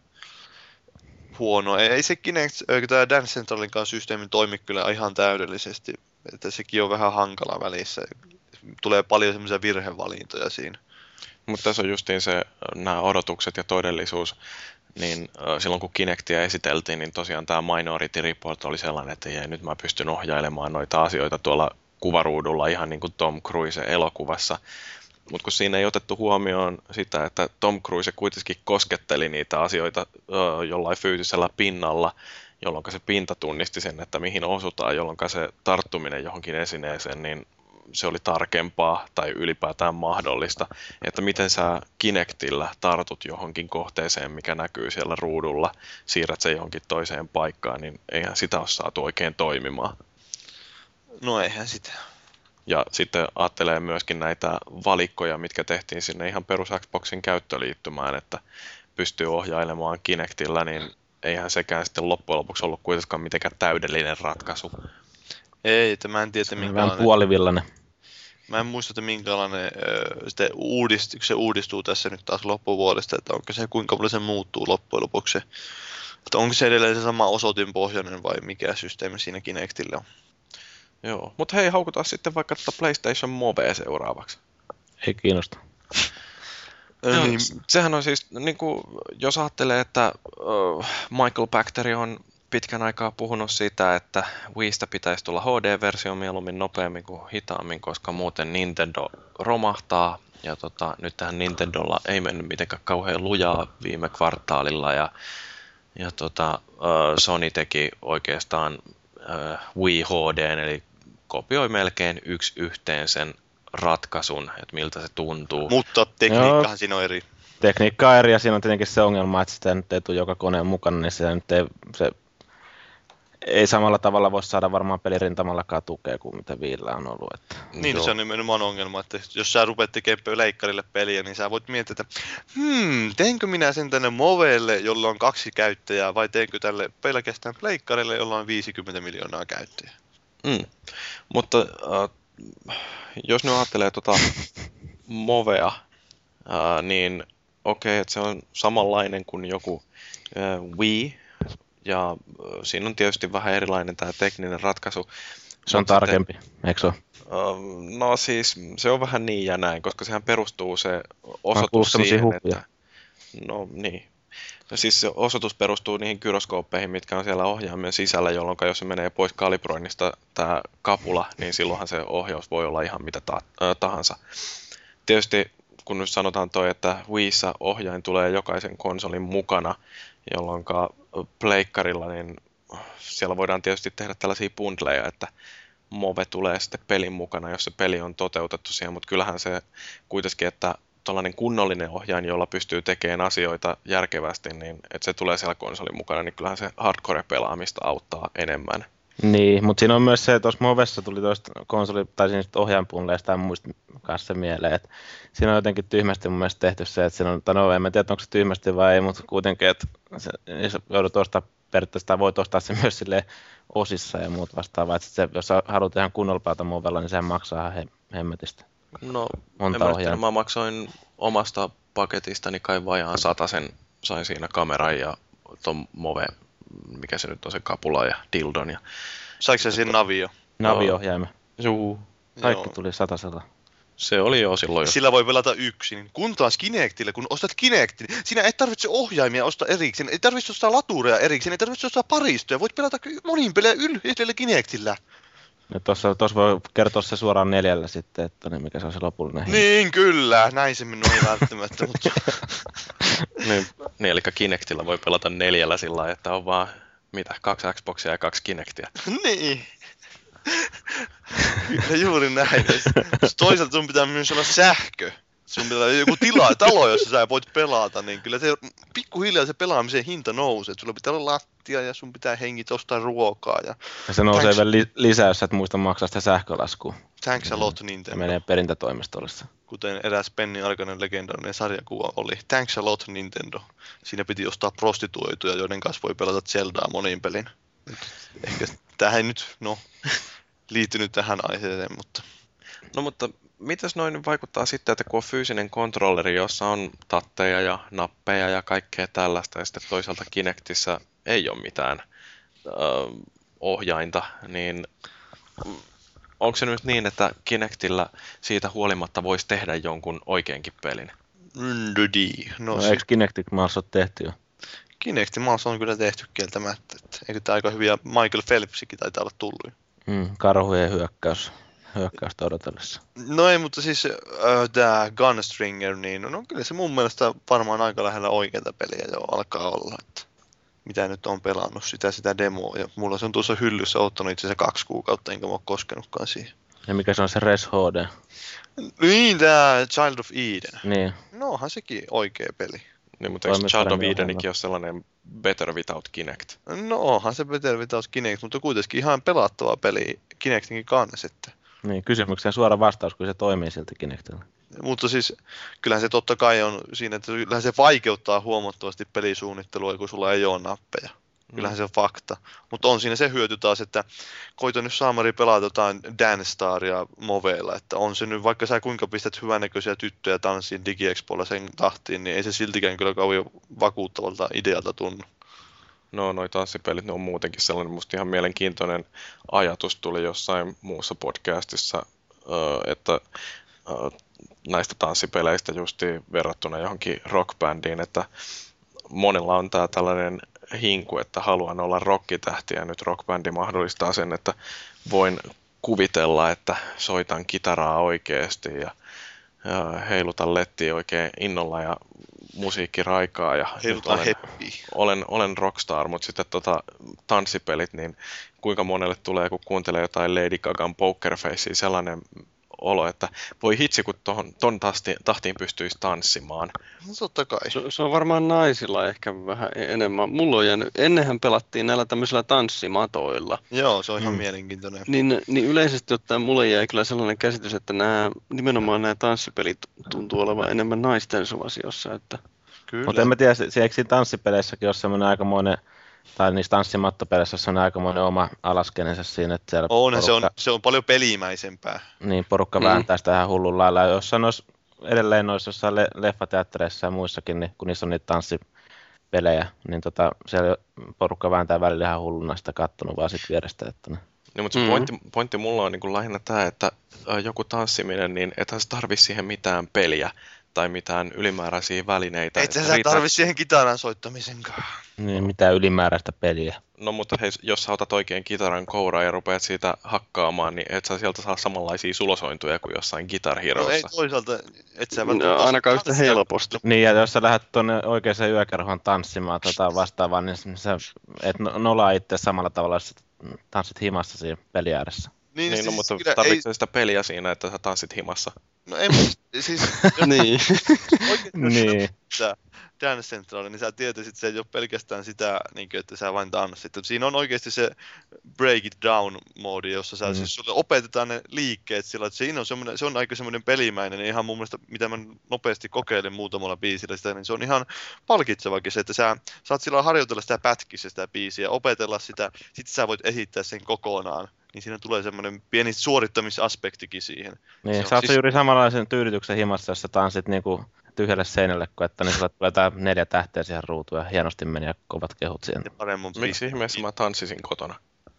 huonoa. Ei se Kinect, tämä Dance Centralin kanssa systeemi toimi kyllä ihan täydellisesti. Että sekin on vähän hankala välissä. Tulee paljon semmoisia virhevalintoja siinä. Mutta tässä on justiin se, nämä odotukset ja todellisuus, niin silloin kun Kinectia esiteltiin, niin tosiaan tämä Minority Report oli sellainen, että jei, nyt mä pystyn ohjailemaan noita asioita tuolla kuvaruudulla ihan niin kuin Tom Cruise elokuvassa. Mutta kun siinä ei otettu huomioon sitä, että Tom Cruise kuitenkin kosketteli niitä asioita ö, jollain fyysisellä pinnalla, jolloin se pinta tunnisti sen, että mihin osutaan, jolloin se tarttuminen johonkin esineeseen, niin se oli tarkempaa tai ylipäätään mahdollista, että miten sä Kinectillä tartut johonkin kohteeseen, mikä näkyy siellä ruudulla, siirrät se johonkin toiseen paikkaan, niin eihän sitä ole saatu oikein toimimaan. No eihän sitä. Ja sitten ajattelee myöskin näitä valikkoja, mitkä tehtiin sinne ihan perus Xboxin käyttöliittymään, että pystyy ohjailemaan Kinectillä, niin eihän sekään sitten loppujen lopuksi ollut kuitenkaan mitenkään täydellinen ratkaisu. Ei, että mä en tiedä, minkälainen... Vähän puolivillainen. Mä en muista, että minkälainen äh, uudist, se uudistuu tässä nyt taas loppuvuodesta, että onko se, kuinka paljon se muuttuu loppujen lopuksi. Että onko se edelleen se sama osoitinpohjainen vai mikä systeemi siinä Kinectillä on. Joo, mutta hei, haukutaan sitten vaikka tuota PlayStation Movea seuraavaksi. Ei kiinnosta. Joo, niin. Sehän on siis, niin kuin, jos ajattelee, että uh, Michael Pachter on pitkän aikaa puhunut siitä, että Wiistä pitäisi tulla H D-versio mieluummin nopeammin kuin hitaammin, koska muuten Nintendo romahtaa. Ja tota, nyt tähän Nintendolla ei mennyt mitenkään kauhean lujaa viime kvartaalilla. Ja, ja tota, uh, Sony teki oikeastaan uh, Wii H D:n, eli kopioi melkein yksi yhteen sen ratkaisun, että miltä se tuntuu. Mutta tekniikkahan siinä on eri. Tekniikka on eri ja siinä on tietenkin se ongelma, että sitä nyt ei tule joka koneen mukana, niin se nyt ei, se ei samalla tavalla voi saada varmaan pelirintamallakaan tukea kuin mitä Viillä on ollut. Että... Niin, se on nimenomaan ongelma, että jos sä rupeat tekemään leikkarille peliä, niin sä voit miettiä, että hmm, teenkö minä sen tänne Movelle, jolla on kaksi käyttäjää, vai teenkö tälle pelkästään leikkarille, jolla on viisikymmentä miljoonaa käyttäjää. Mm. Mutta äh, jos ne ajattelee tuota Movea, äh, niin okei, että se on samanlainen kuin joku äh, Wii, ja äh, siinä on tietysti vähän erilainen tämä tekninen ratkaisu. Se on Mut tarkempi, sitten, eikö se ole? Äh, no siis se on vähän niin ja näin, koska sehän perustuu se osoitus siihen, hupia. että... No niin. Ja siis se osoitus perustuu niihin gyroskooppeihin, mitkä on siellä ohjaimen sisällä, jolloin jos se menee pois kalibroinnista tämä kapula, niin silloinhan se ohjaus voi olla ihan mitä ta- äh, tahansa. Tietysti kun nyt sanotaan toi, että Wiissä ohjain tulee jokaisen konsolin mukana, jolloin pleikkarilla, niin siellä voidaan tietysti tehdä tällaisia bundleja, että Move tulee sitten pelin mukana, jos se peli on toteutettu siihen, mutta kyllähän se kuitenkin, että tuollainen kunnollinen ohjain, jolla pystyy tekemään asioita järkevästi, niin että se tulee siellä konsolin mukana, niin kyllähän se hardcore-pelaamista auttaa enemmän. Niin, mutta siinä on myös se, että tuossa Movessa tuli tuosta konsoli, tai siinä ohjainpunleista en muista kanssa mieleen, että siinä on jotenkin tyhmästi mun mielestä tehty se, että siinä on, tai no en mä tiedä, onko se tyhmästi vai ei, mutta kuitenkin, että se, jos joudut ostaa periaatteessa, tai voit ostaa se myös silleen osissa ja muut vastaavaa, että se, jos haluat ihan kunnolla pelata Movella, niin sehän maksaa he, hemmetistä. No, Monta en mä, mä maksoin omasta paketistani kai vajaan satasen, sain siinä kameran ja ton Move, mikä se nyt on se kapula ja dildon. Ja... Saiko se siinä Navio? Navio-ohjaimen. Juu. Kaikki tuli satasella. Se oli jo silloin jo. Sillä voi pelata yksin. Kun taas Kinectille, kun ostat Kinectin, sinä ei tarvitse ohjaimia ostaa erikseen, ei tarvitse ostaa latureja erikseen, ei tarvitse ostaa paristoja, voit pelata monin pelejä yhdellä Kinectillä. No tossa, tossa voi kertoa se suoraan neljällä sitten, että niin mikä se on se lopullinen hinta. Niin, kyllä. Näin se minun ei välttämättä. Mutta... niin, niin, eli Kinectillä voi pelata neljällä sillä lailla, että on vaan, mitä, kaksi Xboxia ja kaksi Kinectia. Niin. Kyllä juuri näin. Toisaalta sun pitää myös olla sähkö. Sun pitää olla joku tila, talo, jossa sä voit pelata, niin kyllä se pikkuhiljaa se pelaamisen hinta nousee. Sulla pitää olla lattia ja sun pitää hengit ostaa ruokaa. Ja, ja se nousee vielä li- lisää, jos sä et muista maksaa sitä sähkölaskua. Thanks a lot Se Nintendo. menee perintätoimistolle. Kuten eräs Pennin aikainen legendaarinen sarjakuva oli. Thanks a lot Nintendo. Siinä piti ostaa prostituoituja, joiden kanssa voi pelata Zeldaa monin pelin. Ehkä tähän ei nyt, no, liittynyt tähän aiheeseen, mutta... No mutta mitäs noin vaikuttaa sitten, että kun on fyysinen kontrolleri, jossa on tatteja ja nappeja ja kaikkea tällaista, ja sitten toisaalta Kinectissä ei ole mitään ö, ohjainta, niin onko se nyt niin, että Kinectillä siitä huolimatta voisi tehdä jonkun oikeankin pelin? Nödi. No, No, no eikö Kinectic Mouse ole tehty jo? Kinectin maassa on kyllä tehty kieltämättä. Että eikö tämä aika hyviä Michael Phelpsikin taitaa olla tullut. Mm, karhujen hyökkäys, hyökkäystä odotellessa. No ei, mutta siis äh, tämä Gunstringer, niin no kyllä se mun mielestä varmaan aika lähellä oikeata peliä jo alkaa olla. Että mitä nyt on pelannut, sitä sitä demoa. Ja mulla se on tuossa hyllyssä ottanut itse asiassa kaksi kuukautta, enkä mä ole koskenutkaan siihen. Ja mikä se on se Res H D? Niin, tämä Child of Eden. Niin, No onhan sekin oikea peli. Niin, mutta eikö Toimii Child of paremmin Edenikin ole sellainen better without Kinect? No onhan se Better Without Kinect, mutta kuitenkin ihan pelattava peli Kinectinkin kanssa. Että. niin kysymykseen suora vastaus, kun se toimii siltä Kinectillä. Mutta siis kyllähän se totta kai on siinä, että kyllähän se vaikeuttaa huomattavasti pelisuunnittelua, kun sulla ei ole nappeja. Kyllähän se on fakta. Mutta on siinä se hyöty taas, että koita nyt saamari pelata jotain Dance Staria moveilla, että on se nyt, vaikka sä kuinka pistät hyvännäköisiä tyttöjä tanssiin DigiExpolla sen tahtiin, niin ei se siltikään kyllä kauan vakuuttavalta idealta tunnu. No, noi tanssipelit, ne on muutenkin sellainen musta ihan mielenkiintoinen ajatus tuli jossain muussa podcastissa, että näistä tanssipeleistä justiin verrattuna johonkin rockbändiin, että monella on tää tällainen hinku, että haluan olla rockitähti ja nyt rockbändi mahdollistaa sen, että voin kuvitella, että soitan kitaraa oikeasti ja, ja heilutan lettiä oikein innolla ja musiikki raikaa ja Heilutaan olen, heppiä. olen, olen rockstar, mutta sitten tota, tanssipelit, niin kuinka monelle tulee, kun kuuntelee jotain Lady Gagan Poker Facea, sellainen olo, että voi hitsi, kun tohon, ton tahtiin, tahtiin pystyisi tanssimaan. No totta kai. Se, se on varmaan naisilla ehkä vähän enemmän. Mulla on jäänyt, ennenhän pelattiin näillä tämmöisillä tanssimatoilla. Joo, se on ihan Mm. mielenkiintoinen. Niin, niin yleisesti ottaen mulle jäi kyllä sellainen käsitys, että nämä, nimenomaan nämä tanssipelit tuntuu olevan enemmän naisten suosiossa. Että... Kyllä. Mutta en mä tiedä, se- eikö siinä tanssipeleissäkin ole semmoinen aikamoinen, tai niissä tanssimattopeleissä on aikamoinen oma alaskenensä siinä, että siellä On, se on, porukka, se on paljon pelimäisempää. niin, porukka Mm. vääntää sitä ihan hullun lailla. Ja jossain olisi, edelleen noissa jossain le- leffateattereissa ja muissakin, niin, kun niissä on niitä tanssipelejä, niin tota, siellä porukka vääntää välillä ihan hulluna sitä kattonut vaan sit vierestä. Että ne. Niin, mutta se Mm. pointti, pointti mulla on niin kuin lähinnä tämä, että ä, joku tanssiminen, niin ethän sä tarvi siihen mitään peliä tai mitään ylimääräisiä välineitä. Et sä Että riittää- tarvi siihen kitaran soittamisenkaan. Niin, mitään ylimääräistä peliä. No mutta hei, jos sä otat oikein kitaran kouraa ja rupeat siitä hakkaamaan, niin et sä sieltä saa samanlaisia sulosointuja kuin jossain Guitar No ei Heroissa. toisaalta, et sä No, välttämättä ainakaan yhtä tanssia. helposti. Niin, ja jos sä lähdet tuonne oikeaan yökerhoon tanssimaan tota vastaavaan, niin sä et no- nolaa itse samalla tavalla, jos sä tanssit himassa siinä peli ääressä. Niin, Niin, no, siis mutta kyllä ei, tarvitsetko sitä peliä siinä, että sä tanssit himassa? no ei, mutta siis niin. oikein, Niin. sä Dance Central, niin sä tietäisit, että se ei ole pelkästään sitä, niin kuin, että sä vain tanssit. Siinä on oikeasti se break it down-moodi, jossa sä, Mm. siis sulle opetetaan ne liikkeet sillä, että siinä on semmoinen, se on aika semmoinen pelimäinen, niin ihan mun mielestä, mitä mä nopeasti kokeilin muutamalla biisillä sitä, niin se on ihan palkitsevakin se, että sä saat silloin harjoitella sitä pätkissä sitä biisiä, opetella sitä, sitten sä voit esittää sen kokonaan. Niin siinä tulee semmoinen pieni suorittamisaspektikin siihen. Se Niin, on saat siis- siis... juuri samanlaisen tyydytyksen himassa, jos sä tanssit niinku tyhjälle seinälle, kun että niin sulle tulee tää neljä tähteä siihen ruutuun ja hienosti meni ja kovat kehut siihen. Ja paremmin Miksi ihmeessä mä tanssisin kotona?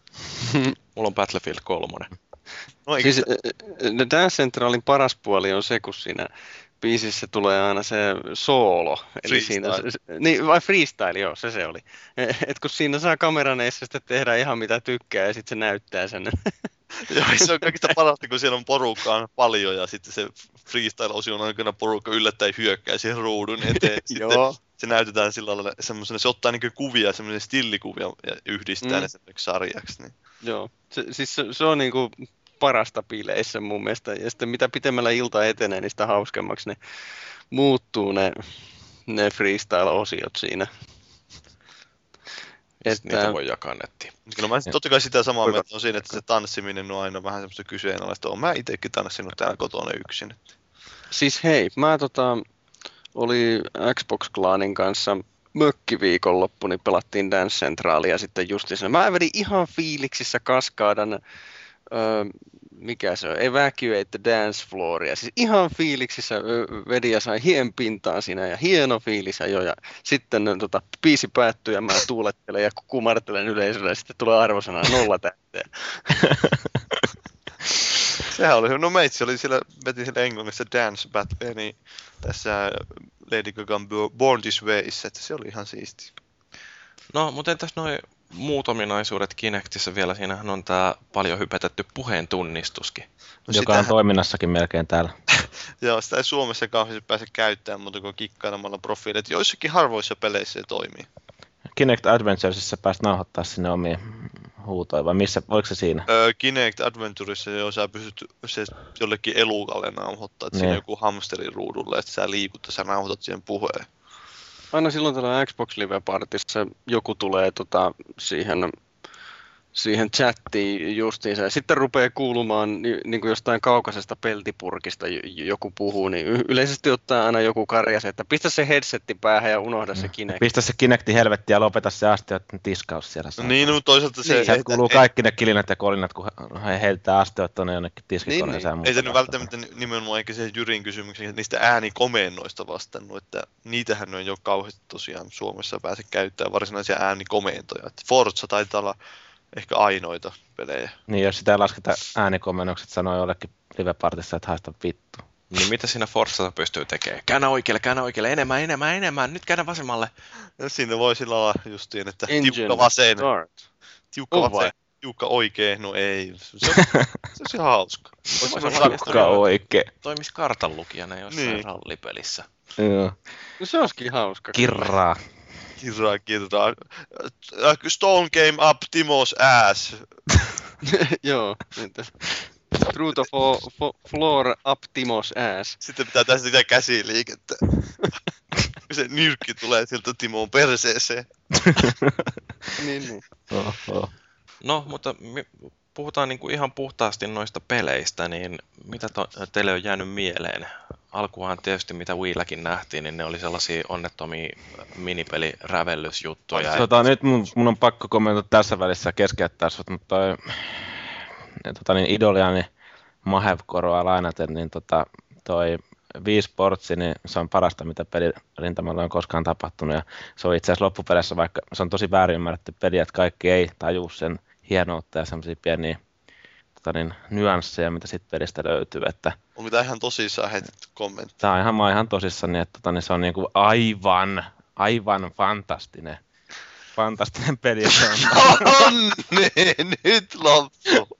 Mulla on Battlefield kolme. No, eikö Siis se- äh, Dance Centralin paras puoli on se, kun siinä biisissä tulee aina se soolo. Eli siinä, Freestyle. niin, vai freestyle, joo, se se oli. Et kun siinä saa kameran edessä sitten tehdä ihan mitä tykkää ja sitten se näyttää sen. Joo, se on kaikista parasta, kun siellä on porukkaa paljon ja sitten se freestyle-osion aikana porukka yllättäen hyökkää siihen ruudun eteen. Sitten Joo. se näytetään sillä lailla semmoisena, se ottaa niinku kuvia, semmoinen stillikuvia ja yhdistää Mm. ne semmoiseksi sarjaksi. Niin. Joo, se, siis se, se on niinku parasta bileissä mun mielestä. Ja sitten mitä pitemmällä ilta etenee, niin sitä hauskemmaksi ne muuttuu ne, ne freestyle-osiot siinä. Sitten niitä voi jakaa nettiin. Kyllä mä totta kai sitä samaa mieltä on siinä, että se tanssiminen on aina vähän semmoista kyseenalaista. Oon mä itsekin tanssinut täällä kotona yksin. Siis hei, mä tota, oli Xbox-klaanin kanssa mökkiviikonloppu, niin pelattiin Dance Centralia sitten justiinsa. Mä vedin ihan fiiliksissä Kaskadan, öö, mikä se on, Evacuate the Dance Flooria. Siis ihan fiiliksissä vedin ja sain hien pintaan siinä ja hieno fiilis jo. Ja sitten tota, biisi päättyy ja mä tuulettelen ja kumartelen yleisölle ja sitten tulee arvosana nolla tähteä. Sehän oli, no meitsi oli siellä, veti siellä Englannissa Dance Battle, niin tässä Lady Gagan Born This Wayssä, että se oli ihan siisti. No, mutta entäs noi muut ominaisuudet Kinectissä vielä? Siinähän on tää paljon hypetetty puheen tunnistuskin. No joka sitähän on toiminnassakin melkein täällä. Joo, sitä ei Suomessa kauheasti pääse käyttämään, mutta kuin kikkailemalla profiilit. Joissakin harvoissa peleissä se toimii. Kinect Adventuresissa pääsit nauhoittaa sinne omia huutoja, vai missä, oliko se siinä? Öö, Kinect Adventureissa jo sä pystyt se jollekin elukalle nauhoittaa, että siinä on joku hamsteri ruudulle, että sä liikut ja sä nauhoitat siihen puheen. Aina silloin tällä Xbox Live-partissa joku tulee tota, siihen, siihen chattiin justiinsa ja sitten rupeaa kuulumaan niin, niin kuin jostain kaukaisesta peltipurkista joku puhuu, niin yleisesti ottaa aina joku karjase, että pistä se headsetti päähän ja unohda se Kinect. Pistä se Kinecti helvetti ja lopeta se astioiden tiskaus siellä. No niin, no toisaalta se... Niin, sieltä kuuluu kaikki ne kilinat ja kolinat, kun he heittää astioit tuonne jonnekin tiskikoneeseen. Niin, niin. Ei se nyt välttämättä nimenomaan eikä se Jyrin kysymyksen niistä äänikomennoista vastannut, että niitähän on jo kauheasti tosiaan Suomessa pääse käyttämään varsinaisia äänikomentoja. Että Forza taitaa olla ehkä ainoita pelejä. Niin, jos sitä ei lasketa äänikomennukset sanoo jollekin live-partissa, että haista vittu. Niin mitä siinä Forzassa pystyy tekemään? Käännä oikealle, käännä oikealle, enemmän, enemmän, enemmän, nyt käännä vasemmalle. Ja siinä voi sillä olla justiin, että Engine tiukka vasen, start. tiukka Oh, vasen, tiukka oikee, no ei. Se on, se on ihan hauska. Tiukka oikee. Toimisi kartanlukijana jossain Niin. rallipelissä. Joo. No se olisikin hauska. Kirraa. Kirraa, kirraa. Stone came up Timo's ass. Joo. Through the fo- fo- floor up Timo's ass. Sitten pitää tehdä sitä käsiliikettä. Se nyrkki tulee sieltä Timon perseeseen. niin, niin. Oho. No, mutta mi- puhutaan niinku ihan puhtaasti noista peleistä, niin mitä to- teille on jäänyt mieleen? Alkuhan tietysti, mitä Wiilläkin nähtiin, niin ne oli sellaisia onnettomia minipelirävellysjuttuja. Tota, nyt mun, mun on pakko kommentoida tässä välissä keskeyttää sut, mutta toi tota, niin idoliani Mahev-koroa lainaten, niin tota, toi Wii Sports, niin se on parasta, mitä pelirintamalla on koskaan tapahtunut. Ja se on itse asiassa loppupeleissä, vaikka se on tosi väärin ymmärretty peli, että kaikki ei tajuu sen hienoutta ja semmoisia pieniä tota, niin, nyansseja, mitä siitä pelistä löytyy. Että Onko tää ihan tosissaan heitetty kommentti? tää on ihan, mä oon ihan tosissaan, niin, että tota, niin se on niinku aivan, aivan fantastinen. Fantastinen peli. On niin, nyt loppu.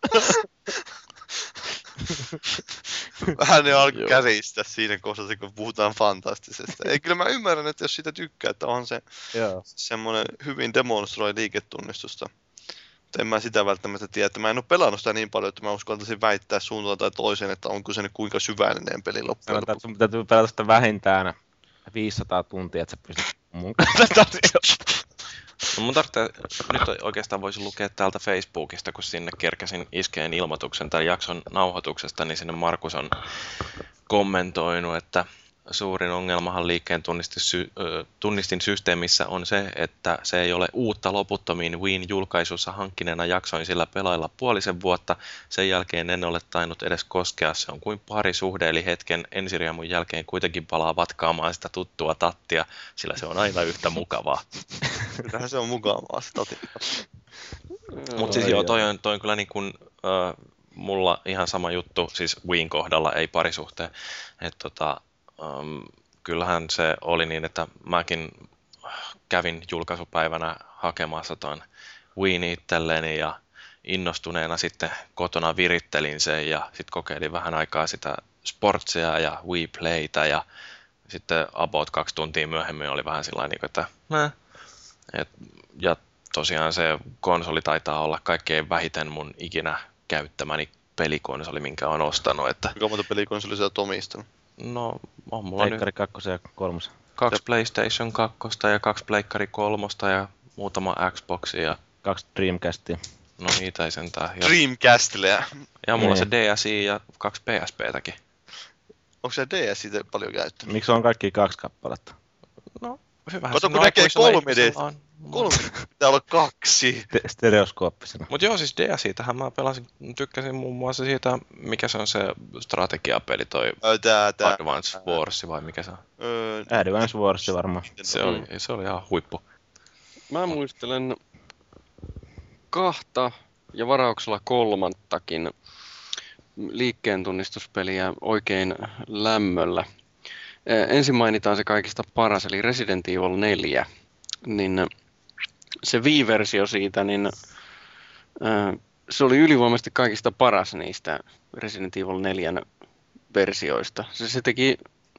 Vähän ne alkoi käristä siinä kohdassa, kun puhutaan fantastisesta. Ei, kyllä mä ymmärrän, että jos sitä tykkää, että on se semmoinen hyvin demonstroi liiketunnistusta. Mutta en mä sitä välttämättä tiedä, että mä en ole pelannut sitä niin paljon, että mä uskaltaisin väittää suuntaan tai toiseen, että onko se nyt kuinka syvällinen peli loppujen lopuksi. Sun täytyy pelata sitä vähintään viisisataa tuntia, että sä pystyt mun kanssa asioista. No mun tarvitsee, nyt oikeastaan voisin lukea täältä Facebookista, kun sinne kerkäsin iskeen ilmoituksen tai jakson nauhoituksesta, niin sinne Markus on kommentoinut, että suurin ongelmahan liikkeen tunnistin, tunnistin systeemissä on se, että se ei ole uutta loputtomiin Wiin julkaisussa hankkineena jaksoin sillä pelailla puolisen vuotta. Sen jälkeen en ole tainnut edes koskea. Se on kuin parisuhde, eli hetken ensiriemun jälkeen kuitenkin palaa vatkaamaan sitä tuttua tattia, sillä se on aina yhtä mukavaa. Kyllähän se on mukavaa se tati. Mutta siis joo, toi on, toi on kyllä niin kuin, äh, mulla ihan sama juttu, siis Wiin kohdalla, ei parisuhteen. Että tota, Um, kyllähän se oli niin, että mäkin kävin julkaisupäivänä hakemassa ton Wiin itselleni ja innostuneena sitten kotona virittelin sen ja sitten kokeilin vähän aikaa sitä Sportsia ja Wii Playtä ja sitten about kaksi tuntia myöhemmin oli vähän sellainen, että Mäh. Et, ja tosiaan se konsoli taitaa olla kaikkein vähiten mun ikinä käyttämäni pelikonsoli, minkä olen ostanut. Että kuinka monta pelikonsolia sä oot omistanut? No, on mulla Pleikkari nyt kakkosen ja kolmosen. kaksi PlayStation kaksi ja kaksi Pleikkari kolmosta ja muutama Xboxi ja Kaksi Dreamcastia. no niitä ei sentään. Ja, Dreamcastleja. ja mulla Niin. se D S I ja kaksi P S P:täkin. Onko se D S siitä paljon käyttänyt? Miksi on kaikki kaksi kappaletta? No, hyvähän Kato, siinä kun näkee aikuisella kolme D. ihmisellä on. Kolme pitää olla kaksi. Te- stereoskooppisena. Mut joo, siis D S I-tähän mä pelasin, tykkäsin muun muassa siitä, mikä se on se strategiapeli, toi Ö, Tää, tää. Advance Wars vai mikä se on. Öö, Advance Wars varmaan. Se oli, se oli ihan huippu. Mä muistelen kahta ja varauksella kolmantakin liikkeen tunnistuspeliä oikein lämmöllä. Ensin mainitaan se kaikista paras, eli Resident Evil neljä. Niin se Wii-versio siitä, niin se oli ylivoimaisesti kaikista paras niistä Resident Evil neljän versioista. Se, se teki,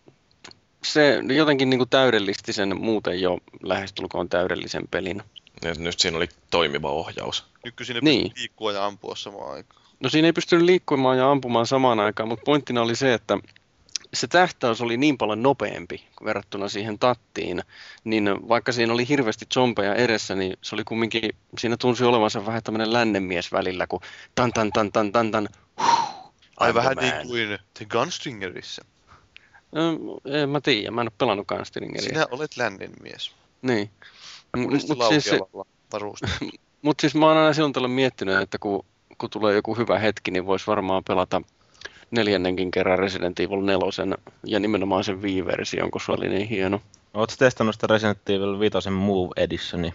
se jotenkin niin kuin täydellisti sen muuten jo lähestulkoon täydellisen pelin. Ja nyt siinä oli toimiva ohjaus. Nykyisin Niin. niin. liikkua ja ampua samaan aikaan. No siinä ei pystynyt liikkumaan ja ampumaan samaan aikaan, mutta pointtina oli se, että se tähtäys oli niin paljon nopeampi verrattuna siihen tattiin, niin vaikka siinä oli hirveästi zombeja edessä, niin se oli kumminkin, siinä tunsi olevansa vähän tämmöinen lännenmies välillä, kun tan tan tan tan tan tan, huh, Ai I'm vähän the niin man. kuin The Gunstringerissä. No, en mä tiedä, mä en ole pelannut Gunstringeria. Sinä olet lännen mies. Niin. Monesti Mutta siis, laukeavalla varusta. mut siis mä oon aina silloin tällöin miettinyt, että kun, kun tulee joku hyvä hetki, niin voisi varmaan pelata neljännenkin kerran Resident Evil neljä ja nimenomaan sen Wii-version, kun se oli niin hieno. Ootko testannut sitä Resident Evil viisi Move Editionia?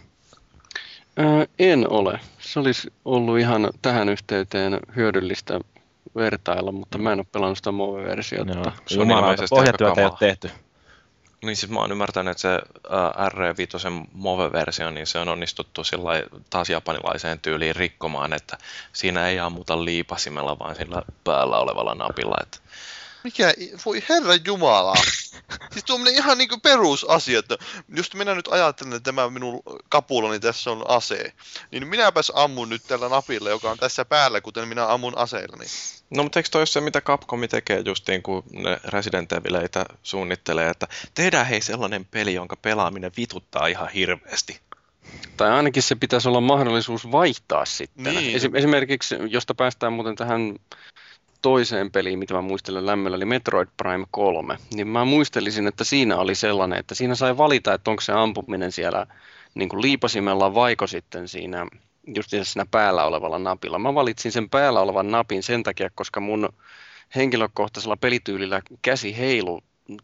Ää, en ole. Se olisi ollut ihan tähän yhteyteen hyödyllistä vertailla, mutta mä en ole pelannut sitä Move-versiota. Joo. Se on Jumalauta, ilmeisesti aika pohjatyötä ei ole kamala. tehty. Niin siis mä oon ymmärtänyt, että se ää, R E viisi Move-versio, niin se on onnistuttu sillai taas japanilaiseen tyyliin rikkomaan, että siinä ei ammuta liipasimella, vaan sillä päällä olevalla napilla. Että Mikä, i- voi herran jumala. Siis tuommoinen ihan niinku perusasia, että jos minä nyt ajattelen, että tämä minun kapulani tässä on ase, niin minäpäs ammun nyt tällä napilla, joka on tässä päällä, kuten minä ammun aseillani. no mutta eikö toi ole se, mitä Capcom tekee justiin, kun ne Resident Evileitä suunnittelee, että tehdään hei sellainen peli, jonka pelaaminen vituttaa ihan hirveästi. Tai ainakin se pitäisi olla mahdollisuus vaihtaa sitten. Niin. Esi- esimerkiksi, josta päästään muuten tähän toiseen peliin, mitä mä muistelen lämmöllä, eli Metroid Prime kolme, niin mä muistelisin, että siinä oli sellainen, että siinä sai valita, että onko se ampuminen siellä niin kuin liipasimella vaiko sitten siinä just siinä päällä olevalla napilla. Mä valitsin sen päällä olevan napin sen takia, koska mun henkilökohtaisella pelityylillä käsi heilu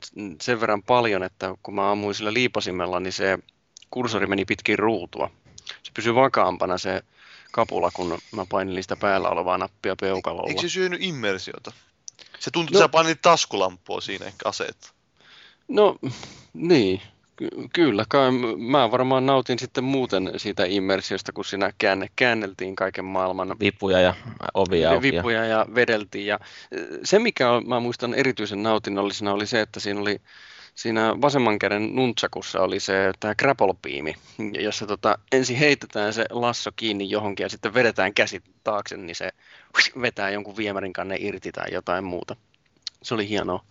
sen verran paljon, että kun mä ammuin sillä liipasimella, niin se kursori meni pitkin ruutua. Se pysyi vakaampana se kapula, kun mä painelin sitä päällä olevaa nappia peukalolla. Eikö se syönyt immersiota? Se tuntui, No. että sä painit taskulampua siinä ehkä aseet. No, niin. Ky- kyllä, kai m- mä varmaan nautin sitten muuten siitä immersiosta, kun siinä käänne, käänneltiin kaiken maailman Vipuja ja ovia auki. vipuja ja vedeltiin. Ja eh, se, mikä on- mä muistan erityisen nautinnollisena, oli se, että siinä oli siinä vasemman käden nuntsakussa oli se tämä grapple-piimi, jossa tota, ensin heitetään se lasso kiinni johonkin ja sitten vedetään käsi taakse, niin se vetää jonkun viemärin kanne irti tai jotain muuta. Se oli hienoa.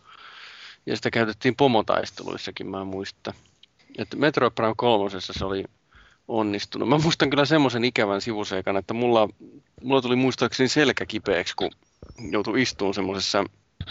Ja sitä käytettiin pomotaisteluissakin, mä muistan. Että Metroid Prime kolmosessa se oli onnistunut. Mä muistan kyllä semmoisen ikävän sivuseikan, että mulla, mulla tuli muistaakseni selkä kipeäksi, kun joutui istumaan semmoisessa,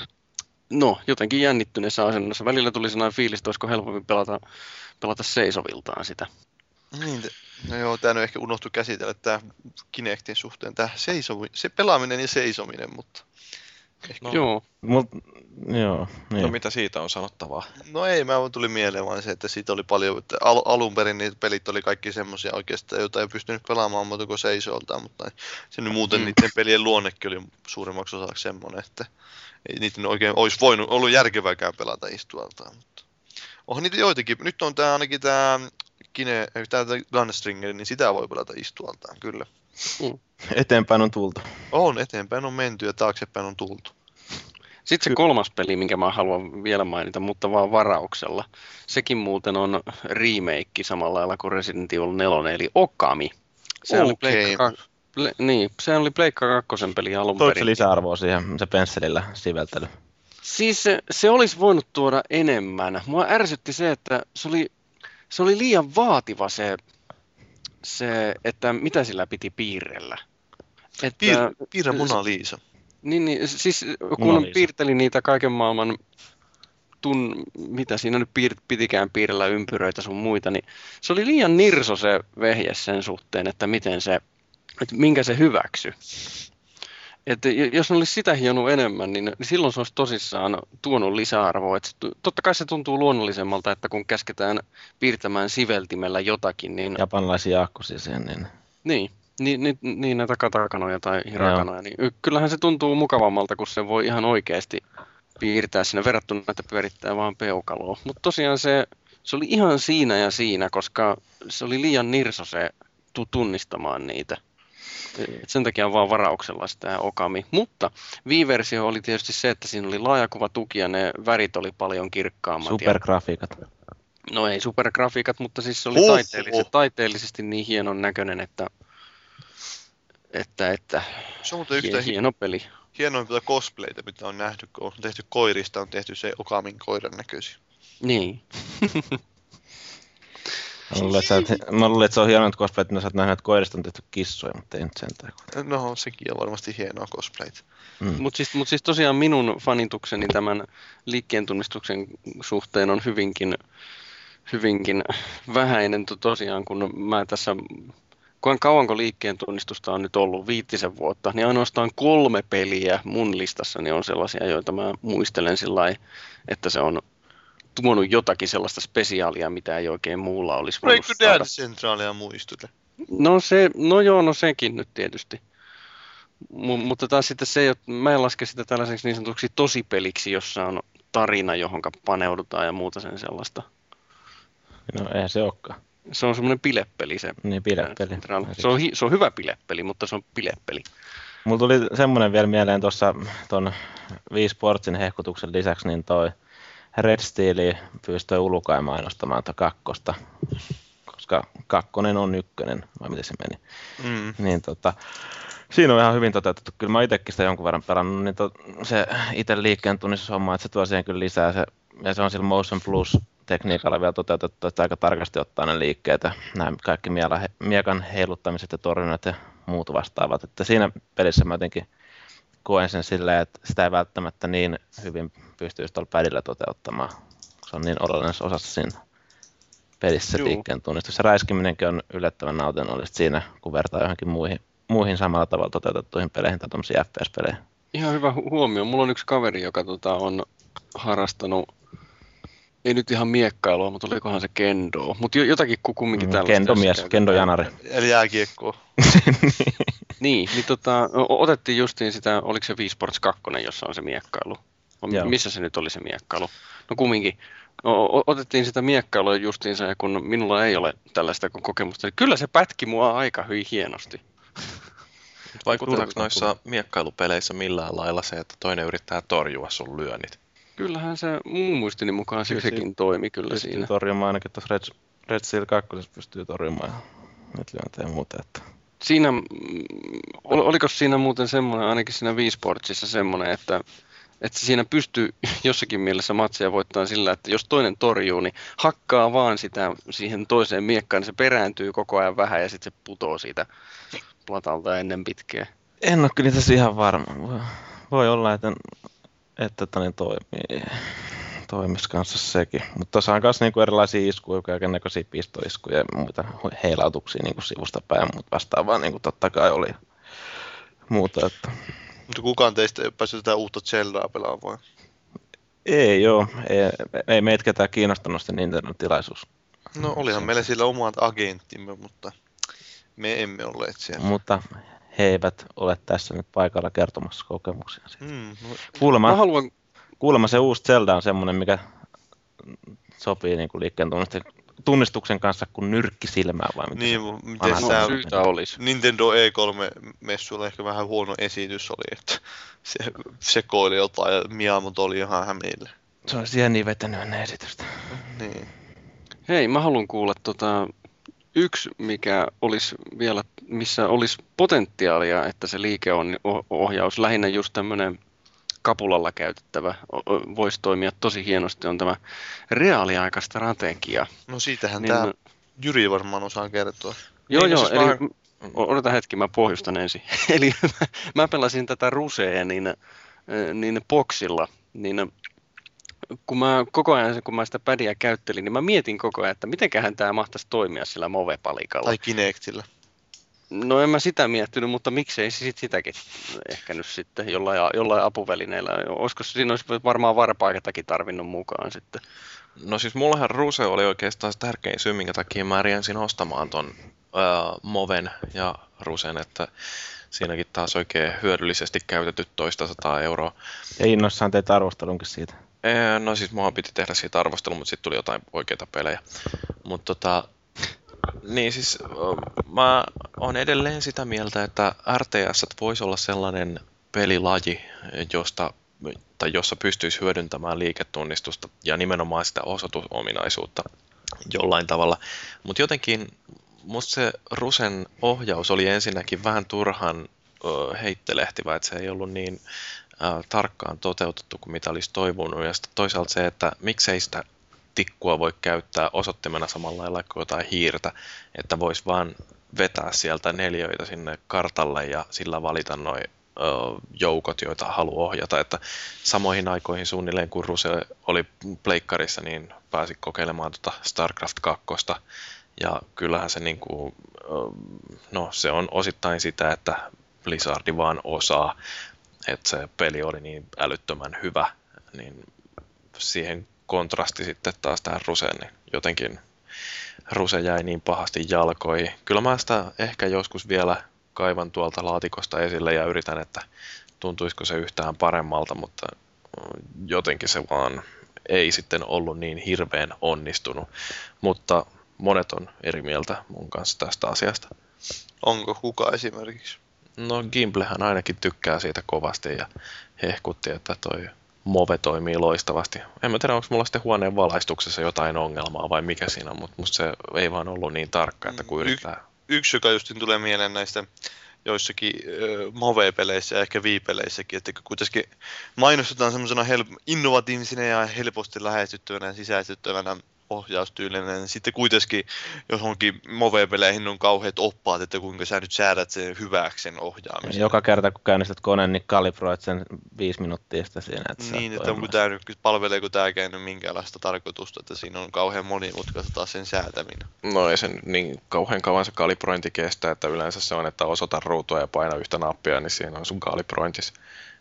no jotenkin jännittyneessä asennossa. Välillä tuli sellainen fiilis, että olisiko helpompi pelata, pelata seisoviltaan sitä. Niin, te- no joo, tää nyt ehkä unohtui käsitellä tää Kinectin suhteen, tää seisomi, se pelaaminen ja seisominen, mutta No, Joo, Mut, joo, niin. no mitä siitä on sanottavaa? no ei, mä tuli mieleen vaan se, että siitä oli paljon, että al- alun perin niitä pelit oli kaikki semmosia oikeastaan, joita ei pystynyt pelaamaan muuta kuin seisoltaan, mutta se nyt muuten Mm. niiden pelien luonnekin oli suurimmaksi osaksi semmonen, että ei niitä nyt oikein olisi voinut, ollut järkevääkään pelata istualtaan, mutta onhan niitä joitakin, nyt on tää ainakin tää Kine, tää Gunstringer, niin sitä voi pelata istualtaan, kyllä. Eteenpäin on tultu. On, eteenpäin on menty ja taaksepäin on tultu. sitten se kolmas peli, minkä mä haluan vielä mainita, mutta vaan varauksella. Sekin muuten on remake samalla lailla kuin Resident Evil neljä, eli Okami. Se oli Okei. Pleikka kak- ple- niin, se oli Pleikka kakkosen peli alun Toiko se perin. lisäarvoa siihen, se pensselillä siveltely? Siis se, se olisi voinut tuoda enemmän. Mua ärsytti se, että se oli, se oli liian vaativa se se, että mitä sillä piti piirrellä. Että, Piir- piirrä Mona Lisa. Niin, niin, siis kun Mona Lisa. piirteli niitä kaiken maailman, tun, mitä siinä nyt piir, pitikään piirrellä ympyröitä sun muita, niin se oli liian nirso se vehje sen suhteen, että miten se, että minkä se hyväksy. Että jos ne olisi sitä hionut enemmän, niin silloin se olisi tosissaan tuonut lisäarvoa. Että totta kai se tuntuu luonnollisemmalta, että kun käsketään piirtämään siveltimellä jotakin, niin... Japanlaisia akkusia siihen, niin... Niin, niin, niin, niin näitä katakanoja tai hirakanoja, niin kyllähän se tuntuu mukavammalta, kun se voi ihan oikeasti piirtää sinne verrattuna, että pyörittää vaan peukaloa. Mutta tosiaan se, se oli ihan siinä ja siinä, koska se oli liian nirso se tunnistamaan niitä. Et sen takia on vaan varauksella sitä Okami. Mutta Wii-versio oli tietysti se, että siinä oli laajakuvatuki ja ne värit oli paljon kirkkaammat. Supergrafiikat. Ja, no ei supergrafiikat, mutta siis se oli Huh, taiteellisesti, huh. taiteellisesti niin hienon näköinen, että, että, että Se on muuten yhtä hi- hieno peli. hienoimpia cosplayta, mitä on nähty, kun on tehty koirista, on tehty se Okamin koiran näköisiä. Niin. Mä luulen, että, sä et, mä luulen, että se on hienoa cosplay, että sä oot nähnyt, että koirista on tehty kissoja, mutta ei nyt sentään. No, sekin on varmasti hienoa cosplayta. Mm. Mutta siis, mut siis tosiaan minun fanitukseni tämän liikkeen tunnistuksen suhteen on hyvinkin, hyvinkin vähäinen to- tosiaan, kun mä tässä, kuinka kauanko liikkeen tunnistusta on nyt ollut, viitisen vuotta, niin ainoastaan kolme peliä mun listassani on sellaisia, joita mä muistelen sillä lailla, että se on tuonut jotakin sellaista spesiaalia, mitä ei oikein muulla olisi voinut Eikö saada. Dance Centralia muistuta? No, se, no joo, no sekin nyt tietysti. M- mutta taas sitten se, että mä en laske sitä tällaiseksi niin sanotuksi tosipeliksi, jossa on tarina, johonka paneudutaan ja muuta sen sellaista. No eihän se olekaan. Se on semmoinen bilepeli se. Niin, bilepeli. Se on, hi- se on hyvä bilepeli, mutta se on bilepeli. Mulla tuli semmoinen vielä mieleen tuossa ton Wii Sportsin hehkutuksen lisäksi, niin toi Red Steel pystyi ulkoa mainostamaan tuota kakkosta, koska kakkonen on ykkönen, vai miten se meni. Mm. Niin tota, siinä on ihan hyvin toteutettu. Kyllä mä itsekin sitä jonkun verran pelannut, niin to, se itse liikkeen tunnistushomma, että se tuo siihen kyllä lisää. Se, ja se on sillä Motion Plus-tekniikalla vielä toteutettu, että aika tarkasti ottaa ne liikkeet ja nämä kaikki miela, miekan heiluttamiset ja torjunnat ja muut vastaavat. Että siinä pelissä mä jotenkin koen sen silleen, että sitä ei välttämättä niin hyvin pystyisi tuolla padilla toteuttamaan. Se on niin olennaisessa osassa siinä pelissä Juu. liikkeen tunnistus. Se räiskiminenkin on yllättävän nautinnollista siinä, kun vertaa johonkin muihin, muihin samalla tavalla toteutettuihin peleihin tai tuollaisiin F P S-peleihin. Ihan hyvä hu- huomio. Mulla on yksi kaveri, joka tota, on harrastanut, ei nyt ihan miekkailua, mutta olikohan se kendoa. Mutta jotakin ku- kumminkin Mm, tällaista. Kendomies, jossa käytetään- kendojanari. Eli jääkiekkoa. Niin, niin tota, o- otettiin justiin sitä, oliko se Wii Sports kaksi, jossa on se miekkailu? O- Joo. Missä se nyt oli se miekkailu? No kumminkin. O- o- otettiin sitä miekkailua justiinsa, ja kun minulla ei ole tällaista kokemusta, niin kyllä se pätki mua aika hyvin hienosti. Vaikuttaako noissa miekkailupeleissä millään lailla se, että toinen yrittää torjua sun lyönnit? Kyllähän se mun muistini mukaan Kyllä sekin toimi kyllä Pystyy siinä. torjumaan ainakin tuossa Red, Red Steel kaksi pystyy torjumaan nyt lyöntejä ja muuta. Että. Siinä, mm, ol- oliko siinä muuten semmoinen, ainakin siinä Wii Sportsissa semmoinen, että, että siinä pystyy jossakin mielessä matseja voittaa sillä, että jos toinen torjuu, niin hakkaa vaan sitä siihen toiseen miekkaan, niin se perääntyy koko ajan vähän ja sitten se putoo siitä platalta ennen pitkää. En ole kyllä tässä ihan varma. Voi, voi olla, että, että tani toimii, toimisi kanssa sekin. Mutta tuossa on myös niinku erilaisia iskuja, kaikennäköisiä pistoiskuja ja muita heilautuksia niinku sivusta päin, mutta vastaavaa niinku totta kai oli muuta. Että. Mutta kukaan teistä ei ole päässyt tätä uutta Zeldaa pelaamaan. Ei joo, ei, ei meitä ketään kiinnostanut se Nintendo-tilaisuus. No olihan meillä sillä omat agenttimme, mutta me emme olleet siellä. Mutta he eivät ole tässä nyt paikalla kertomassa kokemuksia. Mm, no, Kuulemma, Mä haluan, kuulemma se uusi Zelda on semmoinen, mikä sopii niin kuin liikkeen tunnistuksen kanssa kuin nyrkki silmään vai mitä niin, se mu- miten vanha no, tämä sanonta syytä olisi. Nintendo E kolme-messuilla ehkä vähän huono esitys oli, että se sekoili jotain ja Miamot oli ihan hämillä. Se on siihen niin vetänyt ennen esitystä. Niin. Hei, mä haluan kuulla tota, yksi, mikä olisi vielä, missä olisi potentiaalia, että se liikeohjaus, lähinnä just tämmöinen kapulalla käytettävä, o- o- voisi toimia tosi hienosti, on tämä reaaliaikastrategia. No siitähän Niin, tämä Jyri varmaan osaa kertoa. Joo, Niin, no joo, siis eli vähän- o- odota hetki, mä pohjustan ensin. Eli mä, mä pelasin tätä Rusea niin, äh, niin boksilla, niin äh, kun mä koko ajan, kun mä sitä pädiä käyttelin, niin mä mietin koko ajan, että mitenköhän tämä mahtaisi toimia sillä Move-palikalla. Tai Kinectillä. No en mä sitä miettinyt, mutta miksei se sit sitäkin ehkä nyt sitten jollain, jollain apuvälineellä. Olisiko siinä olisi varmaan varpaikatakin tarvinnut mukaan sitten. No siis mullahan Ruse oli oikeastaan se tärkein syy, minkä takia mä riensin ostamaan ton öö, Moven ja Rusen, että siinäkin taas oikein hyödyllisesti käytetyt toista sataa euroa. Ja innoissaan teit arvostelunkin siitä. Ee, no siis muahan piti tehdä siitä arvostelu, mutta sitten tuli jotain oikeita pelejä. Mutta tota, niin siis ö, mä oon edelleen sitä mieltä, että R T S voisi olla sellainen pelilaji, josta, tai jossa pystyisi hyödyntämään liiketunnistusta ja nimenomaan sitä osoitusominaisuutta jollain tavalla. Mutta jotenkin musta se Rusen ohjaus oli ensinnäkin vähän turhan ö, heittelehtivä, että se ei ollut niin ä, tarkkaan toteutettu kuin mitä olisi toivonut. Ja sitten toisaalta se, että miksei sitä tikkua voi käyttää osoittimena samalla lailla kuin jotain hiirtä, että voisi vaan vetää sieltä neljöitä sinne kartalle ja sillä valita noin joukot, joita haluaa ohjata. Että samoihin aikoihin suunnilleen, kun Ruse oli pleikkarissa, niin pääsi kokeilemaan tuota StarCraft kaksi. Ja kyllähän se, niin kuin, no, se on osittain sitä, että Blizzardi vaan osaa, että se peli oli niin älyttömän hyvä, niin siihen kontrasti sitten taas tähän Ruseen, niin jotenkin Ruse jäi niin pahasti jalkoihin. Kyllä mä sitä ehkä joskus vielä kaivan tuolta laatikosta esille ja yritän, että tuntuisiko se yhtään paremmalta, mutta jotenkin se vaan ei sitten ollut niin hirveän onnistunut. Mutta monet on eri mieltä mun kanssa tästä asiasta. Onko kuka esimerkiksi? No Gimblehän ainakin tykkää siitä kovasti ja hehkutti, että toi Move toimii loistavasti. En mä tiedä, onko mulla sitten huoneen valaistuksessa jotain ongelmaa vai mikä siinä on, mutta musta se ei vaan ollut niin tarkka, että kun yrittää. Y- yksi, joka justin tulee mieleen näistä joissakin äh, Move-peleissä ja ehkä Wii-peleissäkin, että kuitenkin mainostetaan semmoisena hel- innovatiivisena ja helposti lähestyttävänä ja sisäistyttävänä ohjaustyylinen, niin sitten kuitenkin johonkin Move-peleihin on kauheat oppaat, että kuinka sä nyt säädät sen hyväksi sen ohjaamisen. Joka kerta kun käynnistät koneen, niin kalibroit sen viisi minuuttia sitä siinä. Että niin, että onko tää nyt, palveleeko tää käynyt minkäänlaista tarkoitusta, että siinä on kauhean monimutkaista taas sen säätäminen. No ei se niin kauhean kauan se kalibrointi kestää, että yleensä se on, että osoita ruutua ja paina yhtä nappia, niin siinä on sun kalibrointis.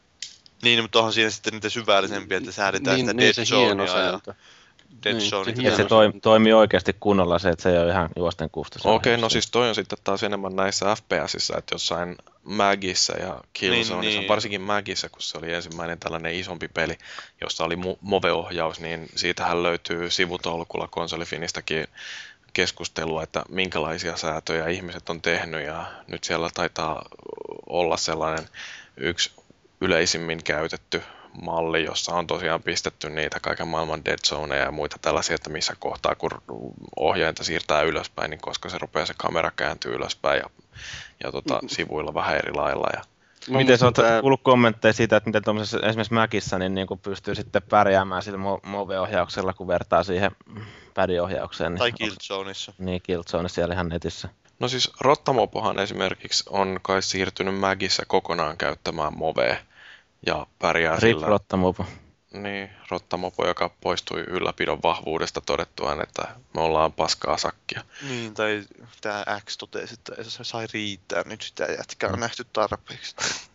Niin, mutta onhan siinä sitten niitä syvällisempiä, että säädetään Niin, sitä niin dead se zonea hieno ja sääntö. dead Niin, zonea. se että hieno se toi, toimii oikeasti kunnolla se, että se ei ole ihan juosten kusta. Okei, okay, no siis toi on sitten taas enemmän näissä F P S:issä, että jossain Magissä ja Killzoneissa, Niin, niin. varsinkin Magissä, kun se oli ensimmäinen tällainen isompi peli, jossa oli mu- Move-ohjaus, niin siitähän löytyy sivutolkulla konsolifinistäkin keskustelua, että minkälaisia säätöjä ihmiset on tehnyt, ja nyt siellä taitaa olla sellainen yksi yleisimmin käytetty malli, jossa on tosiaan pistetty niitä kaiken maailman dead zoneja ja muita tällaisia, että missä kohtaa, kun ohjainta siirtää ylöspäin, niin koska se rupeaa se kamera kääntyy ylöspäin ja, ja tota, sivuilla vähän eri lailla. Ja... Miten sä oot kuullut kommentteja siitä, että miten tuollaisessa esimerkiksi Macissa niin, niin pystyy sitten pärjäämään sillä Move-ohjauksella, kun vertaa siihen pad-ohjaukseen? Niin, Tai Killzoneissa. Niin, Killzone siellä ihan netissä. No siis Rottamopohan esimerkiksi on kai siirtynyt Magissä kokonaan käyttämään Movea ja pärjää Rip sillä... Rottamopo. Niin, Rottamopo, joka poistui ylläpidon vahvuudesta todettuaan, että me ollaan paskaa sakkia. Niin, tai tää X totesi, että se sai riittää, nyt sitä jätkää on nähty tarpeeksi.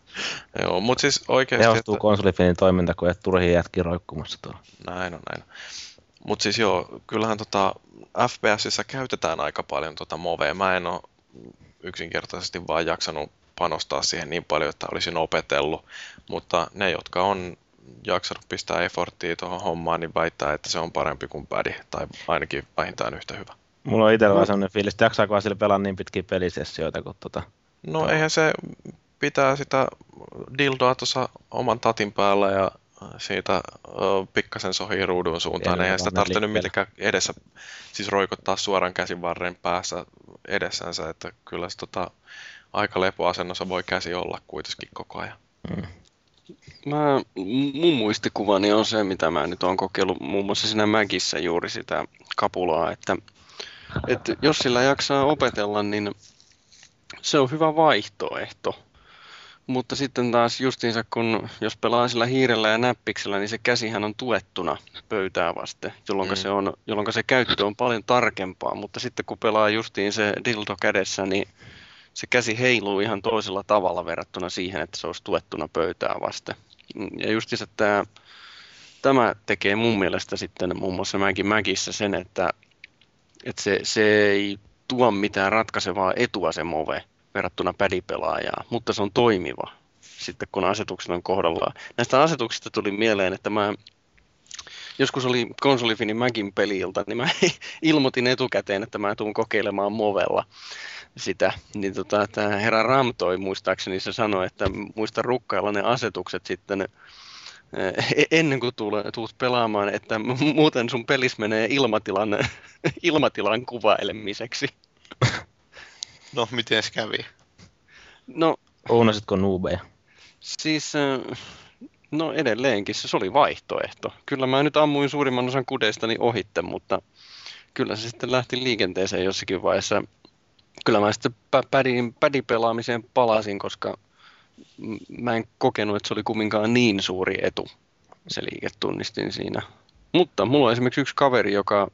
Joo, mutta siis oikeasti... Tehostuu että... konsolifinin toiminta, kun et turhiin jätkiä roikkumassa tuolla. Näin on, näin on. Mutta siis joo, kyllähän tota F P S:issä käytetään aika paljon tota Movea. Mä en ole yksinkertaisesti vaan jaksanut panostaa siihen niin paljon, että olisin opetellut. Mutta ne, jotka on jaksanut pistää efforttia tuohon hommaan, niin väittää, että se on parempi kuin pad, tai ainakin vähintään yhtä hyvä. Mulla on itsellä no. sellainen fiilis, että jaksaako sillä pelaa niin pitkiä pelisessioita kuin tota... No Tuo. Eihän se pitää sitä dildoa tuossa oman tatin päällä ja siitä ö, pikkasen sohii ruudun suuntaan. Ei Eihän sitä tarvitse nyt liikkeelle. mitenkään edessä, siis roikottaa suoran käsivarren päässä edessänsä, että kyllä se tota, aika lepoasennossa voi käsi olla kuitenkin koko ajan. Mm. Mä, mun muistikuvani on se, mitä mä nyt oon kokeillut muun muassa siinä Magissä juuri sitä kapulaa, että että jos sillä jaksaa opetella, niin se on hyvä vaihtoehto. Mutta sitten taas justiinsa, kun jos pelaa sillä hiirellä ja näppiksellä, niin se käsihän on tuettuna pöytää vasten, jolloin, mm. se, on, jolloin se käyttö on paljon tarkempaa. Mutta sitten kun pelaa justiin se dildo kädessä, niin se käsi heiluu ihan toisella tavalla verrattuna siihen, että se olisi tuettuna pöytää vasten. Ja justiinsa tämä, tämä tekee mun mielestä sitten muun muassa Mäki Mäkissä sen, että, että se, se ei tuo mitään ratkaisevaa etua se move verrattuna pädipelaajaan, mutta se on toimiva sitten kun asetukset on kohdallaan. Näistä asetuksista tuli mieleen, että mä joskus oli konsolifinin Mäkin peliilta, niin mä ilmoitin etukäteen, että mä tuun kokeilemaan movella sitä. Niin tota, tämä herra Ramtoi muistaakseni se sanoi, että muista rukkailla ne asetukset sitten ennen kuin tulet pelaamaan, että muuten sun pelis menee ilmatilan, ilmatilan kuvailemiseksi. No, miten se kävi? No, Ounasitko nuubeja? Siis, no edelleenkin se oli vaihtoehto. Kyllä mä nyt ammuin suurimman osan kudeistani ohitte, mutta kyllä se sitten lähti liikenteeseen jossakin vaiheessa. Kyllä mä sitten pädin, pädipelaamiseen palasin, koska mä en kokenut, että se oli kumminkaan niin suuri etu. Se liike tunnistin siinä. Mutta mulla on esimerkiksi yksi kaveri, joka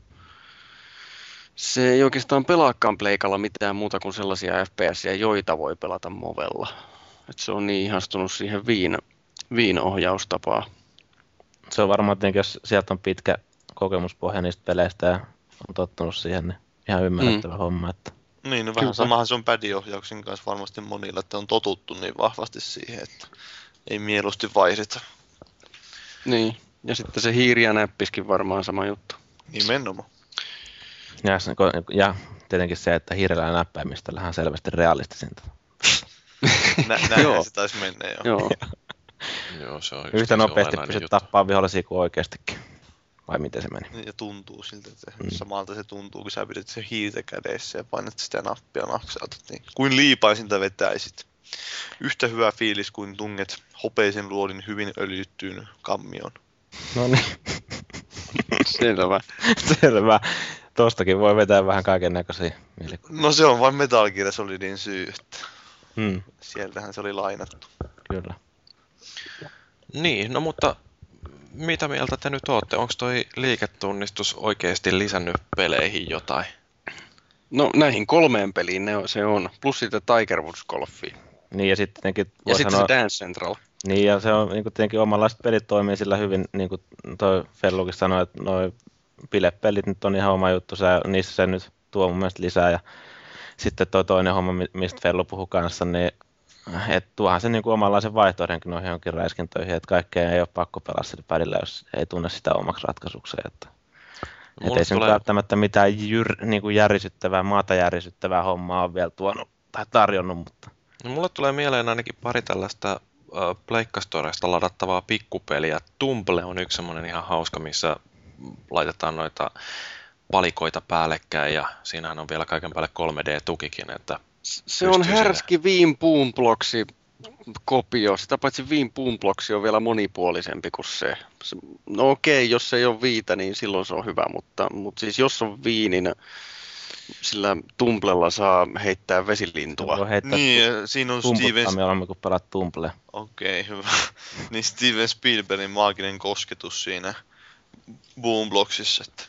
se ei oikeastaan pelaakaan pleikalla mitään muuta kuin sellaisia F P S:iä, joita voi pelata movella. Et se on niin ihastunut siihen viin, viin-ohjaustapaan. Se on varmaan tietenkin, jos sieltä on pitkä kokemuspohja niistä peleistä ja on tottunut siihen, niin ihan ymmärrettävä mm. homma. Että... Niin, no vähän samahan se on pädiohjauksen kanssa varmasti monilla, että on totuttu niin vahvasti siihen, että ei mieluusti vaihdeta. Niin, ja sitten se hiiri ja näppiskin varmaan sama juttu. Nimenomaan. Ja, ja tietenkin se, että hiirellä ja näppäimistöllä on selvästi realistisinta. Nä, näinhän se taisi mennä, joo. joo. Joo, se on yhtä nopeasti pystyt tappaa vihollisia kuin oikeastikin. Vai miten se meni? Ja tuntuu siltä, että mm. samalta se tuntuu, kun sä pidät sen hiirtä kädessä ja painat sitä nappia naksautat. Niin kuin liipaisinta vetäisit. Yhtä hyvä fiilis kuin tunget hopeisen luodin hyvin öljyttyyn kammioon. No niin. Selvä. Selvä. Tuostakin voi vetää vähän kaiken näköisiä mielikuvia. No se on vain Metal Gear Solidin syy, että hmm. sieltähän se oli lainattu. Kyllä. Niin, no mutta mitä mieltä te nyt ootte? Onko toi liiketunnistus oikeasti lisännyt peleihin jotain? No näihin kolmeen peliin ne on, se on, plus sitten Tiger Woods Golfia. Niin ja sitten tietenkin Ja sitten sanoa... se Dance Central. Niin ja se on niin kuin tietenkin omanlaiset pelit toimii sillä hyvin, niin kuin toi Fellukin sanoi, että noi bilepelit nyt on ihan oma juttu, sä, niissä se nyt tuo mun mielestä lisää ja sitten toi toinen homma, mistä Fellu puhui kanssa, niin että tuohan se niin kuin omanlaisen vaihtoehdonkin noihin jonkin räiskintöihin, että kaikkea ei ole pakko pelaa sillä padilla, jos ei tunne sitä omaksi ratkaisukseen, että et ei se tulee... välttämättä mitään jyr, niin kuin järisyttävää, maata järisyttävää hommaa on vielä tuonut tai tarjonnut, mutta... No, mulle tulee mieleen ainakin pari tällaista äh, Pleikkastoresta ladattavaa pikkupeliä. Tumble on yksi semmoinen ihan hauska, missä laitetaan noita palikoita päällekkäin ja siinähän on vielä kaiken päälle kolme D-tukikin. Että se on härski sinne... Viin Boomblocksi kopio. Sitä paitsi Viin Boomblocksi on vielä monipuolisempi kuin se. No okei, jos se ei ole viitä, niin silloin se on hyvä, mutta, mutta siis jos on vii, niin sillä Tumblella saa heittää vesilintua. Heittää niin, tu- siinä on Steven... Me olemme, kun pelaat Tumblea. Okei, okay, hyvä. Niin Steven Spielbergin maaginen kosketus siinä Boomblocksissa. Että...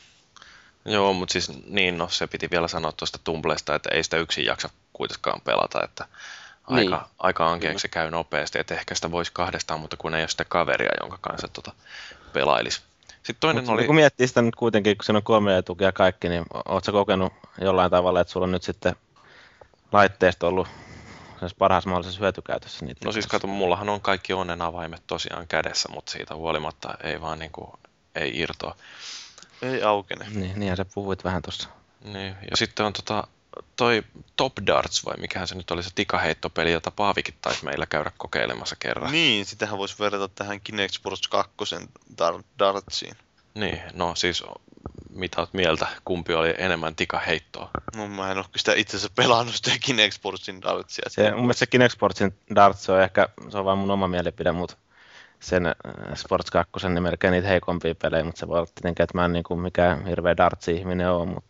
Joo, mutta siis niin, no se piti vielä sanoa tuosta Tumblesta, että ei sitä yksin jaksa kuitenkaan pelata, että aika, niin. aika ankeaksi se käy nopeasti, että ehkä sitä voisi kahdestaan, mutta kun ei ole sitä kaveria, jonka kanssa tuota pelailisi. Sitten toinen Mut, oli... Kun miettii sitä nyt kuitenkin, kun siinä on kolme etukia ja kaikki, niin ootko sä kokenut jollain tavalla, että sulla on nyt sitten laitteesta ollut parhaassa mahdollisessa hyötykäytössä? Niitä no siis kato, mullahan on kaikki onnen avaimet tosiaan kädessä, mutta siitä huolimatta ei vaan niinku, ei irtoa. Ei aukene. Niin, niinhän sä puhuit vähän tuossa. Niin, ja sitten on tota, toi Top Darts, vai mikähän se nyt oli se tikaheittopeli, jota Paavikin taisi meillä käydä kokeilemassa kerran. Niin, sitähän voisi verrata tähän Kinect Sports kaksi dar- dartsiin. Niin, no siis mitä oot mieltä, kumpi oli enemmän tikaheittoa? No mä en ole sitä itse asiassa pelannut sitä Kinect Sportsin dartsia. Se, mun mielestä se Kinect Sportsin darts on ehkä, se on vaan mun oma mielipide, mutta sen Sports kaksi niin melkein niitä heikompia pelejä, mutta se voi olla tietenkin, että mä en niin kuin mikään hirveä dartsi-ihminen ole, mutta...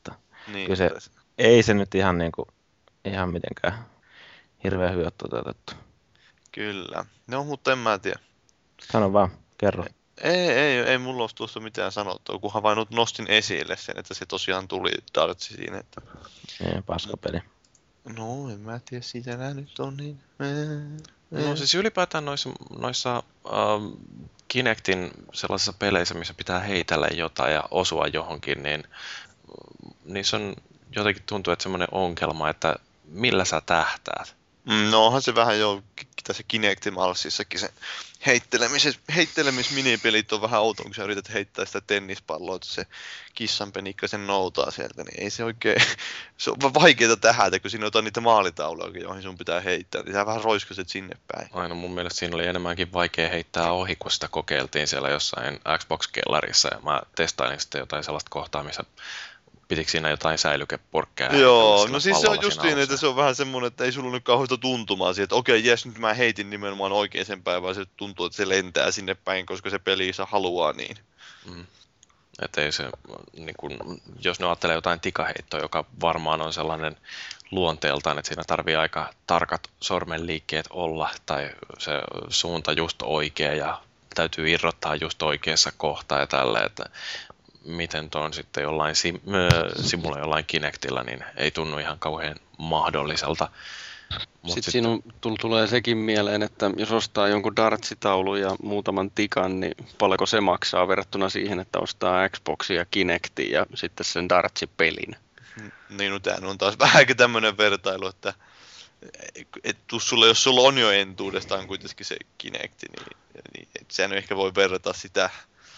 Niin, kyllä se, ei se nyt ihan, niin kuin, ihan mitenkään hirveän hyvin ole toteutettu. Kyllä. No, mutta en mä tiedä. Sano vaan, kerro. Ei, ei, ei mulla ole tuossa mitään sanottua, kunhan vain nyt nostin esille sen, että se tosiaan tuli dartsi siinä. Että... Niin, paskapeli. No, en mä tiedä, siitä nää nyt on niin... No siis ylipäätään noissa, noissa ähm, Kinectin sellaisissa peleissä, missä pitää heitellä jotain ja osua johonkin, niin niissä on jotenkin tuntuu, että semmoinen ongelma, että millä sä tähtäät. No onhan se vähän jo tässä Kinect-malssissakin se heittelemis, heittelemisminipelit on vähän outo, kun sä yrität heittää sitä tennispalloa, että se kissanpenikka sen noutaa sieltä, niin ei se oikein, se on vaikeaa tähätä, kun siinä on jotain niitä maalitauluja, joihin sun pitää heittää, niin sä vähän roiskaset sinne päin. Aina mun mielestä siinä oli enemmänkin vaikea heittää ohi, kun sitä kokeiltiin siellä jossain Xbox-kellarissa ja mä testailin sitten jotain sellaista kohtaa, missä pitikö siinä jotain säilykepurkkeja? Joo, no siis se on justiin, että se on vähän semmoinen, että ei sulla ole nyt kauheita tuntumaa siihen, että okei, jes, nyt mä heitin nimenomaan oikein sen päin, vaan se tuntuu, että se lentää sinne päin, koska se peli haluaa niin. Mm. Että ei se, niin kun, jos ne ajattelee jotain tikaheittoa, joka varmaan on sellainen luonteeltaan, että siinä tarvii aika tarkat sormenliikkeet olla, tai se suunta just oikea, ja täytyy irrottaa just oikeassa kohtaa ja tälleen, että miten tuon sitten jollain sim, simulla jollain Kinectillä, niin ei tunnu ihan kauhean mahdolliselta. Mut sitten, sitten siinä on, tulee sekin mieleen, että jos ostaa jonkun dartsitaulun ja muutaman tikan, niin paljonko se maksaa verrattuna siihen, että ostaa Xboxia ja Kinectin ja sitten sen dartsipelin. Niin, no tämä on taas vähän tämmöinen vertailu, että et, sulle, jos sulla on jo entuudestaan kuitenkin se Kinecti, niin, niin et sä ehkä voi verrata sitä.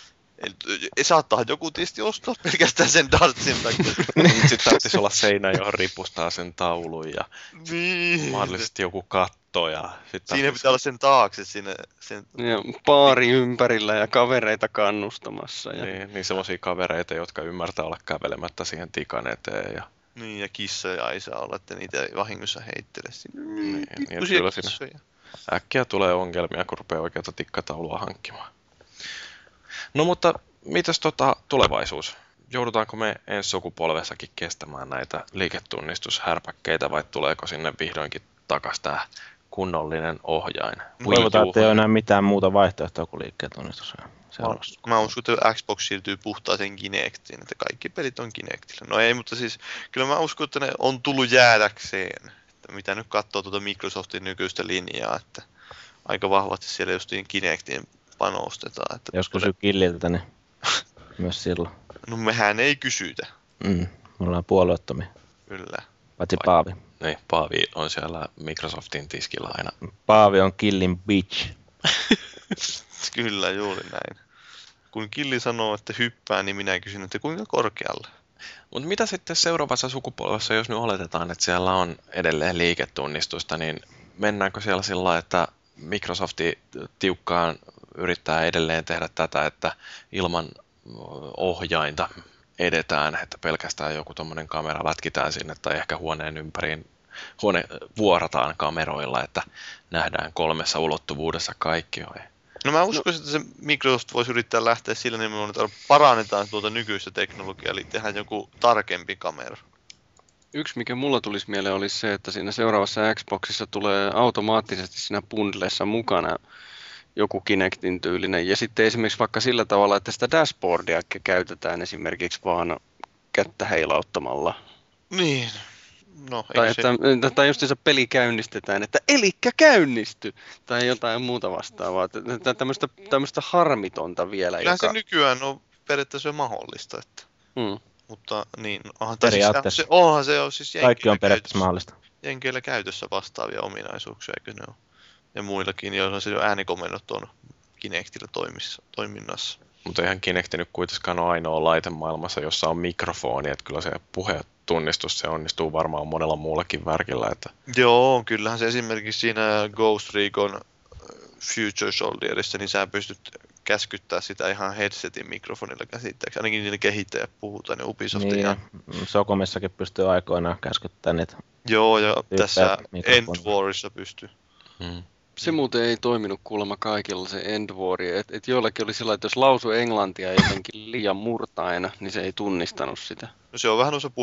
Saattaa joku tietysti ostaa pelkästään sen dartsin takia. Sitten tarvitsisi olla seinä, johon ripustaa sen taulun ja niin. mahdollisesti joku katto. Ja siinä tarvitsisi... pitää olla sen taakse. Siinä, sen... Ja baari ympärillä ja kavereita kannustamassa. Ja... Niin, niin semmoisia kavereita, jotka ymmärtää olla kävelemättä siihen tikan eteen. Ja... Niin, ja kissoja ei saa olla, että niitä ei vahingossa heittele sinne. Niin, niin kyllä siinä äkkiä tulee ongelmia, kun rupeaa oikeata tikkataulua hankkimaan. No mutta mitäs tota tulevaisuus? Joudutaanko me ensi sukupolvessakin kestämään näitä liiketunnisuushärpäkkeitä vai tuleeko sinne vihdoinkin takas tää kunnollinen ohjain? Toivotaan, että ei ole enää mitään muuta vaihtoehtoa kuin liikkeentunnistus. Mä uskon, että Xbox siirtyy puhtaaseen Kinectiin, että kaikki pelit on Kinectillä. No ei, mutta siis kyllä mä uskon, että ne on tullut jäädäkseen. Että mitä nyt katsoo tuota Microsoftin nykyistä linjaa, että aika vahvasti siellä justiin Kinectiin panostetaan. Että jos kysyy Killiltä, niin myös silloin. No mehän ei kysytä. Mm, me ollaan puolueettomia. Kyllä. Paitsi Paavi. Niin, Paavi on siellä Microsoftin tiskillä aina. Paavi on Killin bitch. Kyllä, juuri näin. Kun Killi sanoo, että hyppää, niin minä kysyn, että kuinka korkealle? Mutta mitä sitten seuraavassa sukupolvessa, jos nyt oletetaan, että siellä on edelleen liiketunnistusta, niin mennäänkö siellä sillä lailla, että Microsofti tiukkaan yrittää edelleen tehdä tätä, että ilman ohjainta edetään, että pelkästään joku tommonen kamera lätkitään sinne tai ehkä huoneen ympäriin, huone vuorataan kameroilla, että nähdään kolmessa ulottuvuudessa kaikki. No mä uskoisin, että se Microsoft voisi yrittää lähteä sillä nimenomaan, että parannetaan tuota nykyistä teknologiaa, eli tehdään joku tarkempi kamera. Yksi, mikä mulla tulisi mieleen, olisi se, että siinä seuraavassa Xboxissa tulee automaattisesti siinä bundlessa mukana joku Kinectin tyylinen. Ja sitten esimerkiksi vaikka sillä tavalla, että sitä dashboardia käytetään esimerkiksi vaan kättä heilauttamalla. Niin. No, tai, että, se... tai just se peli käynnistetään, että elikkä käynnisty! Tai jotain muuta vastaavaa. Tämmöistä, tämmöistä harmitonta vielä. Kyllä joka... se nykyään on periaatteessa mahdollista. Että... Hmm. Mutta niin, onhan, siis, se, onhan se on siis kaikki on periaatteessa mahdollista. Jenkeillä käytössä vastaavia ominaisuuksia, eikö ne ole? Ja muillakin, joilla se jo äänikomennot on Kinectillä toiminnassa. Mutta eihän Kinect nyt kuitenkaan ole ainoa laite maailmassa, jossa on mikrofoni, että kyllä se puhetunnistus, se onnistuu varmaan monella muullakin värkillä. Että... Joo, kyllähän se esimerkiksi siinä Ghost Recon Future Soldierissa, niin sä pystyt käskyttää sitä ihan headsetin mikrofonilla käsittääkseni. Ainakin niillä kehittäjät puhutaan, ne Ubisoftin. Niin, ja Sokomessakin pystyy aikoinaan käskyttämään niitä. Joo, ja tässä End Warissa pystyy. Hmm. Se muuten ei toiminut kuulemma kaikilla se End War. Että et joillakin oli sillä, että jos lausui englantia jotenkin liian murtaena, niin se ei tunnistanut sitä. No se on vähän noissa puhe,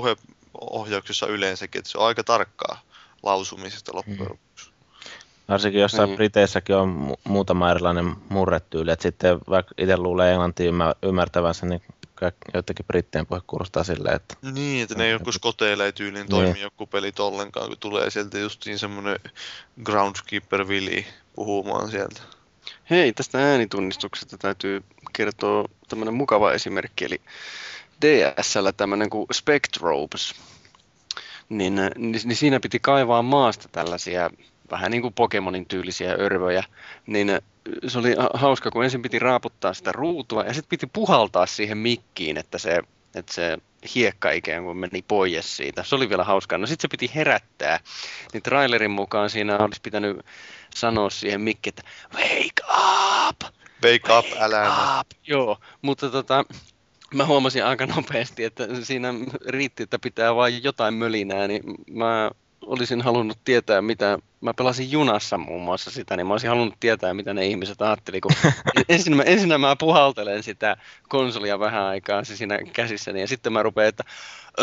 ohjauksessa yleensäkin, että se on aika tarkkaa lausumisesta loppujen Mm. lopuksi. Varsinkin jossain Niin. Briteissäkin on mu- muutama erilainen murretyyli, että sitten vaikka itse luulee englantia ymmär- ymmärtävänsä, niin kaik- joidenkin brittien puhe kuulostaa silleen, että Niin, että ne ei joku skoteilee tyyliin Niin. toimi joku pelit ollenkaan, kun tulee sieltä justiin semmonen groundskeeper Vili puhumaan sieltä. Hei, tästä äänitunnistuksesta täytyy kertoa tämmöinen mukava esimerkki, eli D S L tämmöinen kuin Spectrobes, niin, niin, niin siinä piti kaivaa maasta tällaisia vähän niin kuin Pokemonin tyylisiä örvöjä, niin se oli ha- hauska, kun ensin piti raaputtaa sitä ruutua ja sitten piti puhaltaa siihen mikkiin, että se, että se hiekka ikään kuin meni pois siitä. Se oli vielä hauskaa. No sitten se piti herättää, niin trailerin mukaan siinä olisi pitänyt sanoa siihen mikkiin, että wake up! Wake up, älä enää. up. Joo, mutta tota, mä huomasin aika nopeasti, että siinä riitti, että pitää vain jotain mölinää, niin mä olisin halunnut tietää, mitä, mä pelasin junassa muun muassa sitä, niin mä olisin halunnut tietää, mitä ne ihmiset ajatteli, kun ensin mä, ensin mä puhaltelen sitä konsolia vähän aikaa se siinä käsissäni, ja sitten mä rupean, että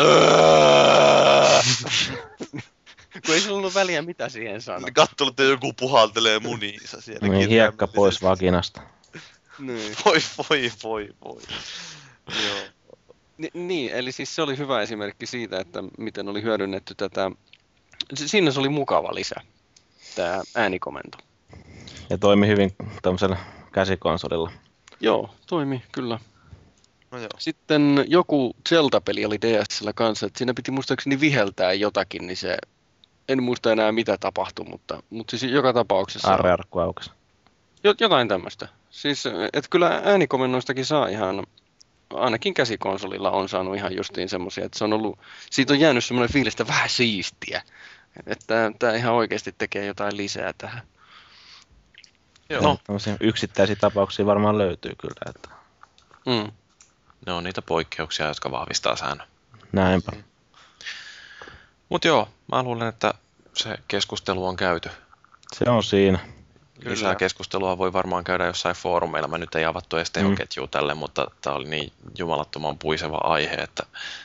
kun ei sulla ollut väliä, mitä siihen sanoo. Katsoin, että joku puhaltelee muniinsa siellä. niin hiekka pois vaginasta. Niin. Voi, voi, voi, voi. Joo. Ni, niin, eli siis se oli hyvä esimerkki siitä, että miten oli hyödynnetty tätä, si- siinä se oli mukava lisä, tämä äänikomento. Ja toimi hyvin tuollaisella käsikonsolilla. Joo, toimi, kyllä. No joo. Sitten joku Zelda-peli oli D S L:llä kanssa, että siinä piti muistaakseni viheltää jotakin, niin se, en muista enää mitä tapahtui, mutta, mutta siis joka tapauksessa Aarrearkku aukesi. jo- jotain tämmöistä. Siis, että kyllä äänikomennoistakin saa ihan, ainakin käsikonsolilla on saanut ihan justiin semmoisia, että se on ollut, siitä on jäänyt semmoinen fiilis, että vähän siistiä. Että tämä ihan oikeasti tekee jotain lisää tähän. Joo. No. Tällaisia yksittäisiä tapauksia varmaan löytyy kyllä. Että Mm. Ne on niitä poikkeuksia, jotka vahvistaa säännön. näinpä. Mutta joo, mä luulen, että se keskustelu on käyty. Se on siinä. Kyllä. Lisää keskustelua voi varmaan käydä jossain foorumeilla. Mä nyt ei avattu edes tehoketjua tälle, mutta tää oli niin jumalattoman puiseva aihe, että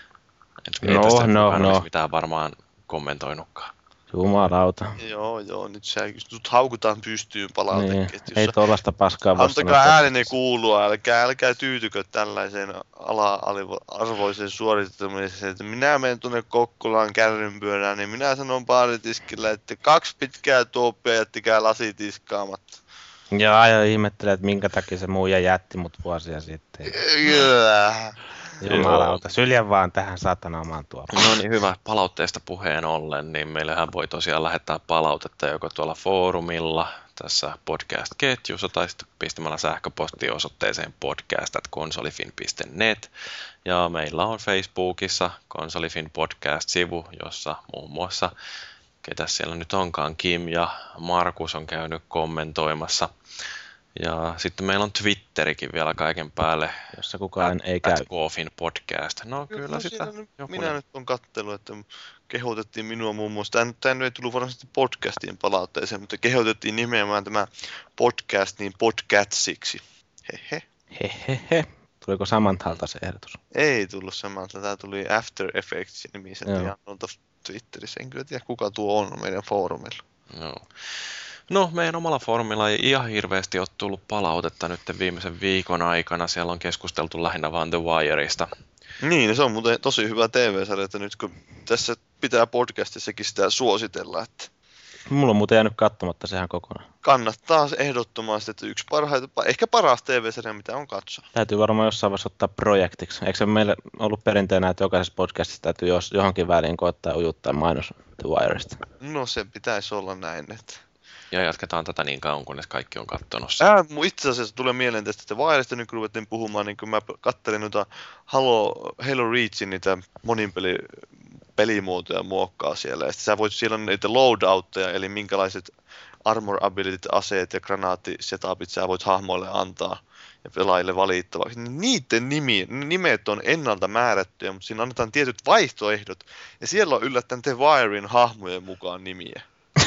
ei No, tästä no, kukaan no. olisi mitään varmaan kommentoinutkaan. Jumalauta. Joo, joo, nyt sä nyt haukutaan pystyyn Niin. palauteketjussa. Ei tuollaista paskaa voi Antakaa sanoa. äänenne kuulua, älkää, älkää tyytykö tällaiseen ala-arvoiseen suorittamiseen, että minä menen tuonne Kokkolaan kärrynpyörään, niin minä sanon baaritiskillä, että kaksi pitkää tuoppia jättikää lasit tiskaamatta. Ja aina ihmettelee, että minkä takia se muija jätti mut vuosia sitten. Kyllä. Jumalauta, syljä vaan tähän saatana omaan tuolla. No niin, hyvä. Palautteesta puheen ollen, niin meillähän voi tosiaan lähettää palautetta joko tuolla foorumilla, tässä podcast-ketjussa, tai sitten pistämällä sähköpostia osoitteeseen podcast at konsolifin piste net. Ja meillä on Facebookissa Konsolifin podcast-sivu, jossa muun muassa, ketä siellä nyt onkaan, Kim ja Markus on käynyt kommentoimassa. Ja sitten meillä on Twitterikin vielä kaiken päälle, Jossa kukaan ei käy. at Koofin podcast. No kyllä No, sitä siinä nyt- joku minä nyt on kattellut, että kehotettiin minua muun muassa, tämä, tämä nyt ei tullut varsinaisesti podcastiin palautteeseen, mutta kehotettiin nimenomaan tämä podcast niin podcatsiksi. Hehe. Hehehe. Tuliko Samanthalta se ehdotus? Ei tullut samalta, tämä tuli After Effects nimiseltä Joo. ja tuolta Twitterissä. En kyllä tiedä kuka tuo on meidän foorumilla. Joo. No, meidän omalla foorumilla ei ihan hirveästi ole tullut palautetta nyt viimeisen viikon aikana. Siellä on keskusteltu lähinnä vaan The Wireista. Niin, se on muuten tosi hyvä T V-sarja, että nyt kun tässä pitää podcastissakin sitä suositella, että Mulla on muuten jäänyt katsomatta sehän kokonaan. kannattaa ehdottomasti, että yksi parhaita, ehkä paras T V-sarja, mitä on katsoa. Täytyy varmaan jossain vaiheessa ottaa projektiksi. Eikö se meille ollut perinteenä, että jokaisessa podcastissa täytyy jos johonkin väliin koittaa ujuttaa mainos The Wiresta? No se pitäisi olla näin, että... Ja jatketaan tätä niin kauan, kunnes kaikki on kattonut sen. Ää, mun itse asiassa tulee mieleen tästä, että Wiresta nyt kun ruvettiin puhumaan, niin kun mä kattelin noita Halo, Halo Reachin niitä monin peli, pelimuotoja muokkaa siellä. Ja sitten sä voit, siellä on niitä loadoutteja, eli minkälaiset armor abilityt, aseet ja granaattisetupit sä voit hahmoille antaa ja pelaajille valittavaksi. Niin niiden nimi, nimet on ennalta määrättyjä, mutta siinä annetaan tietyt vaihtoehdot. Ja siellä on yllättäen The Wirein hahmojen mukaan nimiä.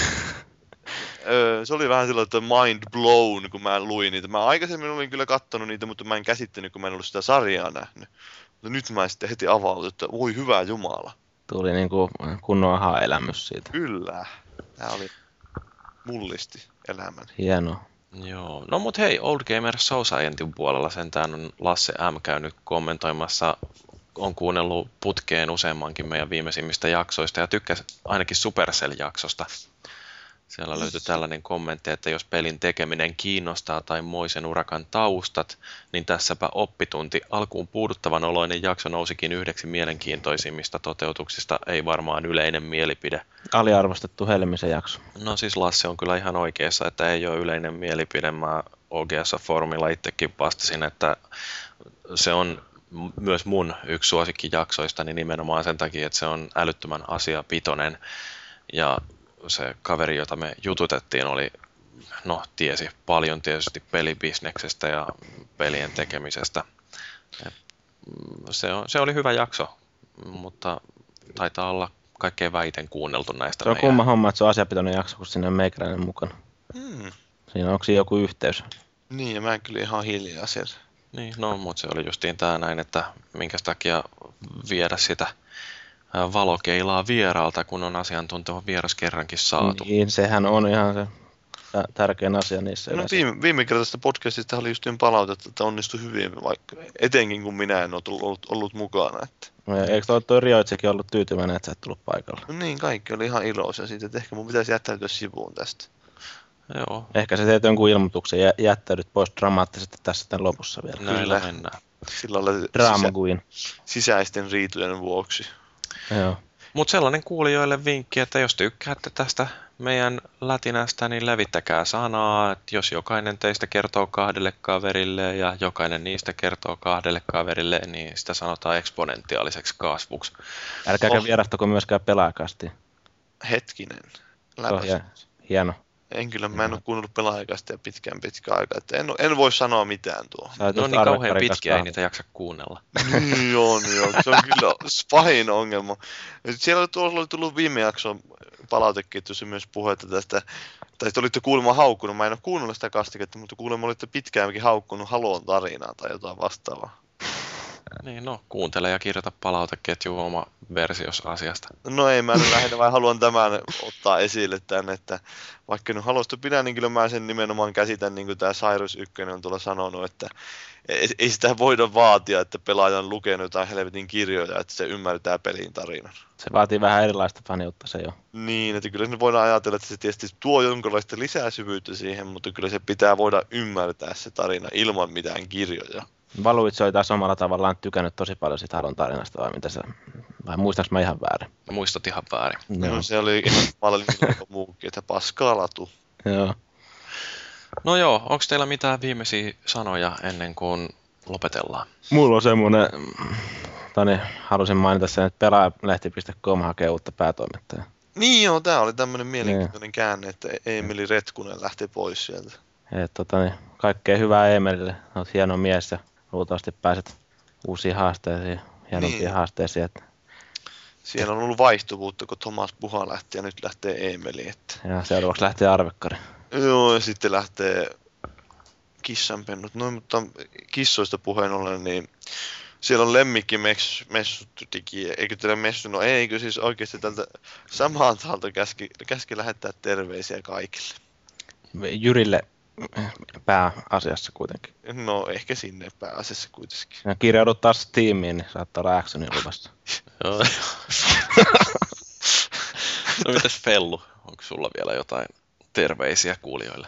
Öö, se oli vähän sellainen, että mind blown, kun mä luin niitä. Mä aikaisemmin olin kyllä kattonut niitä, mutta mä en käsittänyt, kun mä en ollut sitä sarjaa nähnyt. Mutta nyt mä sitten heti avautin, että voi hyvä jumala. Tuli niinku kunnon aha-elämys siitä. Kyllä. Tää oli mullisti elämäni. Hienoa. Joo, no mut hei, Old Gamer Societyn puolella sentään on Lasse M. käynyt kommentoimassa, on kuunnellut putkeen useammankin meidän viimeisimmistä jaksoista ja tykkäsi ainakin Supercell-jaksosta. Siellä löytyi tällainen kommentti, että jos pelin tekeminen kiinnostaa tai Moisen urakan taustat, niin tässäpä oppitunti. Alkuun puuduttavan oloinen jakso nousikin yhdeksi mielenkiintoisimmista toteutuksista, ei varmaan yleinen mielipide. Aliarvostettu Helmisen jakso. No siis Lasse on kyllä ihan oikeassa, että ei ole yleinen mielipide. Mä O G S-foorumilla itsekin vastasin, että se on myös mun yksi suosikkijaksoistani nimenomaan sen takia, että se on älyttömän asiapitoinen. Ja se kaveri, jota me jututettiin, oli, no tiesi paljon tietysti pelibisneksestä ja pelien tekemisestä. Se, on, se oli hyvä jakso, mutta taitaa olla kaikkein vähiten kuunneltu näistä. Se on meidän... kumma homma, että se on asiapitoinen jakso, kun sinne on meikäläinen mukana. Hmm. Siinä onko siinä joku yhteys? Niin, ja mä en kyllä ihan hiljaa siellä. Niin, no, mutta se oli justiin tää näin, että minkä takia viedä sitä valokeilaa vieraalta, kun on asiantunteva vieras kerrankin saatu. Niin, sehän on ihan se tä- tärkein asia niissä. No, yleensä. viime, viime kertaisesta podcastista oli just palautetta, että onnistui hyvin, vaikka etenkin kun minä en ole tullut, ollut, ollut mukana. Että. No, eikö toi, toi Rioitsekin ollut tyytyväinen, että sä et tullut paikalle? No niin, kaikki oli ihan iloisia siitä, että ehkä mun pitäisi jättäytyä sivuun tästä. Joo, Ehkä sä teet jonkun ilmoituksen ja jättäydyt pois dramaattisesti tässä tämän lopussa vielä. näillä Kyllä. mennään. Sillä lailla Drama sisä, Queen. sisäisten riitojen vuoksi. Joo. Mutta sellainen kuulijoille vinkki, että jos tykkäätte tästä meidän lätinästä, niin levittäkää sanaa, että jos jokainen teistä kertoo kahdelle kaverille ja jokainen niistä kertoo kahdelle kaverille, niin sitä sanotaan eksponentiaaliseksi kasvuksi. Älkääkä Oh. vierastako myöskään pelaajakasti. Hetkinen. Se on Läpäs. hie- hieno. En kyllä, mä en ole kuunnellut pelaajakasta ja pitkään pitkään aikaa, että en, en voi sanoa mitään tuohon. Sä oot No just niin kauhean Arvekkarin pitkiä, ei kanssa niitä jaksa kuunnella. Niin on, joo. Se on kyllä pahin ongelma. Ja sit siellä oli, tuolla oli tullut viime jakson palauteketjussa myös puhetta tästä, tai te olitte kuulemma haukkunut, mä en ole kuunnellut sitä kastiketta, mutta kuulemma olitte pitkäänkin haukkunut Halon tarinaa tai jotain vastaavaa. Niin, no kuuntele ja kirjoita palauteketjuun oma versios asiasta. No ei, mä nyt lähinnä vai haluan tämän ottaa esille tänne, että vaikka nyt halusta pidä, niin kyllä mä sen nimenomaan käsitän, niin kuin tämä Cyrus yksi on tuolla sanonut, että ei, ei sitä voida vaatia, että pelaaja on lukenut jotain helvetin kirjoja, että se ymmärtää pelin tarinan. Se vaatii vähän erilaista faniutta se jo. Niin, että kyllä se voidaan ajatella, että se tietysti tuo jonkinlaista lisäsyvyyttä siihen, mutta kyllä se pitää voida ymmärtää se tarina ilman mitään kirjoja. Valuitse oli taas omalla tavallaan tykännyt tosi paljon siitä Halon tarinasta, vai mitä se, vai muistaaks mä ihan väärin? Muistat ihan väärin. No, se oli ihan mallinnin muukin, että paskaa latu. Joo. No joo, onko teillä mitään viimeisiä sanoja ennen kuin lopetellaan? Mulla on semmonen, Tani, halusin mainita sen, että pelaajalehti piste com hakee uutta päätoimittajaa. Niin joo, tää oli tämmönen mielenkiintoinen käänne, että Emeli Retkunen lähti pois sieltä. Et, tota, niin, kaikkea hyvää Emelille, olet hieno mies ja luultavasti pääset uusiin haasteisiin, hienompiin Niin. haasteisiin. Että, Siellä on ollut vaihtuvuutta, kun Thomas Puha lähti ja nyt lähtee Emeli. Että. ja seuraavaksi lähtee Arvekkari. Joo, ja sitten lähtee kissanpennut. No, mutta kissoista puheen ollen, niin siellä on lemmikkimessut digi, eikö teillä messu? No eikö siis oikeasti tältä samaan taholta käski, käski lähettää terveisiä kaikille. Jyrille pääasiassa kuitenkin. No ehkä sinne pääasiassa kuitenkin. Ja kirjaudut taas tiimiin, niin saattaa olla actionin luvassa. Joo. No mitäs Fellu, onko sulla vielä jotain terveisiä kuulijoille?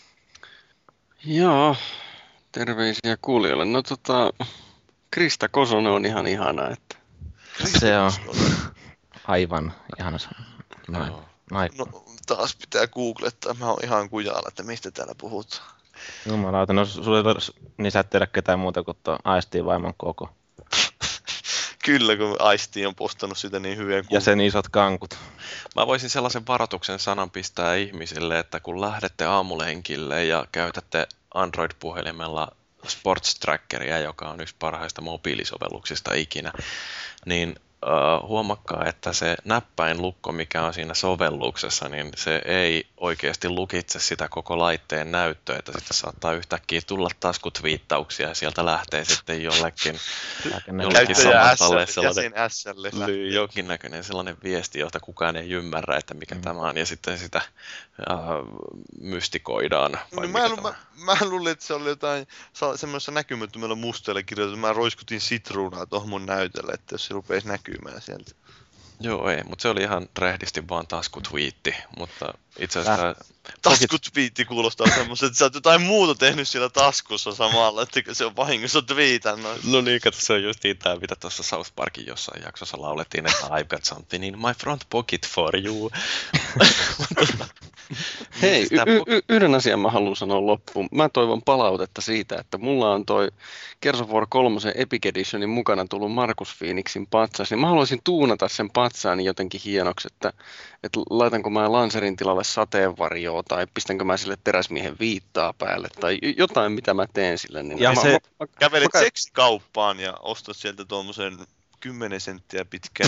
Joo, terveisiä kuulijoille. No tota, Krista Kosonen on ihan ihana, että Se on aivan ihana nainen. Joo. Naik- No taas pitää googlettaa, mä oon ihan kujalla, että mistä täällä puhutaan. Jumalauta, no sulle ei tar- niin sä et tiedä ketään muuta kuin tuo Aistiin vaimon koko. Kyllä, kun Aisti on postannut sitä niin hyviä Ja kuvia. sen isot kankut. Mä voisin sellaisen varoituksen sanan pistää ihmisille, että kun lähdette aamulenkille ja käytätte Android-puhelimella Sports Trackeria, joka on yksi parhaista mobiilisovelluksista ikinä, niin uh, huomakkaa, että se näppäinlukko, mikä on siinä sovelluksessa, niin se ei oikeasti lukitse sitä koko laitteen näyttöä, että sitten saattaa yhtäkkiä tulla taskutviittauksia ja sieltä lähtee sitten jollekin, jollekin samantalle sellainen lyy, jonkinnäköinen sellainen viesti, jota kukaan ei ymmärrä, että mikä mm. tämä on, ja sitten sitä uh, mystikoidaan. No, mä, lu- mä, mä luulin, että se oli jotain semmoisessa näkymättömällä musteella kirjoitettu. Mä roiskutin sitruunaa tuohon mun näytölle, että jos se rupeisi näkymään sieltä. Joo, ei, mutta se oli ihan rehdisti vaan taskutwiitti, mutta itse asiassa... Äh. Taskutwiitti kuulostaa semmoista, että sä oot jotain muuta tehnyt siellä taskussa samalla, että se on vahingossa twiitannut. No niin, kato, se on justiin tää, mitä tuossa South Parkin jossain jaksossa laulettiin, että I've got something in my front pocket for you. Hei, y- y- yhden asian mä haluan sanoa loppuun. Mä toivon palautetta siitä, että mulla on toi Gears of War kolme Epic Editionin mukana tullut Markus Phoenixin patsas, niin mä haluaisin tuunata sen patsaani jotenkin hienoksi, että, että laitanko mä Lancerin tilalle sateenvarjoa tai pistänkö mä sille teräsmiehen viittaa päälle tai jotain, mitä mä teen sille. Niin ja mä, se, mä, mä, kävelet mä, seksikauppaan ja ostat sieltä tuommoisen kymmenen senttiä pitkän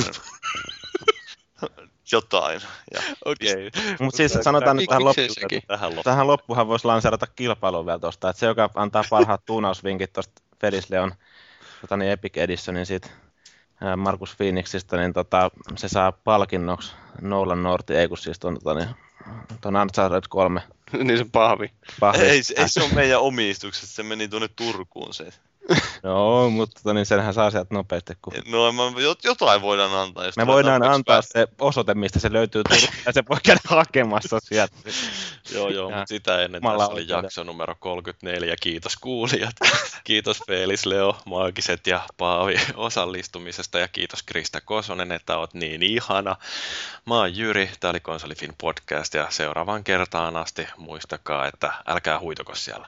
jotain. Okei. Okay. Mutta siis sanotaan nyt tähän, loppu, tähän, tähän loppuhan voisi lanseerata kilpailua vielä tuosta, että se, joka antaa parhaat tuunausvinkit tuosta Fedisleon tota niin Epic Editionin siitä Markus Phoenixista, niin tota, se saa palkinnoksi Nolan Northi, ei kun siis tuon tota, niin, Uncharted kolme. Niin se pahvi. pahvi. Ei, ei se ole meidän omistuksessa, se meni tuonne Turkuun se. Joo, mutta tota, niin senhän saa sieltä nopeasti. Kun... No mä, jotain voidaan antaa. Jos me voidaan antaa se osoite, mistä se löytyy Turkuun, ja se voi käydä hakemassa sieltä. Joo, joo, mutta sitä ennen tässä oli jakso numero kolmekymmentäneljä. Kiitos kuulijat. Kiitos Felis, Leo, Maagiset ja Paavi osallistumisesta ja kiitos Krista Kosonen, että oot niin ihana. Mä oon Jyri, tää oli Konsolifin podcast ja seuraavaan kertaan asti muistakaa, että älkää huitoko siellä.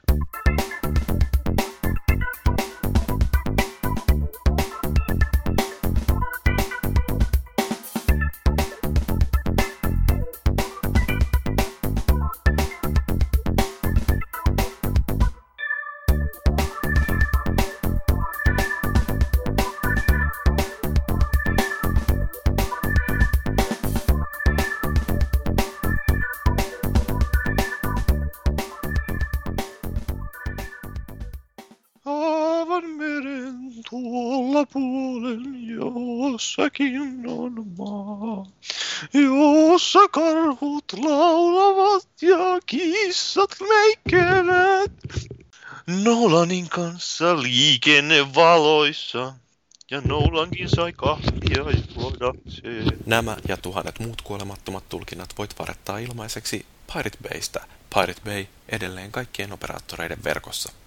Jossakin on maa, jossa karhut laulavat ja kissat leikkelevät. Nolanin kanssa liikennevaloissa, ja Nolankin sai kahvia juodakseen. Nämä ja tuhannet muut kuolemattomat tulkinnat voit varettaa ilmaiseksi Pirate Baystä. Pirate Bay edelleen kaikkien operaattoreiden verkossa.